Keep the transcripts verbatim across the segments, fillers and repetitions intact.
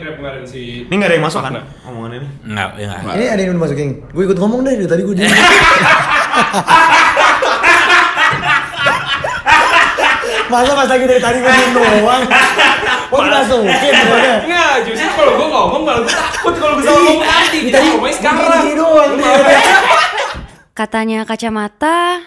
Grab kemarin si. Ini enggak ada yang masuk kan? Omongan ini. Enggak, ya enggak. Ini ada yang udah masukin. Gue ikut ngomong deh dari tadi gue diam. Masa pas lagi dari tadi gue diam doang. Kok dimasukin sebenarnya? Enggak, justru kalau gue ngomong malah gue takut kalau bisa ngomong nanti. Kita ngomongin sekarang. Gini doang. Katanya kacamata.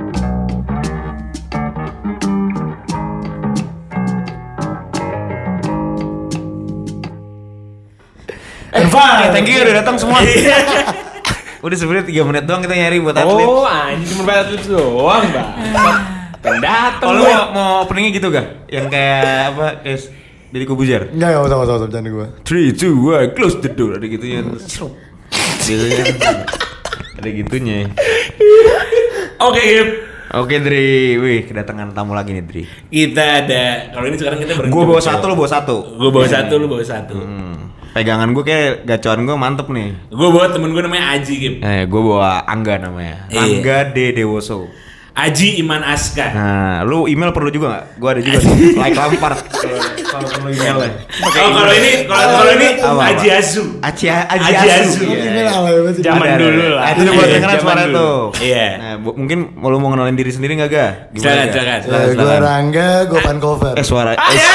Oke, thank you udah datang semua. Udah sebenarnya tiga menit doang kita nyari buat atlet. Oh, anjing cuma buat atlet doang, Bang. Pendatang. Kalau mau mau openingnya gitu gak? Yang kayak apa? Kayak dari Kobuzer. Enggak, enggak usah, enggak usah bercanda gue. three, two, one, close the door. Ada gitunya. Gitunya. Ada gitunya. Oke, Gip. Oke, Dri. Wih, kedatangan tamu lagi nih, Dri. Kita ada. Kalau ini sekarang kita berhenti. Gue bawa satu, lo bawa satu. Gue bawa satu, lu bawa satu. Hmm. Pegangan gue kayak gacoan gue mantep nih. Gue bawa temen gue namanya Aji, Gip. Eh, gue bawa Angga namanya. Iya. Angga D Dewoso. Aji Iman Aska. Nah, lu email perlu juga nggak? Gue ada juga. Like Lampard. Kalau perlu emailnya. Oh, kalau ini, kalau kalau ini Apa, Aji apa? Azu. Aci Aji Aji Asu. Asu. Iya. Ini alay banget sih. Zaman Ada, ada. dulu lah. Itu buat Iya, dengeran zaman suara dulu. tuh. Iya. Nah, bu- mungkin mau lu mau kenalin diri sendiri nggak, Ga? Gimana, Silakan, Ga? silakan. Silakan, Gue silakan. Rangga, gue Vancouver. Eh, suara. Ah, eh, ya.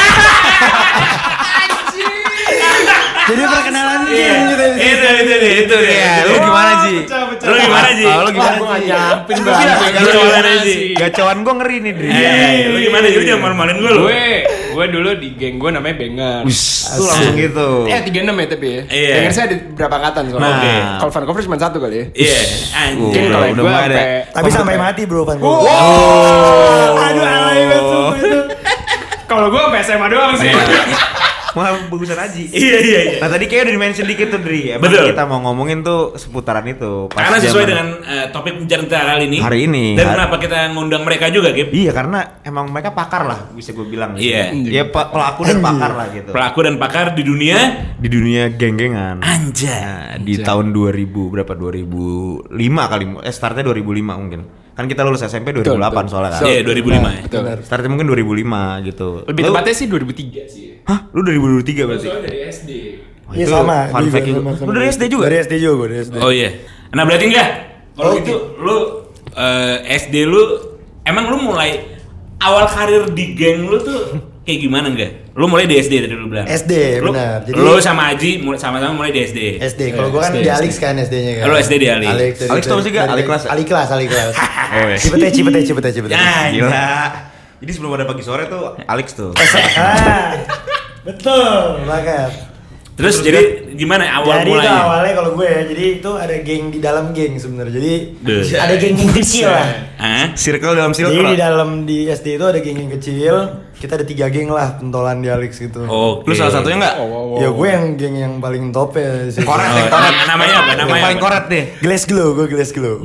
Jadi perkenalan Iya. game gitu. Itu itu itu itu Iya, ya. lu gimana, Ji? Lu gimana, Ji? Ah, lu gimana, Gue nggak Ji? nyiapin, Lu Bang. bilang, Lu gacoan- gimana, Ji? Gacoan gue ngeri nih, Dri. Eh, lu gimana? Lu jangan malu-maluin gue lu. Gue, gue dulu di geng gue namanya Banger. Wis, tuh langsung gitu. Eh tiga puluh enam ya tapi ya. Iya. Banger saya ada berapa angkatan soalnya. Nah. Oke. Kalau Vancouver cuma satu kali ya. Iya, Oh, anjing. Mungkin udah- kalau udah gue mulai ada. sampai Tapi sampai mati bro Vancouver. Oh. Aduh alay banget sumpah itu. kalau gue sampai S M A doang sih. Malah bagusan Aji. Iya iya iya. Nah tadi kayak udah di-mention dikit tuh, Dri. Emang Betul. kita mau ngomongin tuh seputaran itu. Pas Karena sesuai zaman- dengan uh, topik pembicaraan kita kali ini. Hari ini. Dan Hari- kenapa kita ngundang mereka juga, Gip? Iya, karena emang mereka pakar lah, bisa gue bilang. Iya. Ya pe- pelaku dan pakar lah gitu. Pelaku dan pakar di dunia Di dunia geng-gengan. Anjay. Nah, di tahun dua ribu berapa? dua ribu lima kali. Eh startnya dua ribu lima mungkin. Kan kita lulus S M P dua ribu delapan Betul, soalnya kan. Iya, dua ribu lima ya. Betul. Startnya mungkin dua ribu lima gitu. Lebih Lu- tepatnya sih dua ribu tiga sih. Hah? Lu dari dua ribu tiga berarti? Soalnya dari S D. Wah, Iya itu sama. Fun dia fact juga juga. sama- sama. Lu dari S D juga? Dari S D juga gue dari S D. Oh iya. Nah, berarti enggak? Kalau Oh, gitu lu eh, S D lu emang lu mulai awal karir di geng lu tuh kayak gimana enggak? Lu mulai di S D tadi lu bilang. S D, Lu, benar. Jadi- lu sama Aji mulai sama-sama mulai di S D. S D. Kalau gue kan S D, di Alix kan S D-nya kan. Lu S D di Alix. Alix. dari- Alix tau dari- sih gak? dari- Alix kelas ya? Alix kelas, Alix kelas. Oh iya. Cipete, Cipete, Cipete, Cipete. Ya, Gila. Jadi sebelum ada pagi sore tuh Alex tuh. Ah, betul banget. Terus, jadi gimana awal Jadi itu mulainya? awalnya kalau gue ya, jadi itu ada geng di dalam geng sebenarnya. Jadi Duh. ada geng yang kecil lah. Hah? Circle dalam Jadi circle. di dalam di S D itu ada geng yang kecil. Kita ada tiga geng lah pentolan di Alix gitu. Oke. Lu salah satunya enggak? Ya gue yang geng yang paling top ya. sih. Koret Oh, deh, koret. nam- namanya apa? Yang Namanya paling apa? koret deh. Glass Glow, gue Glass Glow.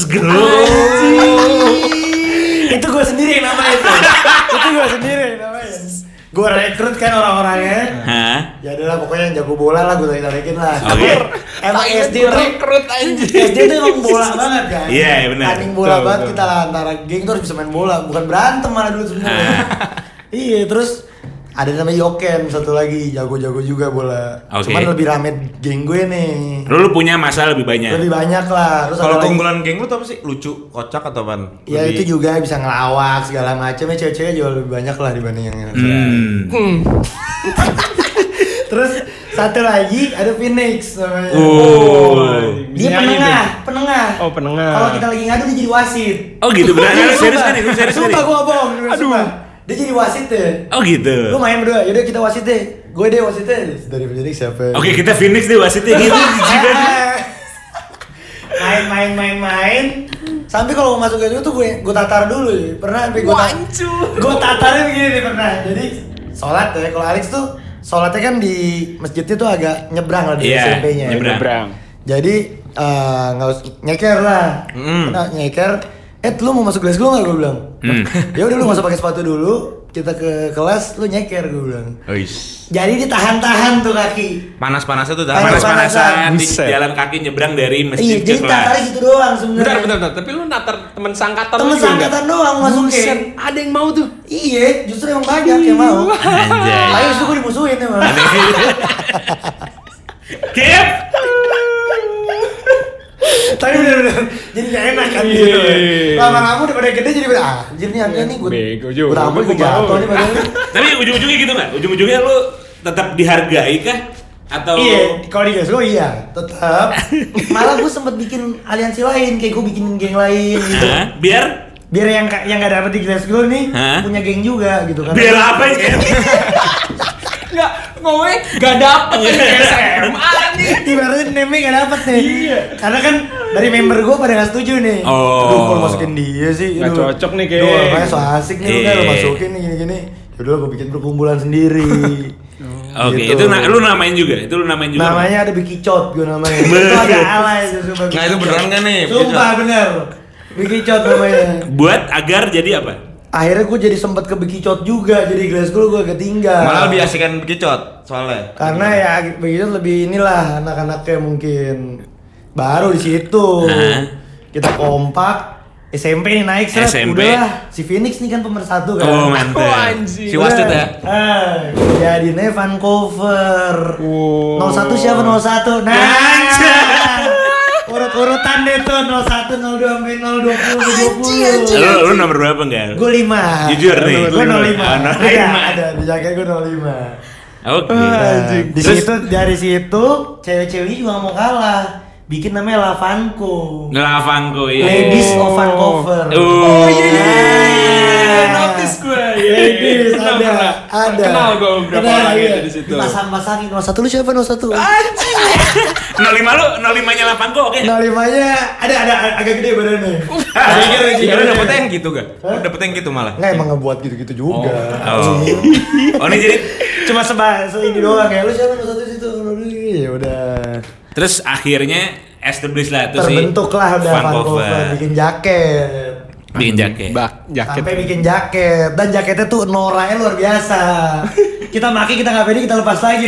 Glasgow. Itu gue sendiri yang namain itu. Itu gue sendiri yang namain. Gue rekrut kan orang-orangnya. Hah? Ya adalah pokoknya yang jago bola lah gue tarikin lah. Oke. Emang S D tuh rekrut anjir. S D tuh emang bola banget kan. Iya, iya, benar. Tanding bola Betul, banget betul. kita lah antara geng tuh harus bisa main bola, bukan berantem malah dulu sebenarnya. Iya, terus ada namanya Yoken satu lagi jago-jago juga bola. Oke. Cuman lebih rame geng gue nih. Lu, lu punya masa lebih banyak. Lebih banyak lah. Terus Kalau ada lagi- keunggulan geng lu tuh apa sih? Lucu, kocak atau apaan? Ya Lebih- itu juga bisa ngelawak segala macam ya, cewek-cewek juga lebih banyak lah dibanding yang lain. Hmm. Terus satu lagi ada Phoenix namanya. Oh. Dia Bisa penengah, nyanyi penengah. Oh, penengah. Kalau kita lagi ngadu dia jadi wasit. Oh gitu, benar. Iya, Serius sumpah. kan itu? Serius kan Sumpah itu? gua bohong. Aduh. Dia jadi wasit deh. Oh gitu. Lu main berdua, yaudah kita wasit deh. Gue deh wasitnya dari Phoenix siapa? Oke, kita Phoenix deh wasitnya gitu. main main main main sampai kalau mau masuk itu tuh gue gue tatar dulu ya. Pernah sampai gue gue tatarnya begini pernah. Jadi sholat ya, kalau Alex tuh sholatnya kan di masjidnya tuh agak nyebrang lah di Iya, S M P-nya. nyebrang. Nyebrang. Jadi eh, nggak usah nyeker lah. Mm. Nah, nyeker. Eh, lu mau masuk kelas gue nggak? Gue bilang. Hmm. Ya udah lu nggak usah pakai sepatu dulu. Kita ke kelas, lu nyeker gue bilang. Ois. Jadi ditahan-tahan tuh kaki. Panas-panasnya tuh dah. Panas-panasan di Buset. jalan kaki nyebrang dari Iya, masjid ke jadi tatarnya kelas. gitu doang sebenarnya. Bentar, bentar, bentar. Tapi lu natar temen sangkatan Temen lu juga nggak? sangkatan doang masukin. Buset, ada yang mau tuh. Iya, justru yang banyak yang mau. Anjay. Ayo, justru gue dimusuhin emang. Kip. Tapi bener-bener jadi gak enak kan gitu. Lama-lama udah pada gede jadi ah, anjir nih angka nih gue. Bego juga. Gue tampil gue jatuh nih padahal. Tapi ujung-ujungnya gitu nggak? Ujung-ujungnya lu tetap dihargai kah? Atau Iya, kalau di Glasgow iya, tetap. Malah gue sempet bikin aliansi lain, kayak gue bikin geng lain gitu. Hah? Biar Biar yang ka- yang gak dapet di Glasgow nih Hah? punya geng juga gitu kan. biar apa ya? Enggak, ngomongnya gak dapet nih S M A nih. Ibaratnya name gak dapet nih. Iya. Karena kan dari member gue pada gak setuju nih. Oh. Aduh, kalau masukin dia sih. Nggak aduh. cocok nih kayaknya. Aduh, makanya so asik nih lu kan lu Iya. masukin nih gini-gini. Yaudah gue bikin perkumpulan sendiri. Oke, Gitu. itu na- lu namain juga. Itu lu namain juga. Namanya ada Bikicot gue namanya. Itu agak alay itu sumpah. Nah, itu beneran nggak nih, Sumpah bener. Bikicot namanya. Buat agar jadi apa? Akhirnya gue jadi sempet ke Bikicot juga. Jadi Glasgow gue ketinggal. Malah lebih asikan bekicot soalnya. Karena ya Bikicot lebih inilah anak-anaknya mungkin baru di situ. Hah? Kita kompak. S M P nih naik seret, S M P. udahlah si Phoenix nih kan pemersatu kan. Oh, mantap. Oh, anjing. Si wasit ya. Ah, jadinya Vancouver. Wow. nol satu siapa nol satu? Nah, Anjay. urut-urutan deh tuh nol satu, nol dua sampai nol dua puluh, dua puluh. Lu lu nomor berapa enggak? Gue lima. Jujur nih. Gue nol lima. Ah, nol Ada, lima. ada di jaket gue nol lima. Oke. Nah, di Terus- situ dari situ cewek-ceweknya juga gak mau kalah. Bikin namanya Lavanco. Lavanco iya. Ladies of Vancouver. Oh, iya, iya, iya. Nah. Notice gue. Iya, Ladies pernah, ada, pernah. ada. Kenal gue beberapa Kenal, orang iya. itu di situ. Dipasang-pasangin nol satu lu siapa nol satu? nol lima lu, nol lima-nya Lavanco oke. nol lima-nya ada ada agak gede badannya. Ada kira kira lu dapetnya yang gitu gak? Lu dapetnya yang gitu malah. Enggak emang ngebuat gitu-gitu juga. Oh. Oh, ini jadi Cuma seba ini doang ya. Lu siapa nol satu situ? Ya udah. terus akhirnya establish lah tuh si Terbentuk lah udah Vancouver bikin jaket. bikin jaket. Bak, jaket. Sampai bikin jaket dan jaketnya tuh noranya luar biasa. Kita pakai kita nggak pede kita lepas lagi.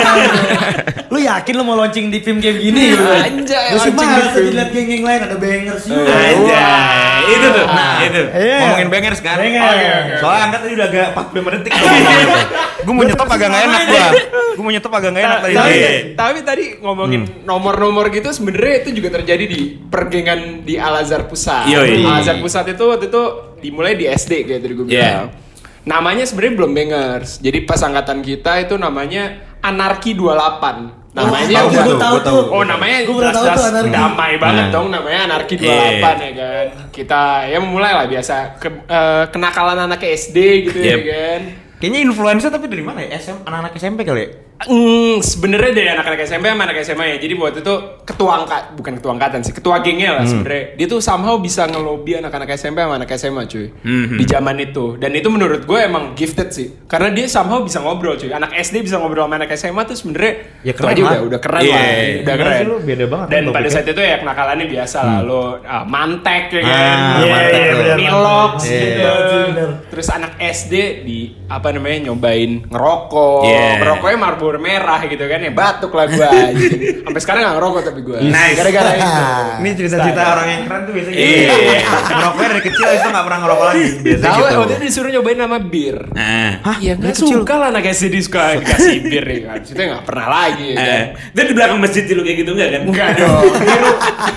Lu yakin lu mau launching di film kayak gini? Anjay, Lu sih launching di males film. dilihat geng-geng lain ada bangers juga. Anjay, itu tuh. Nah, itu. Iya. Ngomongin bangers kan? Bangers. Oh, iya. Soalnya angkat tadi udah agak empat puluh lima detik. Gue mau nyetop agak nggak enak gua. Gue mau nyetop agak nggak enak tadi. Tapi, Iya. tapi tadi ngomongin nomor-nomor gitu sebenarnya itu juga terjadi di pergengan di Al Azhar Pusat. Yoi. Al Azhar Pusat itu waktu itu dimulai di S D kayak tadi gue bilang. Yeah. Namanya sebenarnya belum bangers. Jadi pas angkatan kita itu namanya Anarki dua puluh delapan. Namanya Oh, udah- gua tahu gua tahu. tuh. Oh namanya Gua baru tahu jelas-jelas tuh Anarki. damai banget Nah. dong namanya Anarki dua puluh delapan ya kan. Kita ya memulai lah biasa ke- eh, kenakalan anak S D gitu Yep. ya kan. Kayaknya influencer tapi dari mana ya? S M anak-anak S M P kali ya? Hmm, sebenarnya dari anak-anak S M P sama anak S M A ya. Jadi waktu itu ketua angkat, bukan ketua angkatan sih, ketua gengnya lah sebenarnya. Dia tuh somehow bisa ngelobi anak-anak S M P sama anak S M A cuy. Mhm. Di zaman itu. Dan itu menurut gue emang gifted sih. Karena dia somehow bisa ngobrol cuy. Anak S D bisa ngobrol sama anak S M A tuh sebenarnya Ya itu keren aja lah. udah udah keren Iya. lah. Udah Gila keren. sih lu, beda banget Dan kan pada topiknya. saat itu ya kenakalannya biasa lah. Lo ah, mantek ya kan. Ah, Iya, mantek iya, tuh. bener, Milox Iya. gitu. Iya, bener. Terus anak S D di apa namanya nyobain ngerokok, Iya. ngerokoknya Marlboro merah gitu kan ya batuk lah gua. anjing. Sampai sekarang nggak ngerokok tapi gua. Nice. Gara-gara itu. Ini cerita-cerita orang yang keren tuh biasanya gitu. Iya. Ngerokoknya dari kecil itu nggak pernah ngerokok lagi. Biasanya Tahu gitu. waktu itu disuruh nyobain nama bir. Nah. Hah? Iya nggak Dari kecil? suka lah anak S D suka dikasih bir ya kan. Itu nggak pernah lagi ya kan. Eh, dan di belakang masjid dulu kayak gitu enggak kan? Enggak dong. Di, ru-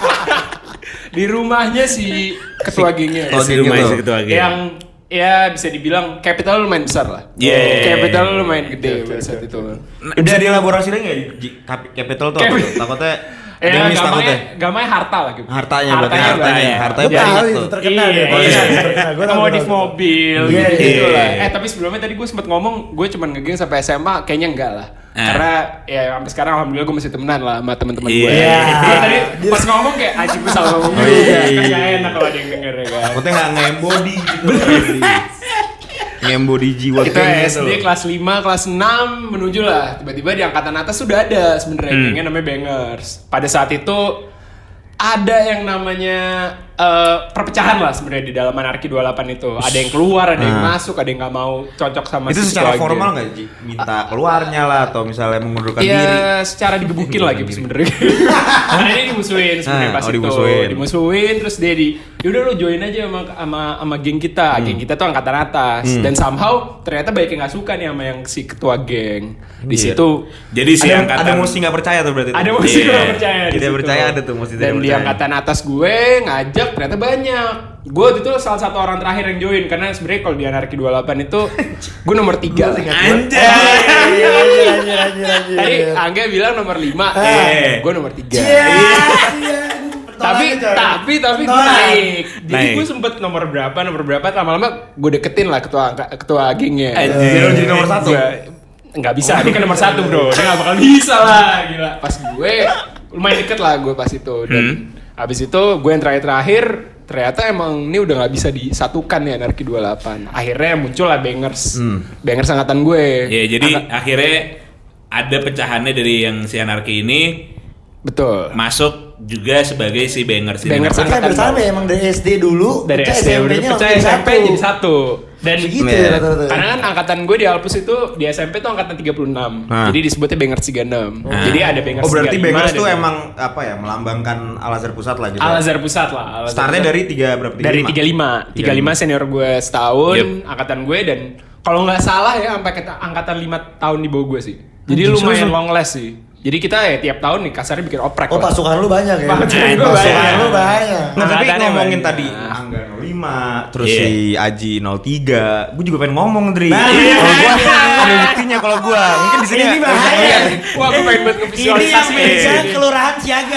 di rumahnya si ketua gengnya. ketua Si geng rumah gitu. si ketua geng. Yang ya bisa dibilang capital lumayan besar lah. Yeah. Capital lumayan gede pada saat itu. Nah, bisa dielaborasi lagi nggak? Ji- Kap- Capital tuh apa Cap- tuh? Takutnya ada Ya, yang miss gampangnya, takutnya. gampangnya harta lah gitu. Hartanya berarti hartanya. banyak. Hartanya Gue banyak tahu tuh. itu terkenal Iya, dia. Oh, iya. Terkenal. Gua tahu, Modif gua tahu. mobil Iya, gitu iya. lah. Eh tapi sebelumnya tadi gue sempet ngomong gue cuman ngegeng sampai S M A kayaknya enggak lah. Ah. Karena ya sampai sekarang alhamdulillah gue masih temenan lah sama teman-teman gue. Iya. Gue tadi pas ngomong kayak anjing gue salah ngomong. Oh, iya. Kan gak enak kalau ada yang denger ya kan. Takutnya nggak nge-embody gitu. Nge-embody jiwa Kita gengnya S D tuh. kelas lima, kelas enam menuju lah. Tiba-tiba di angkatan atas sudah ada sebenarnya Hmm. gengnya namanya Bangers. Pada saat itu ada yang namanya uh, perpecahan lah sebenarnya di dalam Anarki dua puluh delapan itu. Ada yang keluar, ada yang Nah. masuk, ada yang nggak mau cocok sama Itu si secara ketua formal geng. nggak Ji? Minta keluarnya lah atau misalnya mengundurkan Iya, diri? secara digebukin lagi sebenarnya. Karena dia dimusuhin sebenarnya Ah, pas oh, itu. dimusuhin. Dimusuhin terus dia di, yaudah lu join aja sama sama sama geng kita. Hmm. Geng kita tuh angkatan atas. Dan somehow ternyata banyak yang nggak suka nih sama yang si ketua geng. Di Iya. situ Jadi si Ada, angkatan ada musik nggak percaya tuh berarti. ada tuh? musik Iya. nggak percaya di Tidak situ. percaya ada tuh musik tidak Dan di percaya. angkatan atas gue ngajak ternyata banyak. Gue itu salah satu orang terakhir yang join karena sebenarnya kalau di Anarki dua puluh delapan itu gue nomor tiga. Anjay. Anjir, anjir, anjir, anjir, anjir. Tadi Angga bilang nomor lima, Eh. gue nomor tiga. Iya, iya. tapi Tolak, coy. tapi tapi gue Tolak. naik. Jadi Naik. gue sempet nomor berapa nomor berapa lama-lama gue deketin lah ketua ketua gengnya. Anjir. Biar lu jadi nomor satu. Gua- nggak bisa, dia kan nomor satu bro, dia nggak bakal bisa lah, gila. Pas gue lumayan deket lah gue pas itu dan Hmm. abis itu gue yang terakhir-terakhir ternyata emang ini udah nggak bisa disatukan ya Anarki dua puluh delapan. Akhirnya muncul lah Bangers, Bangers angkatan gue. Ya, jadi Angkat- akhirnya ada pecahannya dari yang si Anarki ini betul. masuk juga sebagai si Bangers ini. Bangers Tapi hampir sama ya, emang dari S D dulu. Dari pecah S D udah S M P-nya pecah langsung S M P satu. jadi satu. Dan Segitu Iya. ya rata-rata. karena kan angkatan gue di Alpus itu di S M P tuh angkatan tiga puluh enam. Nah. Jadi disebutnya Bangers tiga puluh enam. Jadi ada Bangers Oh berarti tiga puluh lima, Bangers tuh ada- emang apa ya melambangkan Al Azhar Pusat lah gitu. ya? Al Azhar Pusat lah. Al Azhar Startnya Pusat. dari tiga berapa? dari tiga puluh lima. tiga puluh lima senior gue setahun, Yep. angkatan gue dan kalau nggak salah ya sampai kita angkatan lima tahun di bawah gue sih. Jadi lumayan long last sih. Jadi kita ya tiap tahun nih kasarnya bikin oprek. Oh lah. pasukan lu banyak ya? Pasukan gue Pasukan banyak. lu banyak. Nah, tapi Angkatannya ngomongin banyak. tadi Angga nol lima, terus Iya. si Aji nol tiga, gue juga pengen ngomong Dri. Nah, Kalau gue ada buktinya kalau gue, mungkin di sini Ini nggak- bahaya. nggak lihat. Wah, gue pengen buat Ini yang visualisasi. meja kelurahan Siaga.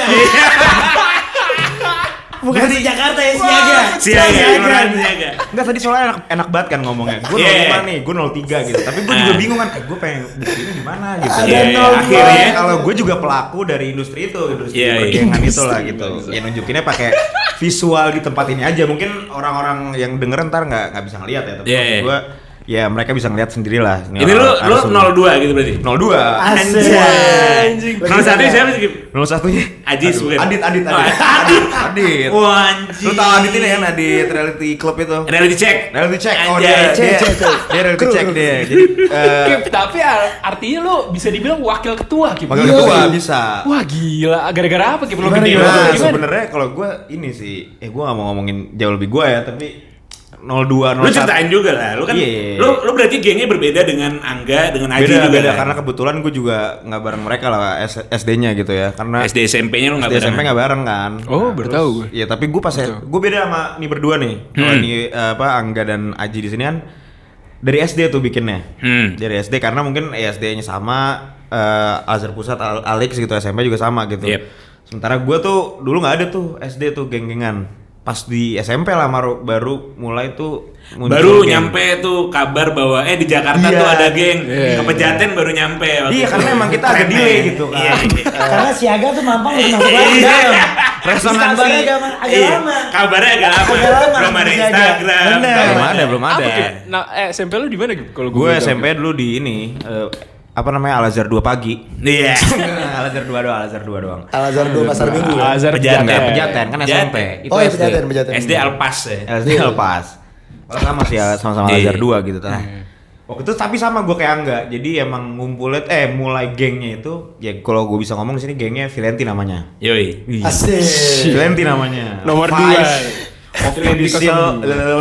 Bukan di Jakarta ya Siaga. Siaga, kelurahan Siaga. Enggak, tadi soalnya enak, enak banget kan ngomongnya. Gue Iya. nol lima nih, gue nol tiga gitu. Tapi gue juga Ah. bingung kan, eh, gue pengen buktinya gimana gitu. Ada Iya, nol dua. Akhirnya kalau gue juga pelaku dari industri itu, industri Iya, iya. pergengan itu lah gitu. Ya nunjukinnya pakai visual di tempat ini aja. Mungkin orang-orang yang denger ntar nggak nggak bisa ngeliat ya. Tapi Iya, maksud iya. gue, ya mereka bisa ngeliat sendiri lah. Ini lu lu nol dua gitu berarti. nol dua. Asik. Anjing. nol satu siapa sih? Gip? nol satunya Ajis Aduh, bukan? Adit, Adit, Oh, Adit. Adit. Adit. Wah, anjing. Lu tau Adit ini kan, Adit Reality Club itu. Reality check. Reality check. Oh Anjay. dia, dia, Cek, cek, cek. dia reality Kru, check kru, dia. Jadi eh, Kip, tapi ar- artinya lu bisa dibilang wakil ketua Kip. Wakil Iya, ketua iya. bisa. Wah gila, gara-gara apa Kip? Lu Gimana, gede gimana? banget. Nah, Gimana? sebenarnya kalau gue ini sih, eh gue gak mau ngomongin jauh lebih gue ya, tapi nol dua, nol Lu satu. ceritain juga lah. Lu kan Iya. lu lu berarti gengnya berbeda dengan Angga, dengan Aji Beda, juga beda, kan? karena kebetulan gue juga nggak bareng mereka lah S- SD-nya gitu ya, karena S D S M P-nya lu enggak S D S M P nggak bareng kan. Oh, baru tahu gue. Iya, tapi gue pas gue beda sama nih berdua nih. Kalau Hmm. nih eh, apa Angga dan Aji di sini kan dari S D tuh bikinnya. Hmm. Dari S D karena mungkin S D-nya sama, eh, Al Azhar Pusat, Al- Alex gitu, S M P juga sama gitu. Yep. Sementara gue tuh dulu nggak ada tuh S D tuh geng-gengan. Pas di S M P lah baru, baru mulai tuh muncul Baru geng. nyampe tuh kabar bahwa eh di Jakarta Iya. tuh ada geng. Iya, Ke Pejaten baru nyampe. waktu Iya, itu. karena emang kita agak Keren, delay men. gitu kan. Iya, iya. Karena Siaga tuh mampang udah masuk lagi dalam. Resonansi. Kabarnya agak, agak Iya, lama. Kabarnya agak lama. Agak lama, Belum ada masih ada. Instagram. Bener. Belum ada, belum ada. Apa Kip? Nah, eh, S M P lu di mana Kip? Kalau Gue S M P dulu di ini eh, apa namanya Al Azhar dua pagi. Iya. Al Azhar dua doang, Al Azhar dua doang. Al Azhar dua pasar minggu ya. Al Azhar Pejaten. Enggak, Pejaten. Pejaten kan S M P. Itu Oh iya S D. Pejaten, Pejaten. S D Alpas ya. S D Alpas. Oh, sama sih ya, sama-sama Al Iya. Azhar dua gitu. Nah, waktu itu tapi sama gue kayak Angga. Jadi emang ngumpulin eh mulai gengnya itu ya kalau gue bisa ngomong di sini gengnya Vilenti namanya. Yoi. Asik. Vilenti namanya. Nomor Vice dua. of Imbecile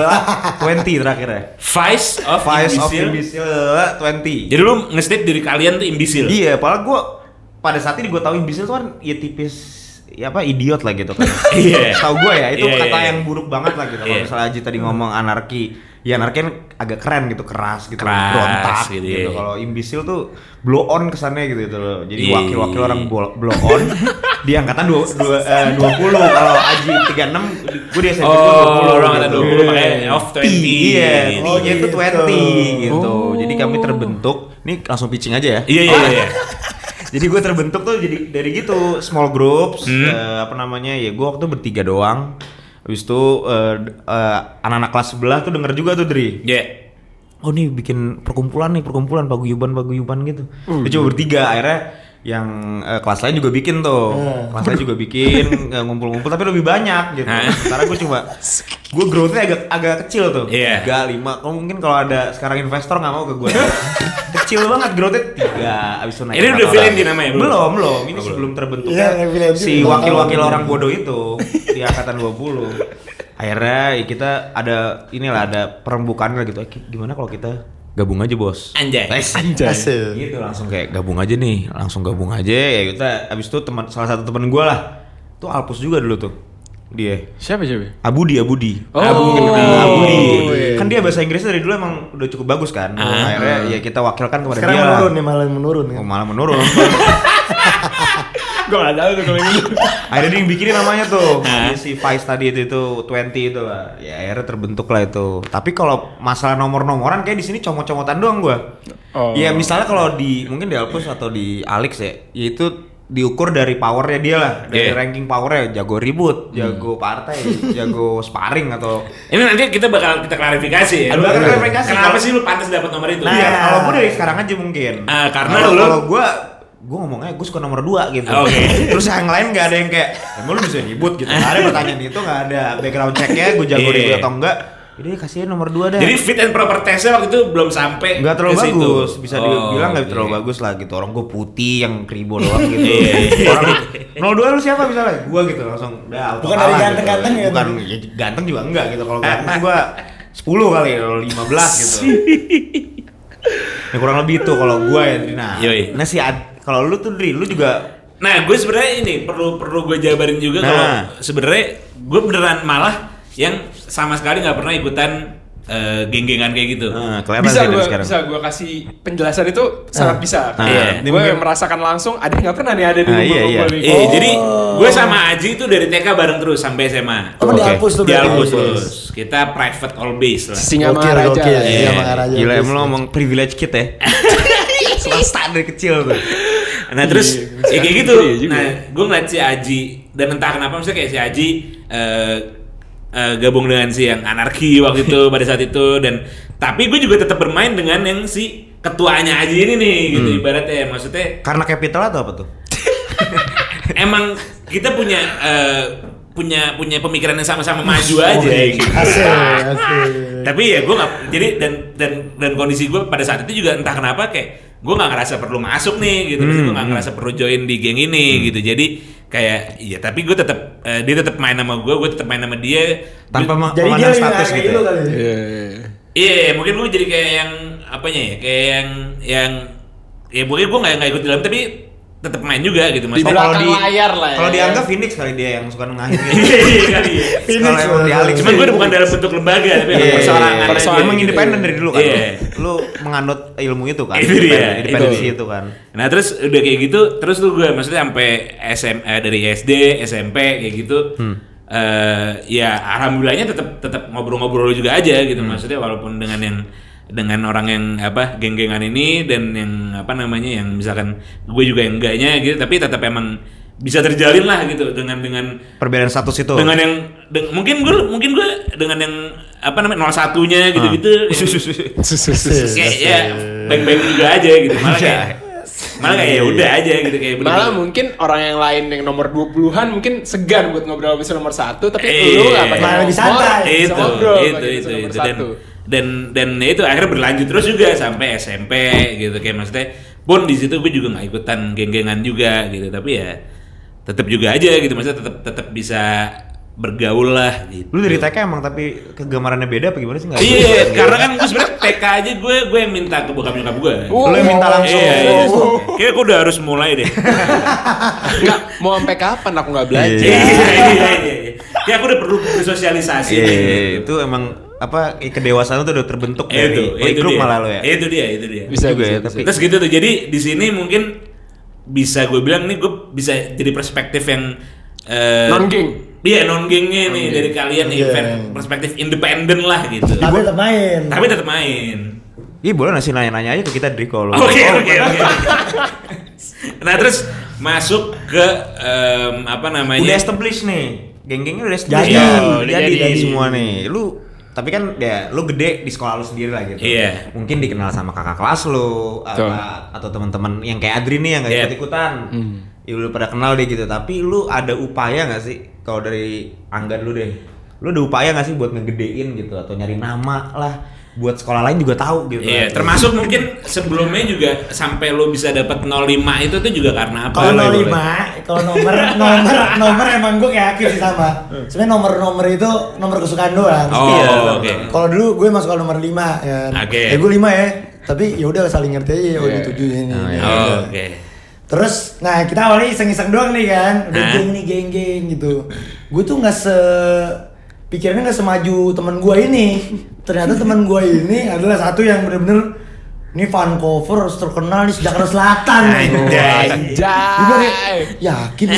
twenty terakhir ya. Vice of Vice of Imbecile. Imbecile twenty. Jadi lu nge-state diri kalian tuh imbisil. Iya, padahal gue pada saat ini gue tahu imbecile tuh kan ya tipis ya apa idiot lah gitu kan. Iya. Tahu gue ya itu Iya, kata iya. yang buruk banget lah gitu. Kalau Iya. misalnya Aji tadi ngomong anarki, ya anarki kan agak keren gitu, keras gitu, Keras berontak gitu, gitu. iya. Kalau imbecile tuh blow on kesannya gitu gitu loh. Jadi Iya. wakil-wakil orang blow, blow on di angkatan dua puluh. Kalau Aji tiga puluh enam, gue di S M P gue dua puluh. Oh, orang kata gitu. dua puluh pakai off T, twenty. iya, Oh, T-nya itu gitu. dua puluh gitu. Oh. Jadi kami terbentuk, ini langsung pitching aja ya. Iya iya iya. Jadi gue terbentuk tuh jadi dari gitu small groups, Hmm. eh, apa namanya ya gue waktu bertiga doang. Habis itu eh, eh, anak-anak kelas sebelah tuh denger juga tuh Dri. Iya. Oh nih bikin perkumpulan nih perkumpulan paguyuban paguyuban gitu. Dia cuma bertiga akhirnya yang uh, kelas lain juga bikin tuh. Hmm. Kelas lain juga bikin uh, ngumpul-ngumpul tapi lebih banyak gitu. Hah? Sekarang gue cuma gue growth-nya agak agak kecil tuh. Iya. tiga, lima. Kalau mungkin kalau ada sekarang investor nggak mau ke gue. Kecil banget growth-nya tiga abis itu naik. Ini udah Vilendi namanya belum? Belum, belum. Ini Oh, sih belum. belum terbentuk Iya, yang Vilendi si belum. wakil-wakil orang bodoh itu di angkatan dua puluh. Akhirnya ya kita ada inilah ada perembukaan lah gitu. Eh, gimana kalau kita gabung aja bos? Anjay. Anjay. Asik. Gitu langsung kayak gabung aja nih, langsung gabung aja ya kita. Abis itu teman salah satu teman gue lah, tuh Alpus juga dulu tuh dia. Siapa siapa? Abudi, Abudi. Oh, Abudi. oh, Abudi. iya. Kan dia bahasa Inggrisnya dari dulu emang udah cukup bagus kan. Ah. Akhirnya ya kita wakilkan kepada Sekarang dia. menurun lah. nih, malah menurun kan. Oh, malah menurun. Gue gak tahu tuh kalau ini. Akhirnya dia yang bikinin namanya tuh. Hah? Si Vice tadi itu itu dua puluh itu lah. Ya akhirnya terbentuk lah itu. Tapi kalau masalah nomor-nomoran kayak di sini comot-comotan doang gua. Oh. Ya misalnya kalau di mungkin di Alpus atau di Alex ya, yaitu diukur dari powernya dia lah, dari Yeah. ranking powernya, jago ribut, jago partai, jago sparring atau Ini nanti kita bakal kita klarifikasi ya. Aduh, bakal klarifikasi. Kenapa Kalau- sih lu pantas dapat nomor itu? Nah, Iya. kalau gue dari sekarang aja mungkin. Ah, karena kalau lu- kalau gue gue ngomongnya gue suka nomor dua gitu. Oke. Terus yang lain nggak ada yang kayak emang lu bisa ribut gitu. Nggak ada pertanyaan itu, nggak ada background checknya gue jago Iya. ribut atau enggak. Jadi kasih nomor dua dah. Jadi fit and proper testnya waktu itu belum sampai nggak terlalu ke situ. bagus, bisa Oh, dibilang nggak oke. terlalu bagus lah gitu. Orang gue putih yang kribo doang gitu. Iya, iya. Orang nol dua lu siapa misalnya? Gue gitu langsung udah auto Bukan kalah dari ganteng-ganteng gitu. ya, Bukan tapi? ya, ganteng juga enggak gitu. Kalau ganteng gue sepuluh kali, kalau lima belas gitu. Ya kurang lebih itu kalau gue ya. Nah, Yoi. nah si Ad- kalau lu tuh Dri, lu juga Nah, gue sebenarnya ini perlu perlu gue jabarin juga Nah. kalau sebenarnya gue beneran malah yang sama sekali nggak pernah ikutan eh, geng-gengan kayak gitu. nah, kelihatan Bisa sih dari gue sekarang. bisa gue kasih penjelasan itu sangat bisa. Ah, Karena ini gue mungkin- merasakan langsung. Ada nggak pernah nih ada di Ah, iya, kumpul-kumpul iya. nih. Eh, jadi gue sama Aji itu dari T K bareng terus sampai S M A. Oh, di Oke. Alpus tuh Di berarti. Alpus terus. Kita private all base lah. Singa Gokil, Maharaja. gokil. Iya. Singa Maharaja. Gila, Terus. emang lu ngomong privilege kid ya. Swasta dari kecil tuh. Nah terus Iya, ya kayak gitu. iya juga. Nah gue ngeliat si Aji dan entah kenapa misalnya kayak si Aji eh, eh, gabung dengan si yang anarki waktu itu pada saat itu dan tapi gue juga tetap bermain dengan yang si ketuanya Aji ini nih gitu Hmm. ibaratnya maksudnya Karena capital atau apa tuh? emang kita punya eh, punya punya pemikiran yang sama-sama maju aja gitu. Asik, asik. Tapi ya gue nggak jadi dan dan dan kondisi gue pada saat itu juga entah kenapa kayak gue nggak ngerasa perlu masuk nih gitu, Hmm, gue nggak ngerasa perlu join di geng ini gitu. Jadi kayak iya tapi gue tetap eh, dia tetap main sama gue, gue tetap main sama dia Tanpa ma- Jadi dia memandang lebih status menghargai gitu. lu ya? kali. Iya, mungkin gue jadi kayak yang apanya ya, kayak yang yang ya mungkin gue nggak nggak ikut di dalam tapi tetap main juga gitu mas. Di Oh, belakang kalau di- layar lah ya. Kalau dianggap Phoenix kali dia yang suka ngahin gitu. Iya kali ya. Kalau emang di Alex Cuman gue bukan dalam bentuk lembaga tapi Iya, emang persoalangan. iya. aja Emang gitu. independen dari dulu kan. Iya. Lu menganut ilmu itu kan. Itu dia, Independen- Independensi itu. itu kan. Nah terus udah kayak gitu, terus tuh gue maksudnya sampai S M A dari S D, S M P kayak gitu. eh ya alhamdulillahnya tetap tetap ngobrol-ngobrol juga aja gitu. Maksudnya walaupun dengan yang dengan orang yang apa geng-gengan ini dan yang apa namanya yang misalkan gue juga yang enggaknya gitu, tapi tetap emang bisa terjalin lah gitu dengan dengan Perbedaan status itu. dengan yang deng- mungkin gue mungkin gue dengan yang apa namanya nol satunya gitu-gitu yang- kayak ya baik-baik juga aja gitu malah kayak malah kayak ya udah aja gitu kayak bener-bener. Malah mungkin orang yang lain yang nomor dua puluhan mungkin segan buat ngobrol sama nomor satu, tapi Eh, lu nggak pakai malah lebih nomor, santai. bisa itu ngobrol itu pakai itu, nomor itu. dan satu. dan dan ya itu akhirnya berlanjut terus juga sampai S M P gitu kayak maksudnya pun di situ gue juga nggak ikutan geng-gengan juga gitu tapi ya tetap juga aja gitu maksudnya tetap tetap bisa bergaul lah gitu. Lu dari T K emang tapi kegemarannya beda apa gimana sih? Nggak Iya, ikutan gitu. karena kan gue sebenarnya T K aja gue gue yang minta ke bokap nyokap gue. Oh, Lu yang minta langsung. Iya, iya. Kayaknya gue udah harus mulai deh. Nggak, mau sampai kapan aku nggak belajar? Iya, iya, iya, iya. Ya aku udah perlu bersosialisasi. Iya, nih, iya, gitu. itu emang apa eh, kedewasaan itu udah terbentuk Eh, dari itu, itu playgroup dia. malah lo ya. Eh, Itu dia, itu dia. Bisa, juga bisa, ya, bisa. tapi Terus gitu tuh. Jadi di sini mungkin bisa gue bilang nih gue bisa jadi perspektif yang eh, Non-geng. Iya, non gengnya nih dari kalian nih Iya. ver- perspektif independen lah gitu. Tapi tetap main. Tapi tetap main. Iya boleh nasi nanya-nanya aja ke kita Dri kalau. Oke oke oke. Nah terus masuk ke em, apa namanya? Udah established nih. Geng-gengnya udah established. Jadi. kan? Oh, udah jadi, jadi. nih semua nih. Lu tapi kan ya lu gede di sekolah lu sendiri lah gitu. Iya. Mungkin dikenal sama kakak kelas lu apa, atau teman-teman yang kayak Adri nih yang nggak Iya. ikut-ikutan. Hmm. Ya lu pada kenal deh gitu. Tapi lu ada upaya nggak sih kalau dari Angga dulu deh? Lu ada upaya nggak sih buat ngegedein gitu atau nyari nama lah buat sekolah lain juga tahu gitu? Iya, termasuk mungkin sebelumnya juga sampai lu bisa dapat nol lima itu tuh juga karena apa? Kalau nol lima, kalau nomor nomor nomor emang gue kayak Akif sih sama. Sebenarnya nomor-nomor itu nomor kesukaan doang. Oh, Iya. oke. Kalau dulu gue masuk ke nomor lima ya. Oke. Eh gue lima ya. Tapi ya udah saling ngerti aja ya udah tujuh ini. Oh, iya. Ya Oh, udah. oke. Terus, nah kita awalnya iseng-iseng doang nih kan, udah Hah? geng nih geng-geng gitu. Gue tuh nggak se pikirannya nggak semaju teman gue ini. Ternyata teman gue ini adalah satu yang bener-bener ini Vancouver terkenal di Jakarta Selatan. Anjay. Gue dari yakin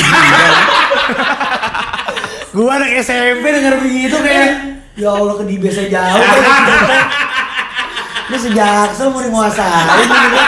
gue anak S M P denger begitu kayak ya Allah ke di biasa jauh. Ini sejaksel mau dikuasain gitu.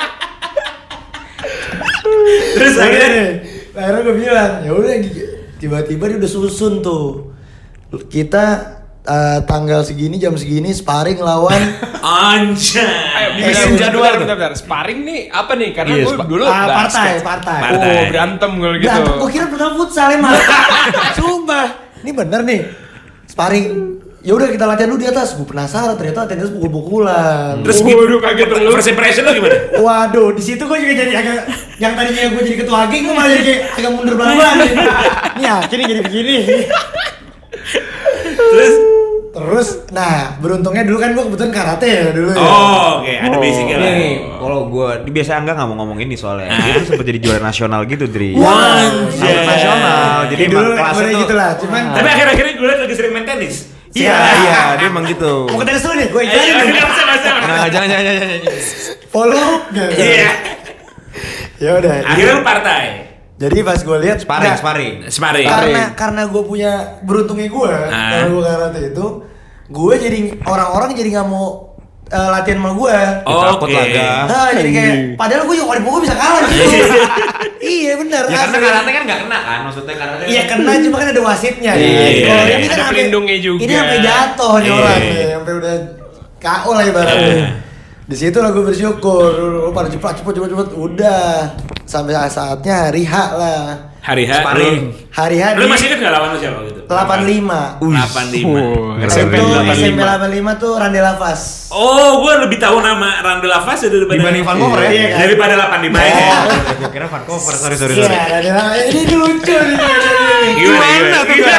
Terus akhirnya akhirnya gue bilang ya udah tiba-tiba dia udah susun tuh kita uh, tanggal segini jam segini sparring lawan anjay. Ayo, Eh, bikin bentar, jadwal bentar, bentar. Sparring nih apa nih? Karena Iya, gue spa- dulu ah, partai basket. partai. Partai. Oh, berantem kalau gitu. Berantem, gue kira beneran futsal emang. Sumpah, ini bener nih sparring. Ya udah kita latihan dulu di atas. Gue penasaran ternyata latihan di atas pukul-pukulan. Terus Waduh, kaget dong lu. first impression lu gimana? Waduh, di situ gue juga jadi agak yang tadinya gue jadi ketua geng gue malah jadi kayak agak mundur pelan-pelan. Nih akhirnya jadi begini. Terus Terus, nah beruntungnya dulu kan gue kebetulan karate ya dulu ya. oh, oke, ada basicnya lah. Nih, kalau gue di biasa Angga nggak mau ngomong ini soalnya. Dia tuh sempat jadi juara nasional gitu, Dri. Wah, Sampai anjay. nasional. Jadi Jadi emang dulu kelasnya boleh tuh. gitu lah, cuman Tapi akhir-akhirnya gue liat lagi sering main tenis. Iya, iya, dia emang gitu. mau ke tenis dulu nih, gue Ayo, ikutin ayo, nih. masa, masa. Nah, jangan jangan jangan. jangan. Follow, gitu. Iya. Ya udah. Akhirnya lu partai. Jadi pas gue lihat Sparring, nah, sparring. Sparring. Karena karena gue punya beruntungnya gue, Ah. karena gue karate itu, gue jadi orang-orang jadi nggak mau uh, latihan sama gue. Takut Oke. lah, Ga. Nah, jadi kayak padahal gue juga kalau dipukul bisa kalah gitu. Iya benar. Ya karena asli. karate kan nggak kena kan, maksudnya karate. Iya kena cuma kan ada wasitnya. Iya, Kalau iya. ini kan Ada sampai- pelindungnya juga. Ini sampai jatuh nih Iya. orang nih, sampai udah K O lah ibaratnya. Iya. Di situ lah gue bersyukur, lu pada cepat cepat cepat cepat udah sampai saatnya hari H lah. Hari H Sparring. lu. Hari H Lu di masih ingat enggak lawan lu siapa gitu? delapan puluh lima. delapan puluh lima. Oh, Itu S M P S M P delapan puluh lima tuh Rande Lavas. Oh, gue lebih tahu nama Rande Lavas daripada Dibanding Vancouver ya? Iya kan? Daripada delapan puluh lima Iya. ya. Gue kira Vancouver, sorry sorry Iya, sorry. Rande Lavas. Ini lucu nih. Gimana, gimana? tuh, Ga?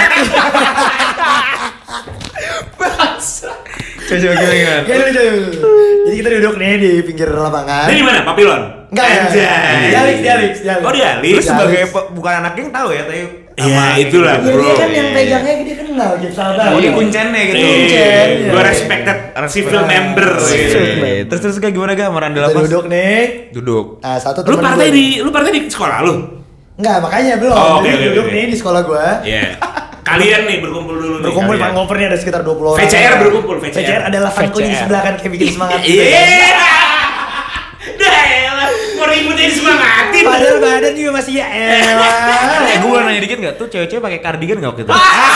Coba coba gimana gimana? Kayak lucu. Jadi kita duduk nih di pinggir lapangan. Ini di mana? Papilon? Enggak ya. Anjay. Di Alex, di Alex, di Alex. Oh, di Alex. Lu sebagai Alex. pe- bukan anak geng tahu ya, tapi Iya, itulah, Iya, bro. dia kan yang pegangnya dia kenal gitu sahabat. Oh, dia kuncennya gitu. Kuncen, iya. Gue respected civil Nah, member. iya. Iya. Terus terus kayak gimana Ga sama Rande Kita Lavas? duduk nih. Duduk. Nah, satu Lu temen partai gua- di lu partai di sekolah lu? Enggak, makanya belum. Oh, oke, Jadi oke, duduk oke. nih di sekolah gua. Iya. Kalian nih berkumpul dulu nih. Berkumpul kalian. Vancouver nih ada sekitar dua puluh orang. V C R berkumpul, V C R. V C R adalah Vanco di V C R. sebelah kan kayak bikin semangat. gitu Iya. kan. Dah elah, mau ributnya disemangatin. Padahal badan juga masih ya elah. Eh, gue boleh nanya dikit nggak? Tuh cewek-cewek pakai cardigan nggak waktu itu?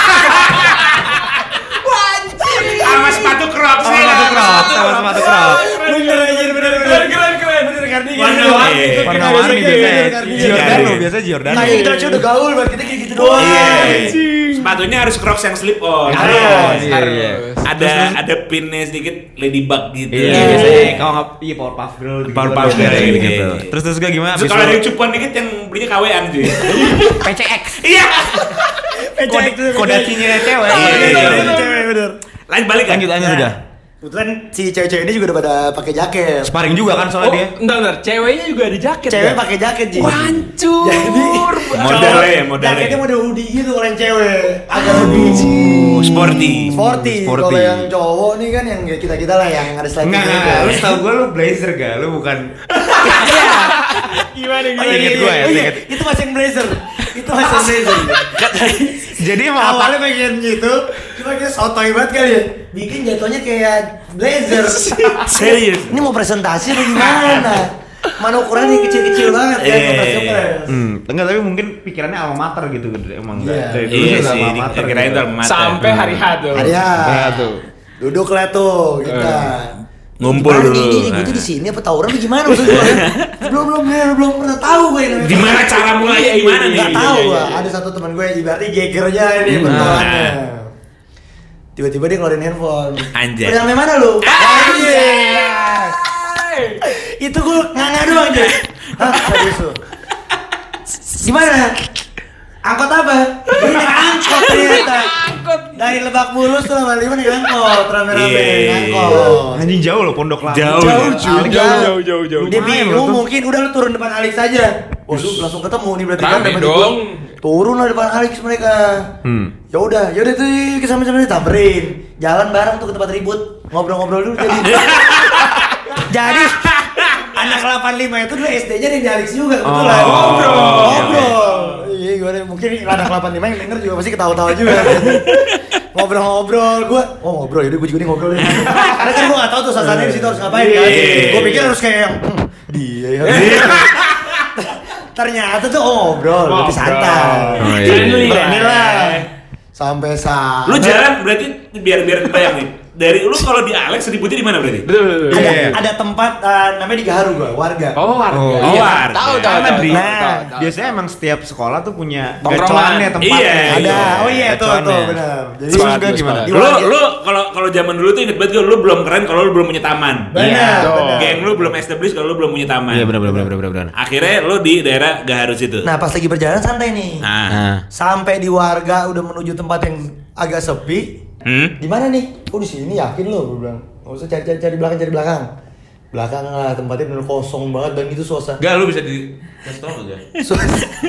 Sama sepatu crocs. Sama sepatu crocs, sama sepatu crocs. Bener aja, bener bener. Keren keren bener kardigan. Warna-warni. Warna-warni biasanya. Kardigan. Giordano biasa Giordano. Nah, kita aja udah gaul buat kita kayak gitu doang. Iya. Sepatunya harus crocs yang slip on. Harus, iya, Harus. iya. Ada ada pinnya sedikit ladybug gitu. Iya, biasanya kalau nggak iya Powerpuff Girl gitu. Powerpuff Girl, gitu. iya. gitu. Terus terus gak gimana? Terus kalau ada cupuan dikit yang belinya K W an cuy. P C X. Iya. Kode kodasinya cewek. Iya, Iya, iya, iya. Cewek bener. Lanjut balik kan? Lanjut lanjut Nah, udah. Kebetulan si cewek-cewek ini juga udah pada pakai jaket. Sparring juga kan Oh, soalnya dia. entar, entar. Ceweknya juga ada jaket. Cewek Ga? pakai jaket Ji. Hancur. Jadi Modalnya ya, modalnya. jaketnya model hoodie gitu kalau yang cewek. Agak lebih Oh, sporty. sporty. Sporty. Kalau yang cowok nih kan yang kayak kita-kita lah yang ada slide Enggak, gitu. enggak, lu tau gue lu blazer gak? Lu bukan. Gimana Oh, inget gue ya, Oh, iya, inget. itu masih yang blazer. Itu masih yang blazer. Jadi emang apa? Awalnya pengen gitu, cuma kita sotoy banget kali ya. Bikin jatuhnya kayak blazer. Serius. Ini mau presentasi atau gimana? Mana ukurannya kecil-kecil banget kan, Iya. kepres-kepres. Hmm, enggak tapi mungkin pikirannya alma mater gitu emang Iya. enggak. Dari dulu Iya juga sih, alma mater. kirain gitu. tuh alma mater. Sampai hari H tuh. Hari H. Nah, tuh. Duduk lah tuh kita. Ngumpul Gimana dulu. nih, gue tuh di sini apa tawuran apa gimana maksud gue? belum belum belum belum pernah tahu gue ini. Gimana cara mulainya gimana nih? Gak Iya, tahu iya, gua. iya. Ada satu teman gue ibaratnya gegernya ini Hmm. bentukannya. Tiba-tiba dia ngeluarin handphone. Anjay. Udah sampai mana lu? Anjay. Itu gue nganga doang aja. Hah, serius lu? Gimana? Angkot apa? Ini naik angkot ternyata. Dari Lebak Bulus tuh lama lima naik angkot, rame-rame Iya. angkot. Anjing jauh loh Pondok Labu. Jauh, Jauh, jauh, cuy. jauh, jauh, jauh, jauh. Dia Lumayan bingung loh tuh. mungkin udah lu turun depan Alex aja. Waduh, langsung ketemu nih berarti kan Rame dapat dong. gua. Turun lah depan Alex mereka. Hmm. Ya udah, ya udah tuh kita sama-sama ditamperin. Jalan bareng tuh ke tempat ribut, ngobrol-ngobrol dulu jadi. Jadi anak delapan puluh lima itu dulu S D-nya di Alex juga kebetulan. Oh, ngobrol, iya, ngobrol. Iya, gue mungkin anak delapan puluh lima yang denger juga pasti ketawa-tawa juga. Ngobrol-ngobrol, gue, oh ngobrol, yaudah gue juga nih ngobrol. Karena kan gue gak tau tuh sasarannya di situ harus ngapain kan. Iya. Gue pikir harus kayak yang, "Hmm, dia ya. Ternyata tuh oh, ngobrol, lebih santai. Oh, iya. Friendly Berani lah. lah. Sampai sana. Lu jalan berarti biar biar kebayang nih. Dari lu kalau di Alex ributnya di mana berarti? Betul betul. betul. Ada, Iya. ada tempat uh, namanya di Gaharu gua, warga. Oh, warga. Oh, iya. Tahu tahu tahu. Karena tahu, di tahu, tahu, tahu. biasanya emang setiap sekolah tuh punya Tongkrongan. gacoannya tempatnya. Iya, Ada. iya. Oh iya tuh tuh Gacoannya. benar. Jadi Sekolah Sepakat, juga gimana? sepakat. Di Lu warga- lu kalau kalau zaman dulu tuh inget banget gue lu belum keren kalau lu belum punya taman. Benar, Iya. benar. Geng lu belum established kalau lu belum punya taman. Iya benar benar benar benar benar. Akhirnya lu di daerah Gaharus itu. Nah, pas lagi berjalan santai nih. Nah. Nah. Sampai di warga udah menuju tempat yang agak sepi. Hmm? Di mana nih? Oh, di sini yakin lo, gue bilang. Enggak usah cari-cari cari belakang, cari belakang. Belakang lah, tempatnya bener kosong banget dan itu suasana. Enggak, lu bisa di kasih tau enggak? Su-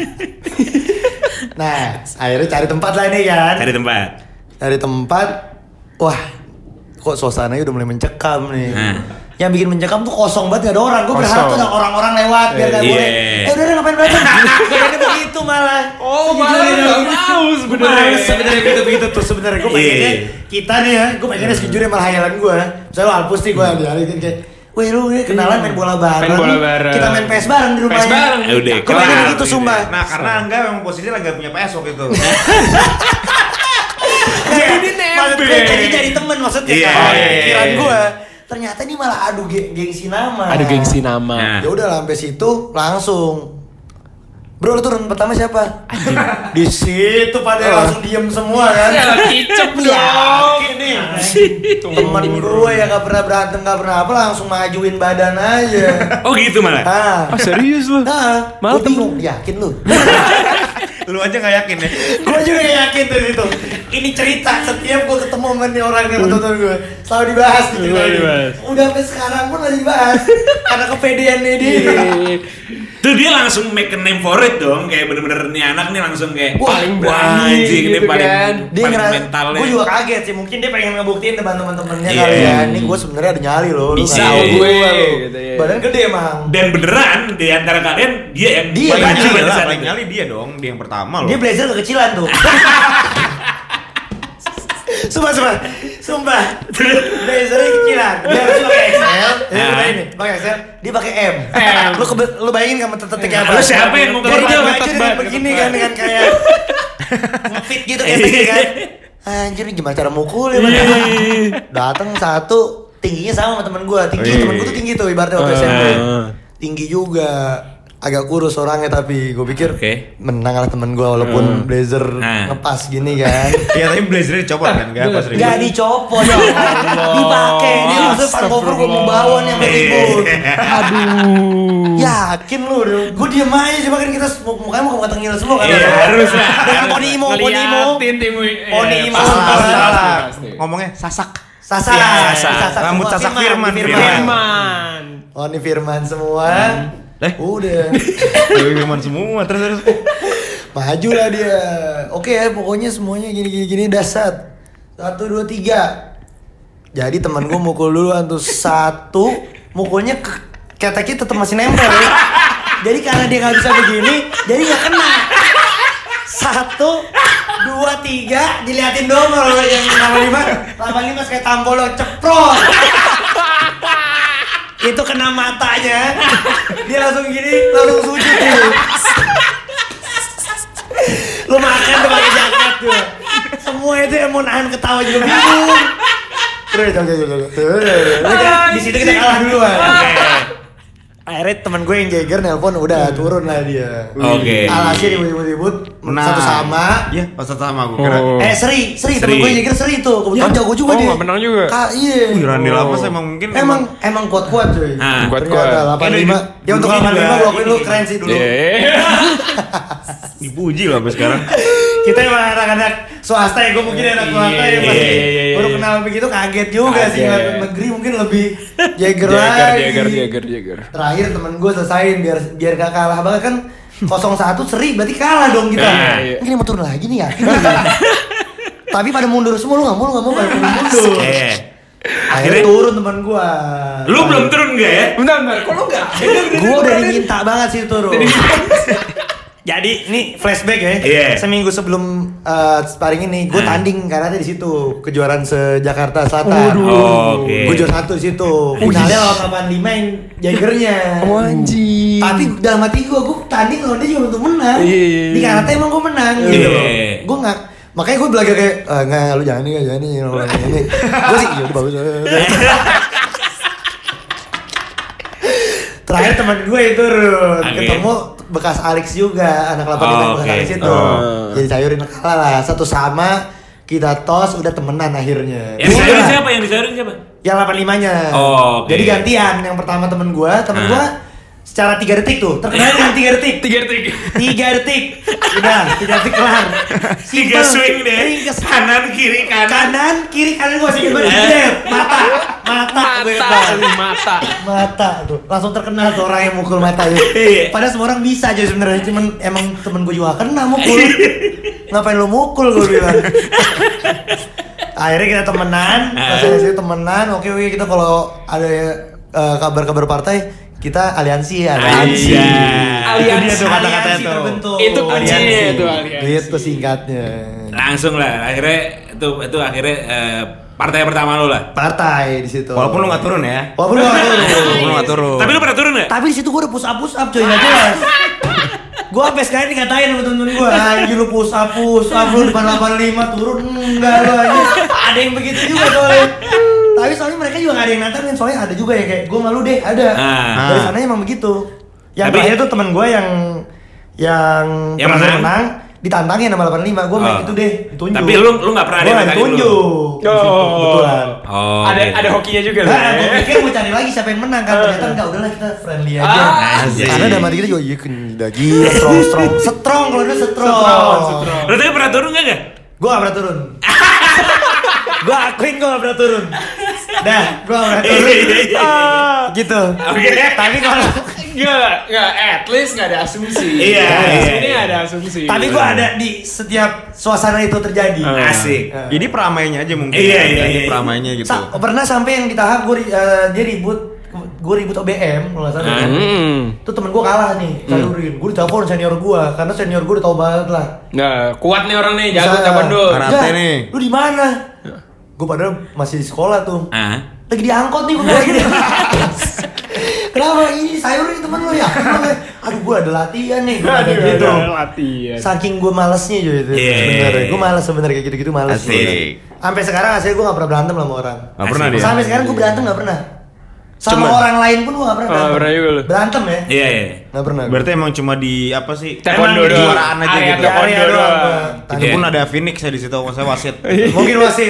Nah, akhirnya cari tempat lah ini kan. Cari tempat. Cari tempat. Wah, kok suasananya udah mulai mencekam nih. Nah. Yang bikin mencekam tuh kosong banget, gak ada orang. Gue berharap Kosong. tuh ada orang-orang lewat biar gak Iya. boleh. Eh udah deh ngapain berantem? Kayaknya begitu malah. Oh, Sejujurnya malah gitu. nggak tahu sebenarnya. Males sebenarnya gitu begitu tuh sebenarnya. Gue pengennya Iya. kita nih ya, gue pengennya sejujurnya malah hayalan gue. Misalnya Alpus nih gue dialihin kayak, weh lu ini kenalan main bola bareng. Main bola bareng. Kita main P S bareng di rumahnya. P S bareng. Eh, udah, Gue pengen kelar. gitu sumpah. Nah, karena Angga memang posisinya lagi gak punya P S waktu itu. Jadi Maksud gue nempel. jadi jadi temen maksudnya Iya, kan. iya, Pikiran iya. gue. Ternyata ini malah adu ge- gengsi nama. Ada gengsi nama. Nah. Ya udah lah, sampai situ langsung. Bro, lu turun pertama siapa? Di situ pada langsung diem semua kan. Ya kicep dong. Yakin nih. Temen gue yang gak pernah berantem, gak pernah apa langsung majuin badan aja. Oh gitu malah. Nah, Ah, serius lu? nah, Malah gue bingung, yakin lu? Lu aja gak yakin ya? Gue juga yakin tuh itu. Ini cerita setiap gue ketemu sama nih orang yang nonton gue selalu dibahas gitu. Selalu dibahas. Udah sampai sekarang pun masih dibahas karena kepedeannya dia. Tuh dia langsung make a name for it dong, kayak bener-bener nih anak nih langsung kayak Wah, paling wah, berani anjing ini gitu paling kan. Dia paling ngerasa, mentalnya. gue juga kaget sih. Mungkin dia pengen ngebuktiin depan teman-temannya Iya. kali ya. Ini gue sebenarnya ada nyali loh. lu Bisa nggak tahu gue, lu. gitu ya. Badan gede emang. Dan beneran di antara kalian dia yang Dia paling kan, maju Paling pada nyali saat lah, paling itu. nyali dia dong, dia yang pertama loh. Dia blazer kekecilan tuh. Sumpah, sumpah, sumpah. Blazernya kecilan. Dia harus pakai X L. Ya, Nah. nah. ini pakai X L. Dia pakai M. M. Lu kebe- lu bayangin nggak tetek-teteknya apa? Lu siapa yang mau Jadi keluar? dia Ketat maju dengan banget, begini ketat kan dengan kayak ngefit gitu keteknya kan. Anjir, ini gimana cara mukulnya? Bang? Datang satu tingginya sama sama temen gua. Tinggi Wih. temen gua tuh tinggi tuh ibaratnya waktu S M P. Ah. Tinggi juga. Agak kurus orangnya tapi gue pikir Oke. menang lah temen gue walaupun blazer Nah. ngepas gini kan. Iya tapi blazernya dicopot kan, gak apa serius. Gak dicopot ya dipakai dia maksudnya pantofel gue mau bawa nih sama ribut. Aduh. Yakin lu, gue diem aja coba kan kita semua- mukanya mau ke tengil semua kan. Iya, harus lah. Dengan poni imo, poni imo. Ngeliatin tim Poni imo. Salah, Pasti, salah. pasti. Ngomongnya sasak. Sasak, Iya, sasak Rambut semua. sasak Firman, Firman. Firman. Oh ini Firman semua. Eh? Udah. Dewi Firman semua terus terus. Maju lah dia. Oke ya, pokoknya semuanya gini-gini gini dasar. Satu dua tiga. Jadi teman gue mukul dulu tuh satu, mukulnya ke keteknya tetap masih nempel. Ya. Jadi karena dia nggak bisa begini, jadi nggak kena. Satu, dua, tiga, diliatin dong kalau yang delapan lima, delapan lima kayak tampol lo ceprot. Itu kena matanya, dia langsung gini, langsung sujud tuh. Lu makan tuh pakai jaket tuh. Semua itu yang mau nahan ketawa juga bingung. Terus jauh jauh jauh. Di situ kita kalah duluan. Akhirnya teman gue yang Jagger nelpon udah turun lah dia. Oke. Alhasil ribut-ribut Menang. satu sama. Iya, oh, satu sama gue kira. Oh. Eh Seri, Seri, Seri. temen gue yang Jagger Seri tuh. Kebetulan jago juga Oh, dia. nggak menang juga. Kak, iya. Wih, Randy Lapas emang mungkin Emang emang kuat-kuat cuy. Ah, kuat-kuat. Ternyata delapan puluh lima. Ya untuk Dulu delapan puluh lima juga gue akuin lu ini. keren sih dulu. Iya. dipuji lah sampai sekarang. Kita emang anak-anak swasta ya, gue mungkin anak swasta ya masih iya, iya, iya, baru iya. kenal begitu kaget juga sih. Kaget. Ngeliat negeri mungkin lebih Jagger Jagger, lagi. Jagger, Jagger, Jagger. Terakhir temen gue selesain biar biar gak kalah banget kan. nol satu Seri berarti kalah dong kita. Nah, iya. Ini mau turun lagi nih ya. Tapi pada mundur semua, lu gak mau, lu gak mau pada mundur. Eh. Akhirnya turun teman gua. Lu belum turun enggak ya? Bentar, bentar. Kok lu nggak? Gua udah diminta banget sih turun. Jadi ini flashback ya. Iya. Seminggu sebelum uh, sparring ini, gue tanding karate di situ kejuaraan se Jakarta Selatan. Oh, oke. Gue juara satu di situ. Finalnya lawan delapan puluh lima yang Jaggernya. Oh, anjing. Tapi dalam hati gue, gue tanding lawan dia juga untuk menang. Iya, iya, iya. Di karate emang gue menang Iya. gitu loh. Gue nggak, makanya gue belajar kayak, ah, nggak, lu jangan nih, jangan nih, jangan nih. Gue sih, yaudah bagus. Terakhir teman gue itu turun, Oke. ketemu bekas Alex juga, anak delapan puluh lima Oh, bekas oke. Alex itu. Oh. Jadi sayurin kalah lah, satu sama kita tos udah temenan akhirnya. Yang disayurin Udah. siapa? Yang disayurin siapa? Yang delapan puluh lima-nya. Oh, oke. Jadi gantian, yang pertama temen gue, temen Ah. gue secara tiga detik tuh, terkenal dengan tiga detik. Tiga detik. Tiga detik, udah tiga detik kelar. Tiga Simple. swing deh. Tiga swing. Kanan kiri kanan. Kanan, kiri, kanan gue sih banget. Eh. Mata, mata, gue Mata, bang. mata. Mata tuh, langsung terkenal tuh orang yang mukul mata itu. Iya. Padahal semua orang bisa aja sebenarnya, cuman emang temen gue juga kena mukul. Ngapain lu mukul gue bilang. Akhirnya kita temenan, pas dari situ temenan. Oke oke kita kalau ada eh, kabar-kabar partai kita aliansi aliansi. Iya. Aliansi. Itu dia tuh kata-katanya Aliansi tuh. terbentuk. Itu kuncinya tuh, aliansi. Itu singkatnya. Langsung lah. Akhirnya itu itu akhirnya eh, partai pertama lu lah. Partai di situ. Walaupun lu nggak turun ya. Walaupun lu nggak turun. Walaupun lu nggak turun. Tapi lu pernah turun nggak? Tapi di situ gue udah push up push up coy, nggak jelas. Gue sampai sekarang dikatain sama temen-temen gue, anjir lu push up push up lu depan delapan puluh lima turun enggak lu aja. Ada yang begitu juga soalnya. Tapi soalnya mereka juga nggak ada yang nantangin, soalnya ada juga ya kayak gue malu deh ada. Ah. Dari sana emang begitu. Yang Tapi- terakhir tuh temen gue yang yang Yang terakhir menang? menang ditantangin sama delapan puluh lima, gue main Oh. itu deh, ditunjuk. Tapi lu lu nggak pernah ada Gue yang nggak nantangin lu? ditunjuk. Di situ, Oh. kebetulan. Oh. Ada oke. ada hokinya juga Nah, lah. gue pikir mau cari lagi siapa yang menang kan, ternyata enggak, udahlah kita friendly aja. Ah, anjing. Karena dalam hati kita juga, iya kan udah gila, strong, strong, strong kalau dia strong. Lu tapi pernah turun nggak nggak? Gue gak pernah turun. Gue akuin gue gak pernah turun. Dah, gue gak pernah turun. Ah, gitu. Oke. Tapi kalau Enggak, enggak, at least enggak ada asumsi. Iya, Di iya, sini iya. ada asumsi. tapi gue ada di setiap suasana itu terjadi. Asik. Ah. Jadi peramainya aja mungkin. Iya, iya, Jadi iya. peramainya gitu. Sa- pernah sampai yang di tahap gue dia ribut, gue ribut O B M kalau nggak salah. Hmm. Tuh temen gue kalah nih, calurin. Gue ditelepon senior gue, karena senior gue udah tau banget lah. Nah, kuat nih orang nih, jago Bisa. taekwondo. Karate Jah, nih. Lu di mana? Gue padahal masih di sekolah tuh. Ah. Lagi diangkot nih gue lagi di Kenapa ini sayur nih temen lu ya? Kenapa? Aduh gue ada latihan nih. Gue ada Aduh, gitu. ada latihan. Saking gue malesnya juga itu. Iya. Sebenernya. Gue males sebenernya kayak gitu-gitu males. Asik. Sampai sekarang hasilnya gue gak pernah berantem sama orang. Nggak pernah dia. Sampai sekarang gue berantem gak pernah. Sama Cuma- orang lain pun gue gak pernah Oh, berantem. pernah juga lu. Berantem ya? Iya iya. Gak pernah. Berarti emang cuma di apa sih? Taekwondo Emang di doang. kejuaraan aja Area gitu. taekwondo Area doang, doang. Bang. Itu Iya. pun ada Phoenix ya di situ, maksudnya wasit. Mungkin wasit.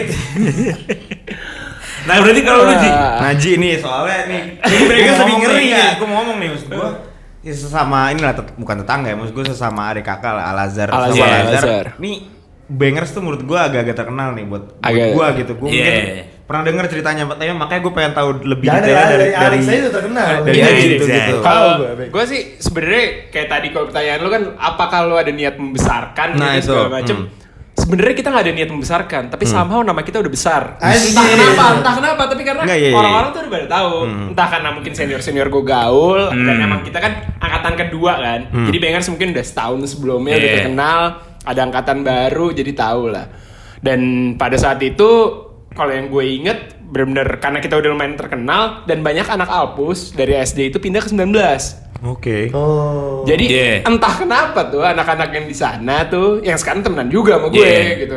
Nah berarti kalau lu Ji, Naji nih soalnya nih. Jadi mereka Gua lebih ngomong ngeri nih, ya? nggak, Gua mau ngomong nih maksud gua. Ya, sesama inilah tet- bukan tetangga ya, maksud gua sesama adik kakak lah Al-Azhar. Al-Azhar, Sama Al-Azhar. Nih Bangers tuh menurut gua agak-agak terkenal nih buat, buat Agak- gua gitu. Gua Iya. mungkin pernah denger ceritanya, tapi makanya gua pengen tahu lebih Jangan detailnya ya, dari dari dari Alex aja udah terkenal. dari Iya, Naji iya, gitu iya. gitu. Kalau Tahu gue, gue sih sebenarnya kayak tadi kalau pertanyaan lu kan apakah lu ada niat membesarkan Nah, gitu itu. segala macem. Hmm. Sebenarnya kita nggak ada niat membesarkan, tapi somehow nama kita udah besar. Anjir. Entah kenapa, entah kenapa, tapi karena Nggak, iya, iya. orang-orang tuh udah pada tahu. Entah karena mungkin senior-senior gue gaul dan Hmm. emang kita kan angkatan kedua kan. Jadi Bangers mungkin udah setahun sebelumnya udah Iya. terkenal, ada angkatan baru jadi tahu lah. Dan pada saat itu kalau yang gue inget bener-bener karena kita udah lumayan terkenal dan banyak anak Alpus dari S D itu pindah ke sembilan belas. Oke. Oh. Jadi Yeah. entah kenapa tuh anak-anak yang di sana tuh yang sekarang temenan juga sama gue Yeah. gitu.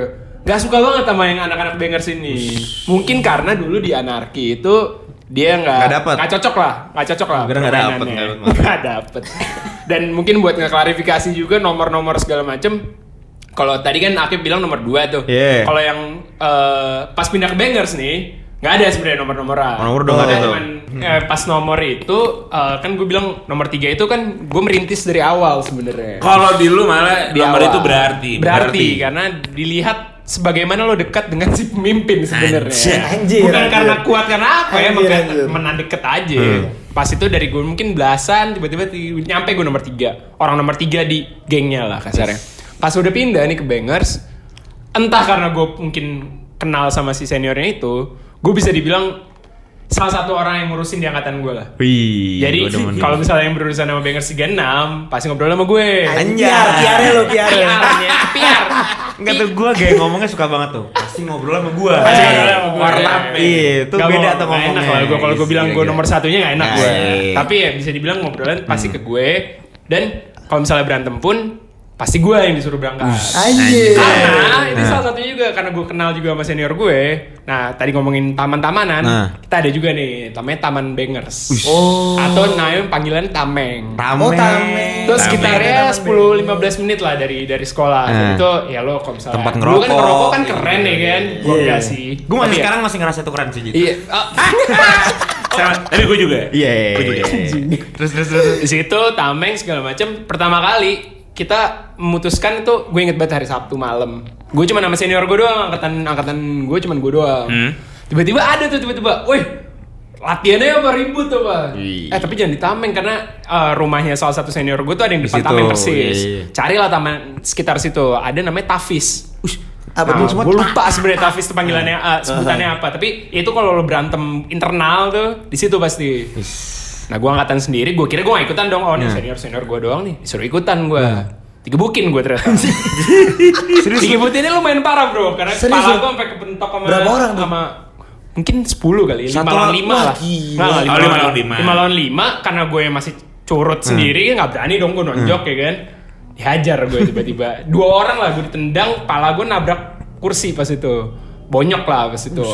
Gak suka banget sama yang anak-anak bangers ini. Mungkin karena dulu di Anarki itu dia nggak Nggak dapet. nggak cocok lah, nggak cocok lah. Kira nggak dapet, permainannya. nggak dapet. Nggak dapet. Dan mungkin buat ngeklarifikasi juga nomor-nomor segala macem. Kalau tadi kan Akib bilang nomor dua tuh. Yeah. Kalau yang uh, pas pindah ke bangers nih, nggak ada sebenarnya nomor-nomoran. Nomor udah nggak ada tuh. Cuman eh, pas nomor itu uh, kan gue bilang nomor tiga itu kan gue merintis dari awal sebenarnya. Kalau di lu malah Di nomor awal. itu berarti. berarti karena dilihat sebagaimana lo dekat dengan si pemimpin sebenarnya. Anjir, Bukan anjir. karena kuat karena apa ya, Anjir, makanya anjir. temenan deket aja. Pas itu dari gue mungkin belasan, tiba-tiba ti- nyampe gue nomor tiga. Orang nomor tiga di gengnya lah kasarnya. Pas udah pindah nih ke bangers, entah karena gue mungkin kenal sama si seniornya itu, gue bisa dibilang salah satu orang yang ngurusin di angkatan gue lah. Wih. Jadi gua demen. kalau misalnya yang berurusan sama bangers tiga puluh enam, pasti ngobrol sama gue. Anjar, piare lo, piare. Piarnya, piar. Enggak tuh gue kayak ngomongnya suka banget tuh. Pasti ngobrol sama gue. Pasti ngobrol sama gua. Warnap. Iya, itu Nggak beda mau- tuh nggak ngomongnya. enak lah gua kalau gue bilang gue Gila-gila. nomor satunya nggak enak gue. Iya. Tapi ya bisa dibilang ngobrolan pasti ke gue. Dan kalau misalnya berantem pun pasti gue yang disuruh berangkat. Anjir. Karena ini Nah. salah satunya juga karena gue kenal juga sama senior gue. Nah tadi ngomongin taman-tamanan, Nah. kita ada juga nih namanya Taman Bangers. Oh. Atau namanya panggilan Tameng. Tameng. Oh, tameng. Itu Tameng. sekitarnya sepuluh sampai lima belas menit lah dari dari sekolah. Nah. Jadi itu ya lo kalau misalnya Tempat dulu kan ngerokok. ngerokok kan keren ya kan. Gue Iya. enggak sih. Gue masih Tapi ya- sekarang masih ngerasa itu keren sih. Jit. Iya. Ah. Sama, tapi gue juga. Iya. iya, Gua juga. iya. Terus terus terus. Di situ Tameng segala macam. Pertama kali kita memutuskan itu, gue inget banget hari Sabtu malam. Gue cuma sama senior gue doang, angkatan angkatan gue cuma gue doang. Hmm. Tiba-tiba ada tuh tiba-tiba, woi latihannya apa ribut tuh pak? Wih. Eh tapi jangan di Tameng karena uh, rumahnya salah satu senior gue tuh ada yang di Di depan situ, Tameng persis. iya, iya. Carilah taman sekitar situ, ada namanya Tafis. Apa Nah, tuh? gue lupa sebenarnya Tafis itu panggilannya uh, sebutannya apa, tapi itu kalau lo berantem internal tuh di situ pasti. Nah gue angkatan sendiri, gue kira gue gak ikutan dong, oh nih Nah. senior senior gue doang nih, disuruh ikutan gue. Digebukin gue ternyata. Serius? Digebukinnya lumayan parah bro, karena Serius, kepala lu? gue sampai kebentok sama Berapa orang tuh? sama mungkin sepuluh kali, lima Satu lawan lawan- lima wah, lah. gila. Nggak, nggak, Oh, lima lawan lima. lima lawan lima, karena gue yang masih curut sendiri, nggak berani dong gue nonjok ya kan. Dihajar gue tiba-tiba. Dua orang lah gue ditendang, kepala gue nabrak kursi pas itu. Bonyok lah pas itu.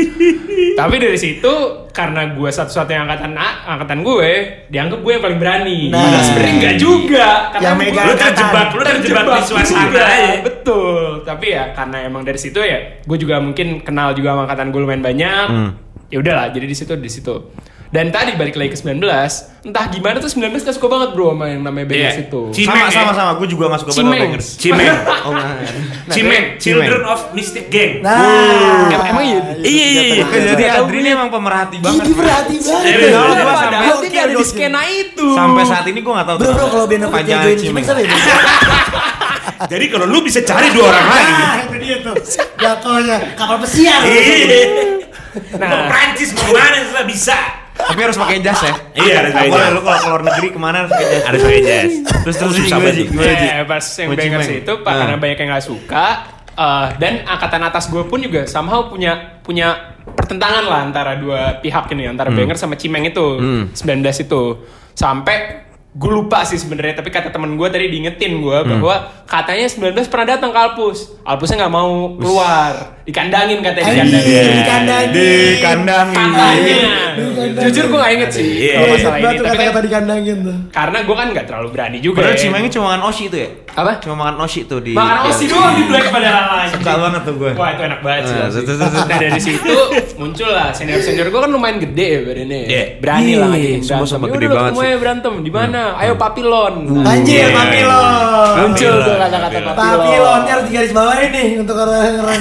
Tapi dari situ karena gue satu-satunya angkatan A, angkatan gue, dianggap gue yang paling berani. Nah. Padahal sebenarnya enggak juga. Karena Yang gue- megang Lu terjebak, lu terjebak di suasana juga. aja. Betul. Tapi ya karena emang dari situ ya, gue juga mungkin kenal juga sama angkatan gue lumayan banyak. Ya udahlah, jadi di situ di situ. Dan tadi balik lagi ke sembilan belas, entah gimana tuh sembilan belas gak suka banget bro sama yang namanya Bangers Iya. itu. Cimeng, Sama sama ya? sama. Gue juga gak suka banget Cimeng. sama Bangers. Cimeng. Oh man. Cimeng, Cimeng. Children of Mystic Gang. Nah. Em- emang iya? Iya, iya, iya. Jadi Adri ini emang pemerhati banget. Ini berarti banget. Serius, Bro. kalau gua Padahal sampai- dia nggak ada di skena itu. Sampai saat ini gue gak tahu. Bro, bro, kalau benefitnya panjangan join Cimeng. Cimeng sampai Jadi kalau lu bisa cari dua orang lagi. Ah, itu dia tuh. Jatuhnya kapal pesiar. Iya. Nah. Mau Prancis mau mana setelah bisa. Tapi harus pakai jas ya. Iya, harus pakai Boleh jas. lu kalau keluar negeri kemana harus pakai jas. Harus pakai jas. Terus terus Susah gimana, banget. Ji? Gimana, Ji? Eh, pas yang Mau Bangers Cimeng. itu pak, Nah. karena banyak yang nggak suka, eh, dan angkatan atas gue pun juga somehow punya punya pertentangan lah antara dua pihak ini, antara Bangers sama Cimeng itu, Hmm. sembilan belas itu, sampai gue lupa sih sebenarnya, tapi kata temen gue tadi diingetin gue bahwa katanya sembilan belas pernah datang ke Alpus, Alpusnya nggak mau keluar, dikandangin katanya, Anjir, dikandangin. dikandangin. Dikandangin. Katanya. Jujur gue gak inget sih Iya. kalau Iya, masalah ini, batu tapi kan kata-kata dikandangin tuh. karena gue kan nggak terlalu berani juga. Padahal ya. Cimengnya cuma makan oshi itu ya? Apa? Cuma makan oshi tuh di. Makan osi doang di Black padahal aja. Suka banget tuh gue. Wah itu enak banget sih. Nah, Osi. terus, terus, terus. Nah dari situ muncul lah senior senior gue kan lumayan gede ya badannya. Iya. Berani Iya, lah ngajakin semua berantem. sama Ya gede udah banget ketemu sih. aja berantem di mana? Ayo papilon. Nah, Anjir, Iya. papilon. muncul Papilon, tuh kata-kata papilon. papilon. Papilonnya harus digaris bawahin nih untuk orang-orang.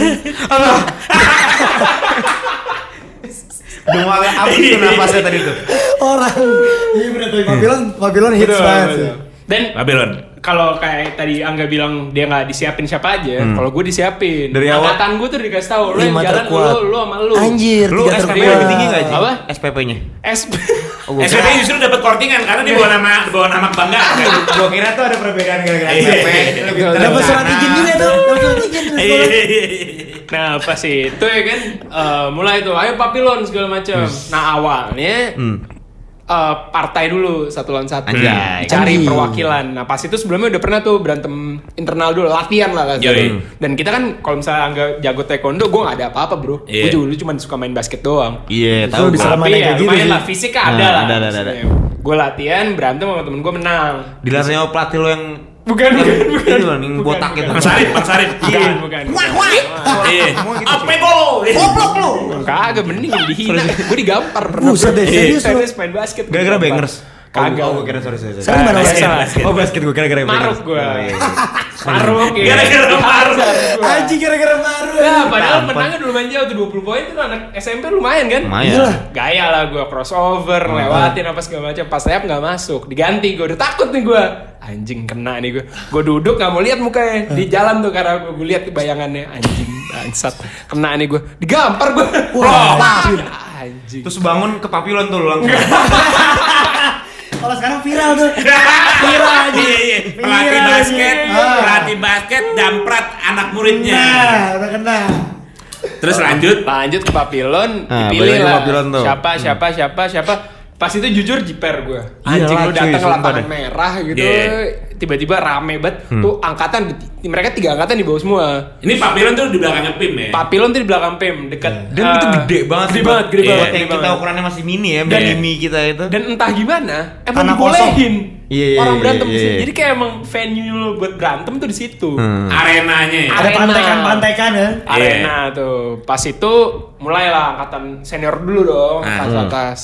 Udah mulai habis tuh nafasnya tadi tuh. Orang. Iya bener tuh papilon, papilon hits Betul, banget betul. sih. Dan Babylon. kalau kayak tadi Angga bilang dia nggak disiapin siapa aja, kalau gue disiapin. Dari awal- Angkatan gue tuh dikasih tahu lu yang Lima jalan terkuat. lu, lu sama lu. Anjir, Lu tiga S P P terkuat. lebih tinggi gak Ji? Apa? S P P-nya? S Oh, S P P justru dapat kortingan karena dia bawa nama bawa nama kebanggaan. kan? Gua kira tuh ada perbedaan gara-gara S P P. Iya. Lebih Dapat tenang. surat izin juga tuh, dapat surat izin dari sekolah. Nah pas itu ya kan eh, mulai tuh ayo papilon segala macam. Nah awalnya Hmm. Uh, partai dulu satu lawan satu, Anjay. cari Anjing. perwakilan. Nah pas itu sebelumnya udah pernah tuh berantem internal dulu, latihan lah kasarnya. Dan kita kan kalau misalnya nggak jago taekwondo, gue nggak ada apa-apa bro. Iya. Gue juga dulu cuma suka main basket doang. Iya, Itu tahu bisa gua. lama Tapi kayak ya gitu lumayan sih. lah, fisiknya ada Nah, lah. ada, ada, ada. Gue latihan berantem sama temen gue menang. Dilatih sama pelatih lo yang Bukan, bukan, bukan. itu loh, yang Bukan, botak bukan. itu. Bang Sarip, Bang Sarip. Bukan, bukan. Iya. gitu, Apa gol? Goblok lu. Kagak, mending dihina. Gue digampar pernah. Buset deh, Iya, serius lu? serius main basket. gua Gara-gara digampar. bangers. Kagak. Oh, gue kira sorry sorry. sorry. Sekarang gimana Basket, basket? basket. Oh, basket gue kira-kira bangers. Maruk gua. Oh, iya, iya. Maruk ya. Gara-gara maruk. Anjing gara-gara baru. Ya, padahal Tampan. menangnya dulu main jauh tuh dua puluh poin tuh anak S M P lumayan kan? Lumayan. Iyalah. Gaya lah gue crossover, lewatin apa segala macam. Pas layap nggak masuk, diganti gue udah takut nih gue. Anjing kena nih gue. Gue duduk nggak mau lihat mukanya di jalan tuh karena gue lihat bayangannya anjing bangsat. Kena nih gue. Digampar gue. Wah, Wah, anjing. anjing. Terus bangun ke papilon tuh lo langsung. Kalau sekarang viral tuh. Viral aja. Iya, iya. Pelatih Viral basket, aja. Ah. pelatih basket damprat anak muridnya. Nah, udah kena. Terus lanjut. Lanjut ke papilon, Nah, dipilih balik ke lah. papilon tuh. Siapa, siapa, siapa, siapa. Pas itu jujur jiper gue. Anjing Iyalah, lu cuy, datang ke sumpah lapangan deh. merah gitu. Yeah. Tiba-tiba rame banget. Hmm. Tuh angkatan mereka tiga angkatan di bawah semua. Ini papilon tuh di belakangnya P I M ya. Papilon tuh di belakang P I M dekat. Dan eh, itu gede banget. Gede sih, banget, gede Iya. banget. Buat gede yang kita banget. ukurannya masih mini ya, Dan- mini kita itu. Dan entah gimana, emang Tanah dibolehin. Iya, iya, Orang iya, berantem iya, di situ. iya. Jadi kayak emang venue lo buat berantem tuh di situ. Hmm. Arenanya ya. Ada Arena. pantekan-pantekan ya. Arena tuh. Pas itu mulailah angkatan senior dulu dong, Ah. atas atas.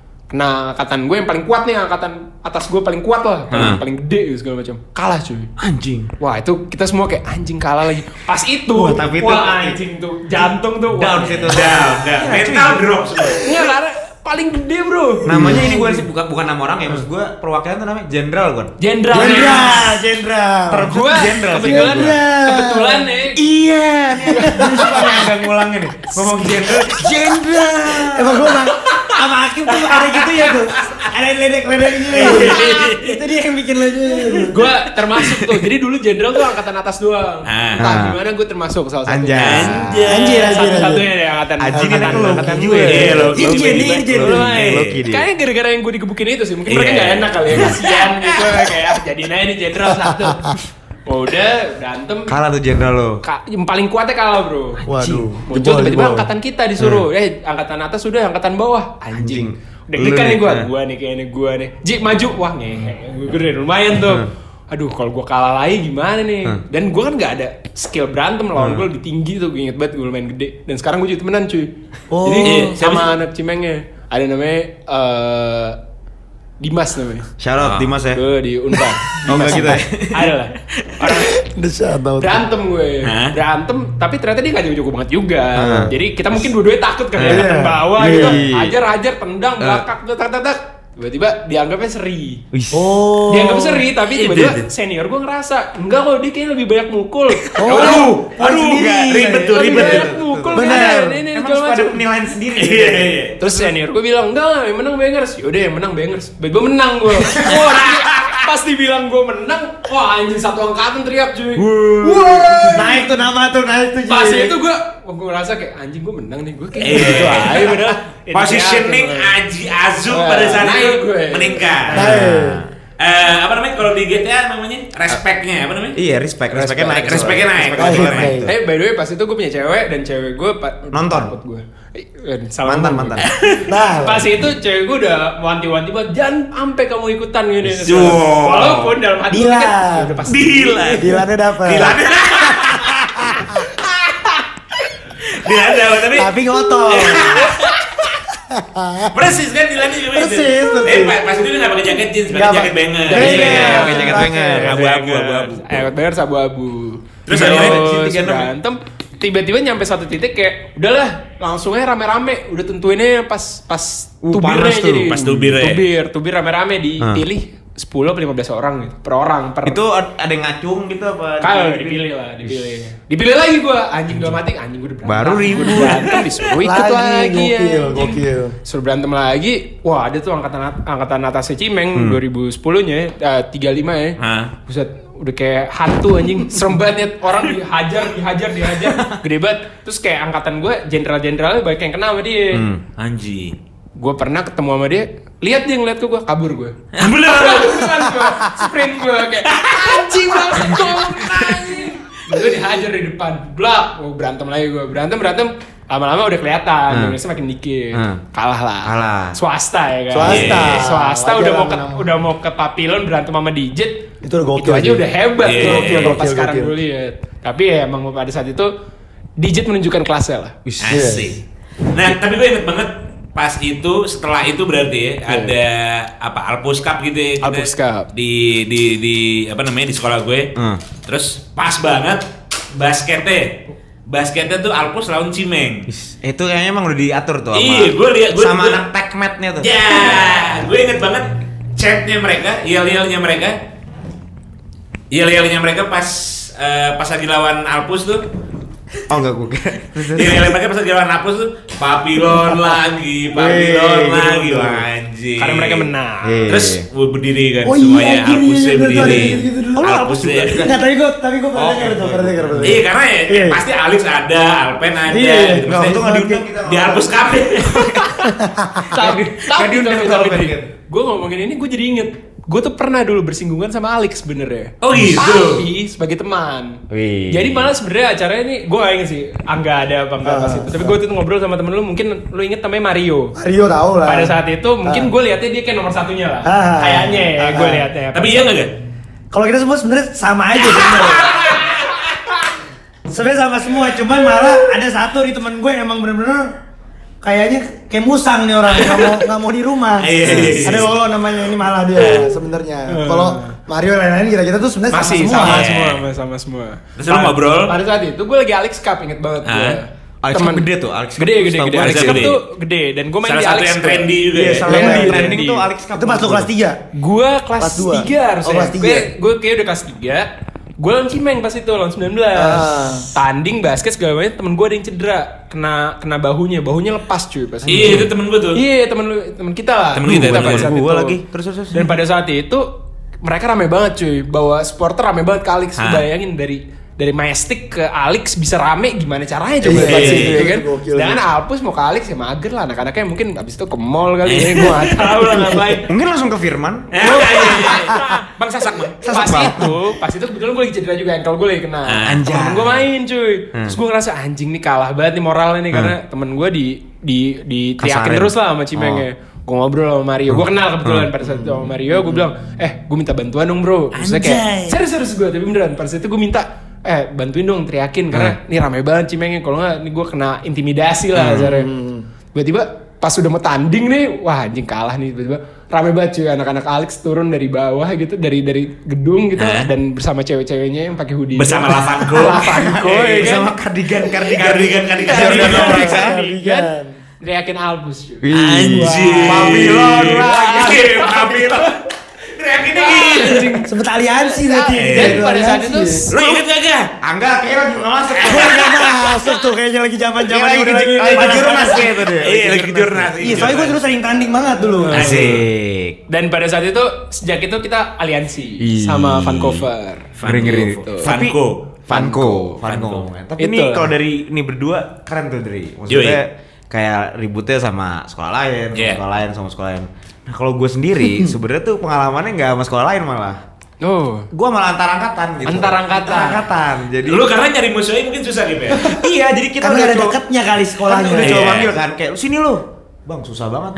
Nah, angkatan gue yang paling kuat nih, angkatan atas gue paling kuat lah, paling, Ah. paling gede gitu segala macam. Kalah cuy. Anjing. Wah itu kita semua kayak anjing kalah lagi. Pas itu, Wah, tapi itu- wah anjing tuh jantung tuh. Down wah. situ. Down, down. Mental drop semua. Iya karena paling gede bro. Namanya ini gue sih bukan bukan nama orang ya, maksud gue perwakilan tuh namanya jenderal kan. Jenderal. Jenderal, jenderal. Gue Jenderal sih. kebetulan Jenderal. kebetulan nih. Iya, gue suka yang agak ngulangnya nih. Ngomong jenderal, jenderal. Emang gue bang, sama Hakim tuh ada gitu ya tuh. Ada ledek-ledek gitu ya. Itu dia yang bikin lucu. Gue termasuk tuh. Jadi dulu jenderal tuh angkatan atas doang. Ah. Entah gimana gue termasuk salah satu. Anjay. Anjir, anjir, anjir. Satu-satunya deh angkatan. Anjing ini angkatan, kan Loki angkatan juga gue. ya. Iya, Loki. Irjen, Loki. Irjen. Lumayan. Loki dia. Kayaknya gara-gara yang gue digebukin itu sih. Mungkin Iya. mereka gak enak kali ya. Kasian gitu. Kayak ah, jadiin aja nih jenderal satu. Oh udah berantem. Kalah tuh jenderal lo. Ka- yang paling kuatnya kalah bro. Waduh. Muncul Jebol, tiba-tiba jebol. angkatan kita disuruh. Eh angkatan atas sudah, angkatan bawah. Anjing. Anjing. Deg-degan Lu nih nih, gua. nah. Gua nih kayaknya gua nih. Ji maju. Wah ngehe. Gua gede lumayan tuh. Aduh kalau gua kalah lagi gimana nih. Dan gua kan gak ada skill berantem lawan gua lebih tinggi tuh. Gua inget banget gua lumayan gede. Dan sekarang gua jadi temenan cuy. Oh. Jadi Iya, siapa sama anak Cimengnya. Ada namanya eh Dimas namanya. Shout out Dimas ya. Gue di Unpar. Oh enggak gitu ya. Ada lah. Orang Desa tahu. berantem gue Hah? berantem tapi ternyata dia gak jago-jago banget juga. Hah. Jadi kita mungkin dua-duanya takut kan ya, Iya. datang bawah Iya. gitu, hajar-hajar, tendang, belakang, tak tak tak tak. Tiba-tiba dianggapnya seri. Wih. Oh. Dianggap seri tapi Iya, tiba-tiba iya. senior gue ngerasa enggak kok dia kayaknya lebih banyak mukul. Oh. Aduh, Poin aduh, sendiri. enggak, ribet tuh, Lebih ribet banyak tuh. mukul. Benar. kan, Ini Emang segala suka ada macam. penilaian sendiri. Iya, iya. Terus senior gue bilang, enggak lah, yang menang Bangers. Yaudah yang menang Bangers. Tiba-tiba menang gue. Wah, pas dibilang gue menang, wah anjing satu angkatan teriak cuy. Naik tuh nama tuh, naik tuh. Ji. Pas itu gue, wah gue ngerasa kayak anjing gue menang nih. Gue kayak Iya. gitu aja bener. Positioning Aji Azum Wah, pada saat naik itu gue. meningkat. Naik. Eh, apa namanya kalau di G T A namanya respectnya apa namanya? Iya, respect, respectnya naik. Respectnya naik. Respectnya Respect naik. naik. Eh by the way pas itu gue punya cewek dan cewek gue pa- Nonton? takut gue. Eh, salah Mantan, ngomong. mantan. Nah. Pas itu cewek gue udah wanti-wanti banget jangan sampai kamu ikutan gini. Wow. Walaupun dalam hati gue kan Dilan. ya udah pasti. Dilan. Dilannya dapet. Dilan. Dilan dapat tapi Tapi ngotot. persis kan Dilannya juga gitu. Persis, persis. Eh pas, pas itu dia nggak pakai jaket jeans, pakai Nggak, jaket Pak. banger. Jaket Iya, banger. pakai jaket banger. Abu-abu, abu-abu. Eh bayar sabu-abu. Terus Terus akhirnya tiga enam. berantem. Tiba-tiba nyampe satu titik kayak udahlah langsung aja rame-rame udah tentuinnya pas pas Uh, tubirnya panas tuh. jadi Pas tubir ya. tubir tubir rame-rame dipilih sepuluh atau lima belas orang gitu per orang per Itu ad- ada yang ngacung gitu apa? kalau dipilih lah dipilih dipilih lagi gua anjing dalam hati anjing gua udah berantem Baru ribut. Gua berantem disuruh ikut Lagi, lagi, ya gokil, anjing. gokil. Suruh berantem lagi wah ada tuh angkatan angkatan atasnya Cimeng Hmm. dua ribu sepuluh nya uh, tiga puluh lima ya Hah? Buset, udah kayak hantu anjing serem banget ya orang dihajar dihajar dihajar gede banget terus kayak angkatan gue jenderal-jenderalnya banyak yang kenal sama dia Hmm, Anji. gue pernah ketemu sama dia, lihat dia ngeliat ke gue, kabur gue. Bener. Beneran gue, sprint gue kayak anjing banget gue anjing. Gue dihajar di depan, blak, oh, berantem lagi gue, berantem berantem. Lama-lama udah kelihatan, Hmm. Indonesia makin dikit, Hmm. kalah lah. Kalah. Swasta ya kan. Swasta. Iya. Swasta Wajar udah mau lah ke, menang. udah mau ke Papillon berantem sama Digit. Itu udah gokil Itu aja sih. udah hebat Iya, tuh. iya, Waktu gokil, pas sekarang gokil. gue lihat. Tapi ya emang pada saat itu Digit menunjukkan kelasnya lah. Asik. Nah, tapi gue inget banget pas itu setelah itu berarti ya ada apa Alpus Cup gitu ya. kita Alpus Cup. Di di di apa namanya di sekolah gue. Hmm. Terus pas banget basketnya. Basketnya tuh Alpus lawan Cimeng. Itu kayaknya emang udah diatur tuh sama, Iya, gue lihat gue sama gue- anak tekmetnya tuh. Ya, gue inget banget chatnya mereka, yel-yelnya mereka, yel-yelnya mereka pas eh, pas lagi lawan Alpus tuh. Oh enggak gue kira. Yel-yelnya mereka pas lagi lawan Alpus tuh, Papillon lagi, Papillon Wih, lagi, gitu. wah, anjing. Karena mereka menang. Iya. Terus gue berdiri kan Oh iya, semuanya, gini, Alpusnya iya, betul, berdiri. gitu-gitu dulu. Oh, lu Alpus Alpusnya. Nggak, tapi gue tapi gue pernah dengar tuh, pernah dengar, pernah Iya, dengar. karena ya, Iya. pasti Alex ada, Alpen ada, Iya, gitu. Nggak, Maksudnya untung nggak diundang kita. di Alpus Cup. Tapi, tapi, diundang tapi, tuh tapi, Alpen, gitu. gue ngomongin ini gue jadi inget. Gue tuh pernah dulu bersinggungan sama Alex benernya. Oh gitu. Tapi sebagai teman. Wih. Jadi malah sebenarnya acaranya ini gue gak inget sih, Angga ada apa enggak Ah, pas itu. Tapi gue tuh ngobrol sama temen lu, mungkin lu inget namanya Mario. Mario tahu lah. Pada saat itu mungkin Ah. gue liatnya dia kayak nomor satunya lah. Ah. Kayaknya ya Ah. gue liatnya. Tapi iya nggak kan? Kalau kita semua sebenarnya sama aja sebenarnya. Sebenarnya sama semua, cuman malah ada satu nih teman gue yang emang bener-bener kayaknya kayak musang nih orang, nggak mau nggak mau di rumah. Iya, iya, iya. Ada Lolo namanya, ini malah dia sebenarnya. Kalau Mario lain-lain kita kita tuh sebenarnya sama masih semua. sama Iya. semua, sama, sama semua. Terus lu ngobrol? Pada saat itu gue lagi Alex Cup, inget banget gue. Ah. Alex Cup gede tuh, Alex Cup. Gede, gede, Setahu gede. gua Alex Alex Cup gede. tuh gede dan gue main Salah di satu Alex yang Cup. trendy juga Iya, ya. salah Trendy, satu. Trending trendy. tuh Alex Cup. Itu pas lu kelas tiga. Gue kelas Kelas dua. tiga harusnya. Oh, kelas tiga. Gue gue kayak udah kelas tiga. Gue lawan Cimeng pas itu, lawan sembilan belas. Ah. Tanding basket segala macam, temen gue ada yang cedera, kena kena bahunya, bahunya lepas cuy pas Iya, itu temen gue tuh. Iya, temen lu, temen kita lah. Temen kita, pada temen saat gua itu. lagi. Terus, terus, terus. Dan pada saat itu mereka rame banget cuy, bawa supporter rame banget ke Alex. Lu Hah? bayangin dari dari Majestic ke Alex bisa rame gimana caranya coba Iya, pas iya, itu iya, ya kan. itu gokil. Sedangkan Alpus mau ke Alex ya mager lah, anak-anaknya mungkin abis itu ke mall kali ya, gue gak tau lah ngapain. Mungkin langsung ke Firman. Eh, iya, iya, iya. Bang Sasak, Bang. Pas itu, pas itu kebetulan gue lagi cedera juga, ankle gue lagi kena. Anjay. Temen gue main cuy. Terus gue ngerasa anjing nih kalah banget nih moralnya nih karena temen gue di di di teriakin Kasarin. terus lah sama Cimengnya. Gue ngobrol sama Mario, gue kenal kebetulan pada saat itu sama Mario, gue bilang, eh gue minta bantuan dong bro. Maksudnya kayak, serius-serius gue, tapi beneran pada saat itu gue minta, eh bantuin dong teriakin karena ini rame banget Cimengnya, kalau nggak ini gue kena intimidasi lah caranya. Tiba-tiba pas udah mau tanding nih, wah anjing kalah nih, tiba-tiba rame banget cuy, anak-anak Alex turun dari bawah gitu, dari dari gedung gitu, Hah? dan bersama cewek-ceweknya yang pakai hoodie. Bersama Lavanko. Lavanko ya kan. Sama kardigan, kardigan. Kardigan, kardigan. Kardigan, Kardigan. kardigan. Teriakin Albus cuy. Anjing. Papillon lagi. Papillon. Teriakinnya gitu. Sempet aliansi berarti. Eh, Dan Itu pada saat aliansi itu ya. Lu inget gak gak? Angga kayaknya lagi nggak masuk. Gue nggak masuk tuh, kayaknya lagi zaman-zaman Kayaknya udah lagi lagi. lagi jurnas kayak itu deh. Iya, lagi jurnas. Iya, soalnya gue terus sering tanding banget dulu. Asik. dan pada saat itu sejak itu kita aliansi Ih. sama Vancouver. Ngeri-ngeri. Vanko. Vanko, Vanko. Vanko. Tapi Itu ini lah. kalau dari ini berdua keren tuh dari. Maksudnya kayak ributnya sama sekolah lain, sama Iya. sekolah lain, sama sekolah lain. Nah kalau gue sendiri sebenarnya tuh pengalamannya nggak sama sekolah lain malah. Oh. Gue malah antar angkatan gitu. Antar angkatan. Antar angkatan. Jadi Lu karena nyari musuhnya mungkin susah gitu ya? iya, jadi kita Karena udah ada coba- dekatnya kali kan sekolahnya. udah coba Iya. manggil kan kayak lu sini lu. Bang, susah banget.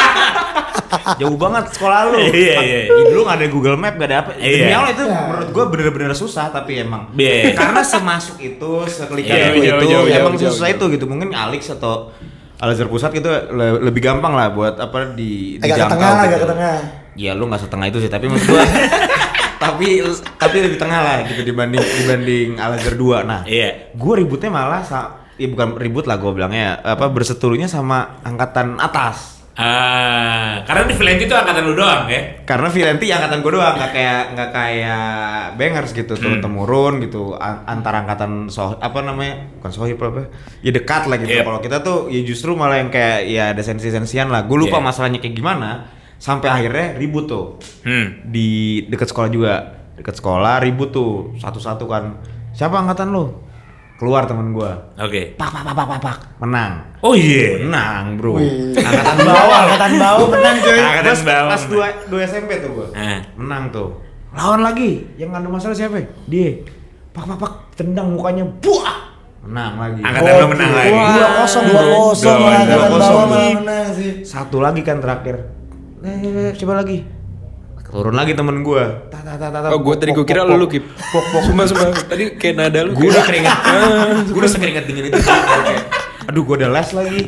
Jauh banget sekolah lu. Iya, iya. Ih, dulu nggak ada Google Map, nggak ada apa. Iya. Demi Allah itu Iya. menurut gue bener-bener susah tapi emang. Iya. Karena semasuk itu, sekelikan Iya, itu, jauh, itu jauh, emang jauh, susah jauh. itu gitu. Mungkin Alex atau Al-Azhar Pusat gitu le- lebih gampang lah buat apa di Agak ke dijangkau tengah lah, gitu. agak ke tengah. Iya, lu nggak setengah itu sih, tapi maksud gua tapi tapi lebih tengah lah gitu dibanding dibanding Al-Azhar dua. Nah, Iya. gue ributnya malah sa ya bukan ribut lah gue bilangnya apa berseterunya sama angkatan atas. Ah, karena di Valenti itu angkatan lu doang ya? Karena Vilenti angkatan gue doang, nggak kayak nggak kayak Bangers gitu turun Hmm. temurun gitu an- antar angkatan soh apa namanya bukan sohib apa ya dekat lah gitu. Yep. Kalau kita tuh ya justru malah yang kayak ya ada sensi-sensian lah. Gue lupa Yeah. masalahnya kayak gimana sampai akhirnya ribut tuh Hmm. di dekat sekolah juga dekat sekolah ribut tuh satu-satu kan siapa angkatan lo keluar temen gue. Oke. Pak pak pak pak pak pak menang. Oh iya. Menang bro. Wih. Angkatan bawah, angkatan bawah menang cuy. Angkatan bawah. Kelas dua dua S M P tuh gue. Eh. Menang tuh. Lawan lagi yang ngadu masalah siapa? Dia. Pak pak pak tendang mukanya buah. Menang lagi. Angkatan lo menang lagi. dua kosong dua kosong Dua angkatan kosong. bawah malah menang sih. Satu lagi kan terakhir. Eh, coba lagi. Turun lagi temen gue. Oh, gue tadi gue kira lu Kip. Pok pok sumpah sumpah. Tadi kayak nada lu. Gue udah keringet. Gue udah sekeringet dingin itu. Aduh, gue udah les lagi.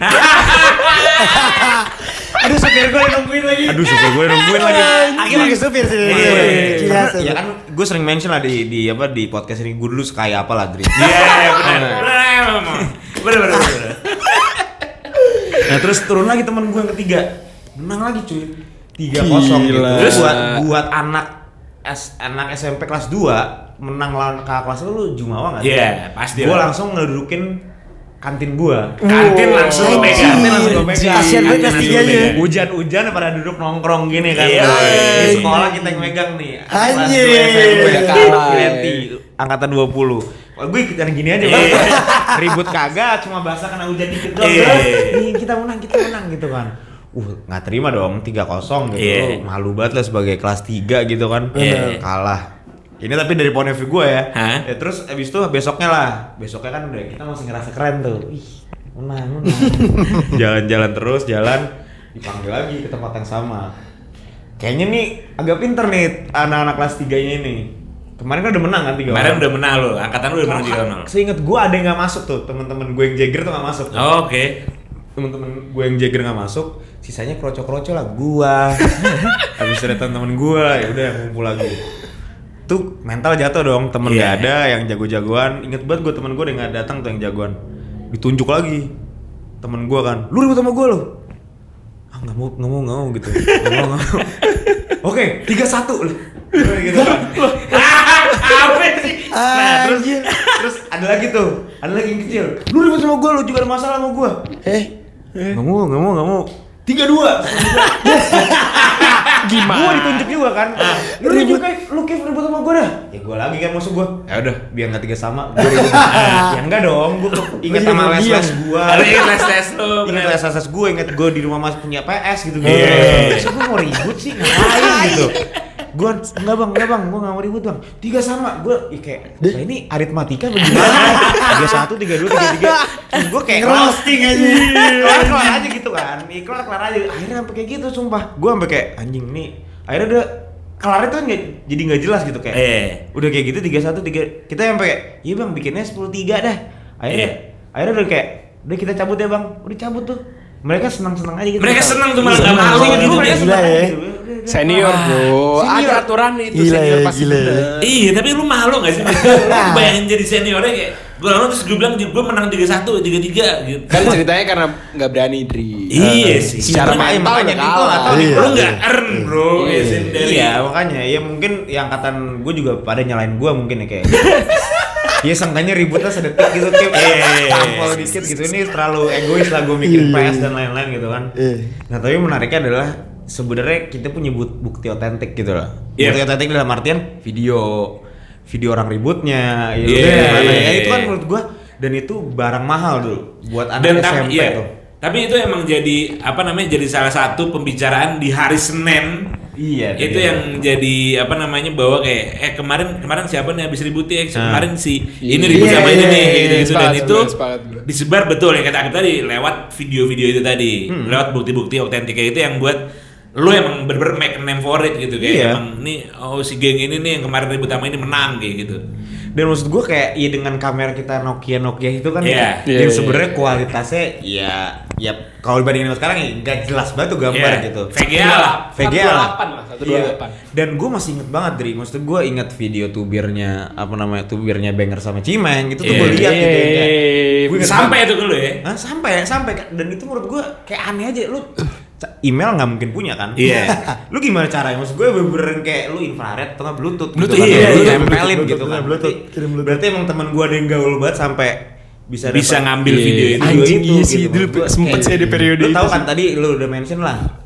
Aduh supir gue nungguin lagi. Aduh, supir gue nungguin lagi. Akhirnya lagi supir sih. Ya, ya kan gue sering mention lah di di apa di podcast ini gue dulu sekaya apa lah Dri. Iya, benar. Benar benar benar. Nah, terus turun lagi temen gue yang ketiga. Menang lagi cuy. tiga kosong gitu. Terus buat buat anak S, anak S M P kelas dua menang lawan kakak kelas lu, lu jumawa enggak sih? Iya, yeah, pasti. Gue langsung ngedudukin kantin gua. Kantin langsung Oh, megang. kantin langsung gua megang. Kasian banget kelas tiga aja. Hujan-hujan pada duduk nongkrong gini kan. Iya. Di sekolah kita yang megang nih. Kelas Anjir. dua S M P. Udah kalah. Nanti angkatan dua puluh. Wah, gue ikutan gini aja, Bang. Ribut kagak, cuma basah kena hujan dikit doang. Nih, kita menang, kita menang gitu kan. Uh, nggak terima dong tiga kosong gitu. Yeah. Malu banget lah sebagai kelas tiga gitu kan. Yeah. Kalah. Ini tapi dari point of view gue ya. Hah? Ya terus abis itu besoknya lah. Besoknya kan udah kita masih ngerasa keren tuh. Ih, menang, menang. Jalan-jalan terus, jalan dipanggil lagi ke tempat yang sama. Kayaknya nih agak pinter nih anak-anak kelas tiga-nya ini. Kemarin kan udah menang kan tiga Kemarin orang. udah menang lo, angkatan lu udah menang tiga nol. Seinget gue ada yang nggak masuk tuh, temen-temen gue yang Jagger tuh nggak masuk. Oh, oke. Temen-temen gue yang Jagger nggak masuk, sisanya kroco-kroco lah gua. Habis ada temen-temen gua, ya udah ngumpul lagi. Tuh mental jatuh dong, temen Iya. gak ada yang jago-jagoan. Ingat banget gue temen gue udah nggak datang tuh yang jagoan. Ditunjuk lagi temen gue kan, lu ribut sama gue lo. Ah nggak mau nggak mau nggak mau gitu. Nggak mau nggak mau. Oke tiga satu gitu kan. Apa sih? Nah terus terus ada lagi tuh, ada lagi yang kecil. Lu ribut sama gue, lu juga ada masalah sama gue. Eh, Nggak mau, nggak mau, nggak mau. Tiga dua. Gimana? Gue ditunjuk juga kan. Lu ribut kayak lu kayak ribut sama gue dah. Ya gue lagi kan maksud gue. Ya udah, biar nggak tiga sama. Gue ribut. Ya enggak dong. Gue inget sama les les gue. Ada yang les-les lu. Ingat les les gue, inget gue di rumah mas punya P S gitu gitu. Iya. Terus gue mau ribut sih ngapain gitu. Gue enggak bang, enggak bang, gue nggak mau ribut bang. Tiga sama, gue kayak, nah ini aritmatika bagaimana? Tiga satu, tiga dua, tiga tiga. Terus gue kayak roasting aja. kelar kelar aja gitu kan, nih kelar kelar aja. Akhirnya sampai kayak gitu, sumpah. Gue sampai kayak anjing nih. Akhirnya udah kelar itu kan nggak jadi nggak jelas gitu kayak. Eh. Udah kayak gitu tiga satu tiga. Kita sampai kayak, iya bang bikinnya sepuluh tiga dah. Akhirnya, Eh. akhirnya udah kayak, udah kita cabut ya bang. Udah cabut tuh. Mereka senang senang aja gitu. Mereka senang tuh malah Iya, nggak malu senang. gitu. Mereka Gila senang ya. aja gitu. Senior bro, Senior. ada aturan itu Gila senior ya, pasti gila ya. bener. Iya, tapi lu malu gak sih? Lu bayangin jadi seniornya kayak gue lalu terus gue bilang gue menang tiga satu, tiga tiga gitu. Kan ceritanya karena nggak berani Dri. Iya sih. Secara Makanya- mental makanya udah nih gua nggak tahu kalah. nih, Lu Iya. nggak earn bro, Iya. ya sih, dari Iya makanya ya mungkin yang angkatan gue juga pada nyalain gue mungkin ya kayak ya sangkanya ribut lah sedetik gitu kayak Eh. tampol dikit gitu ini terlalu egois lah gue mikirin P S dan lain-lain gitu kan. Eh. Nah tapi menariknya adalah sebenarnya kita punya but- bukti otentik gitu lah. Iya. Bukti otentik dalam artian video video orang ributnya ya, Iya. udah, gimana ya itu kan menurut gue dan itu barang mahal dulu buat anak dan S tapi M P iya. tuh. Tapi itu emang jadi apa namanya jadi salah satu pembicaraan di hari Senin. Iya. Itu iya. yang jadi apa namanya bahwa kayak eh kemarin kemarin siapa nih habis ribut ya Nah. kemarin si Iya. ini ribut sama ini nih kayak gitu, gitu. dan Sepakat, itu sepakat, sepakat gue. disebar betul yang kata Akib tadi lewat video-video itu tadi Hmm. lewat bukti-bukti otentik kayak itu yang buat lu emang bener-bener make a name for it gitu kayak Iya. emang nih oh si geng ini nih yang kemarin ribut sama ini menang kayak gitu. Dan maksud gue kayak ya dengan kamera kita Nokia Nokia itu kan Iya. yang Iya, sebenarnya kualitasnya ya ya kalau dibandingin sama sekarang ya nggak jelas banget tuh gambar Iya. gitu. V G A lah. V G A lah. seratus dua puluh delapan lah, seratus dua puluh Iya. delapan. Dan gue masih inget banget Dri, maksud gue inget video tubirnya apa namanya tubirnya Banger sama Cimeng itu tuh gue Iya. lihat gitu ya, kayak, gue inget Sampai banget. itu ke lu ya. Hah, sampai sampai dan itu menurut gue kayak aneh aja lu email nggak mungkin punya kan? Iya. Lu gimana caranya? Maksud gue bener-bener kayak lu infrared atau nggak bluetooth, Bluetooth, gitu kan? iya, Lu iya, tempelin Bluetooth, gitu kan? Bluetooth, Berarti, kirim Bluetooth. berarti emang teman gue ada yang gaul banget sampai bisa Bisa ngambil Iya. video itu. video Anjing, itu, iya sih, gitu. dulu Maksud gua sempet kayak- sih ada periode lu itu tahu sih. kan tadi lu udah mention lah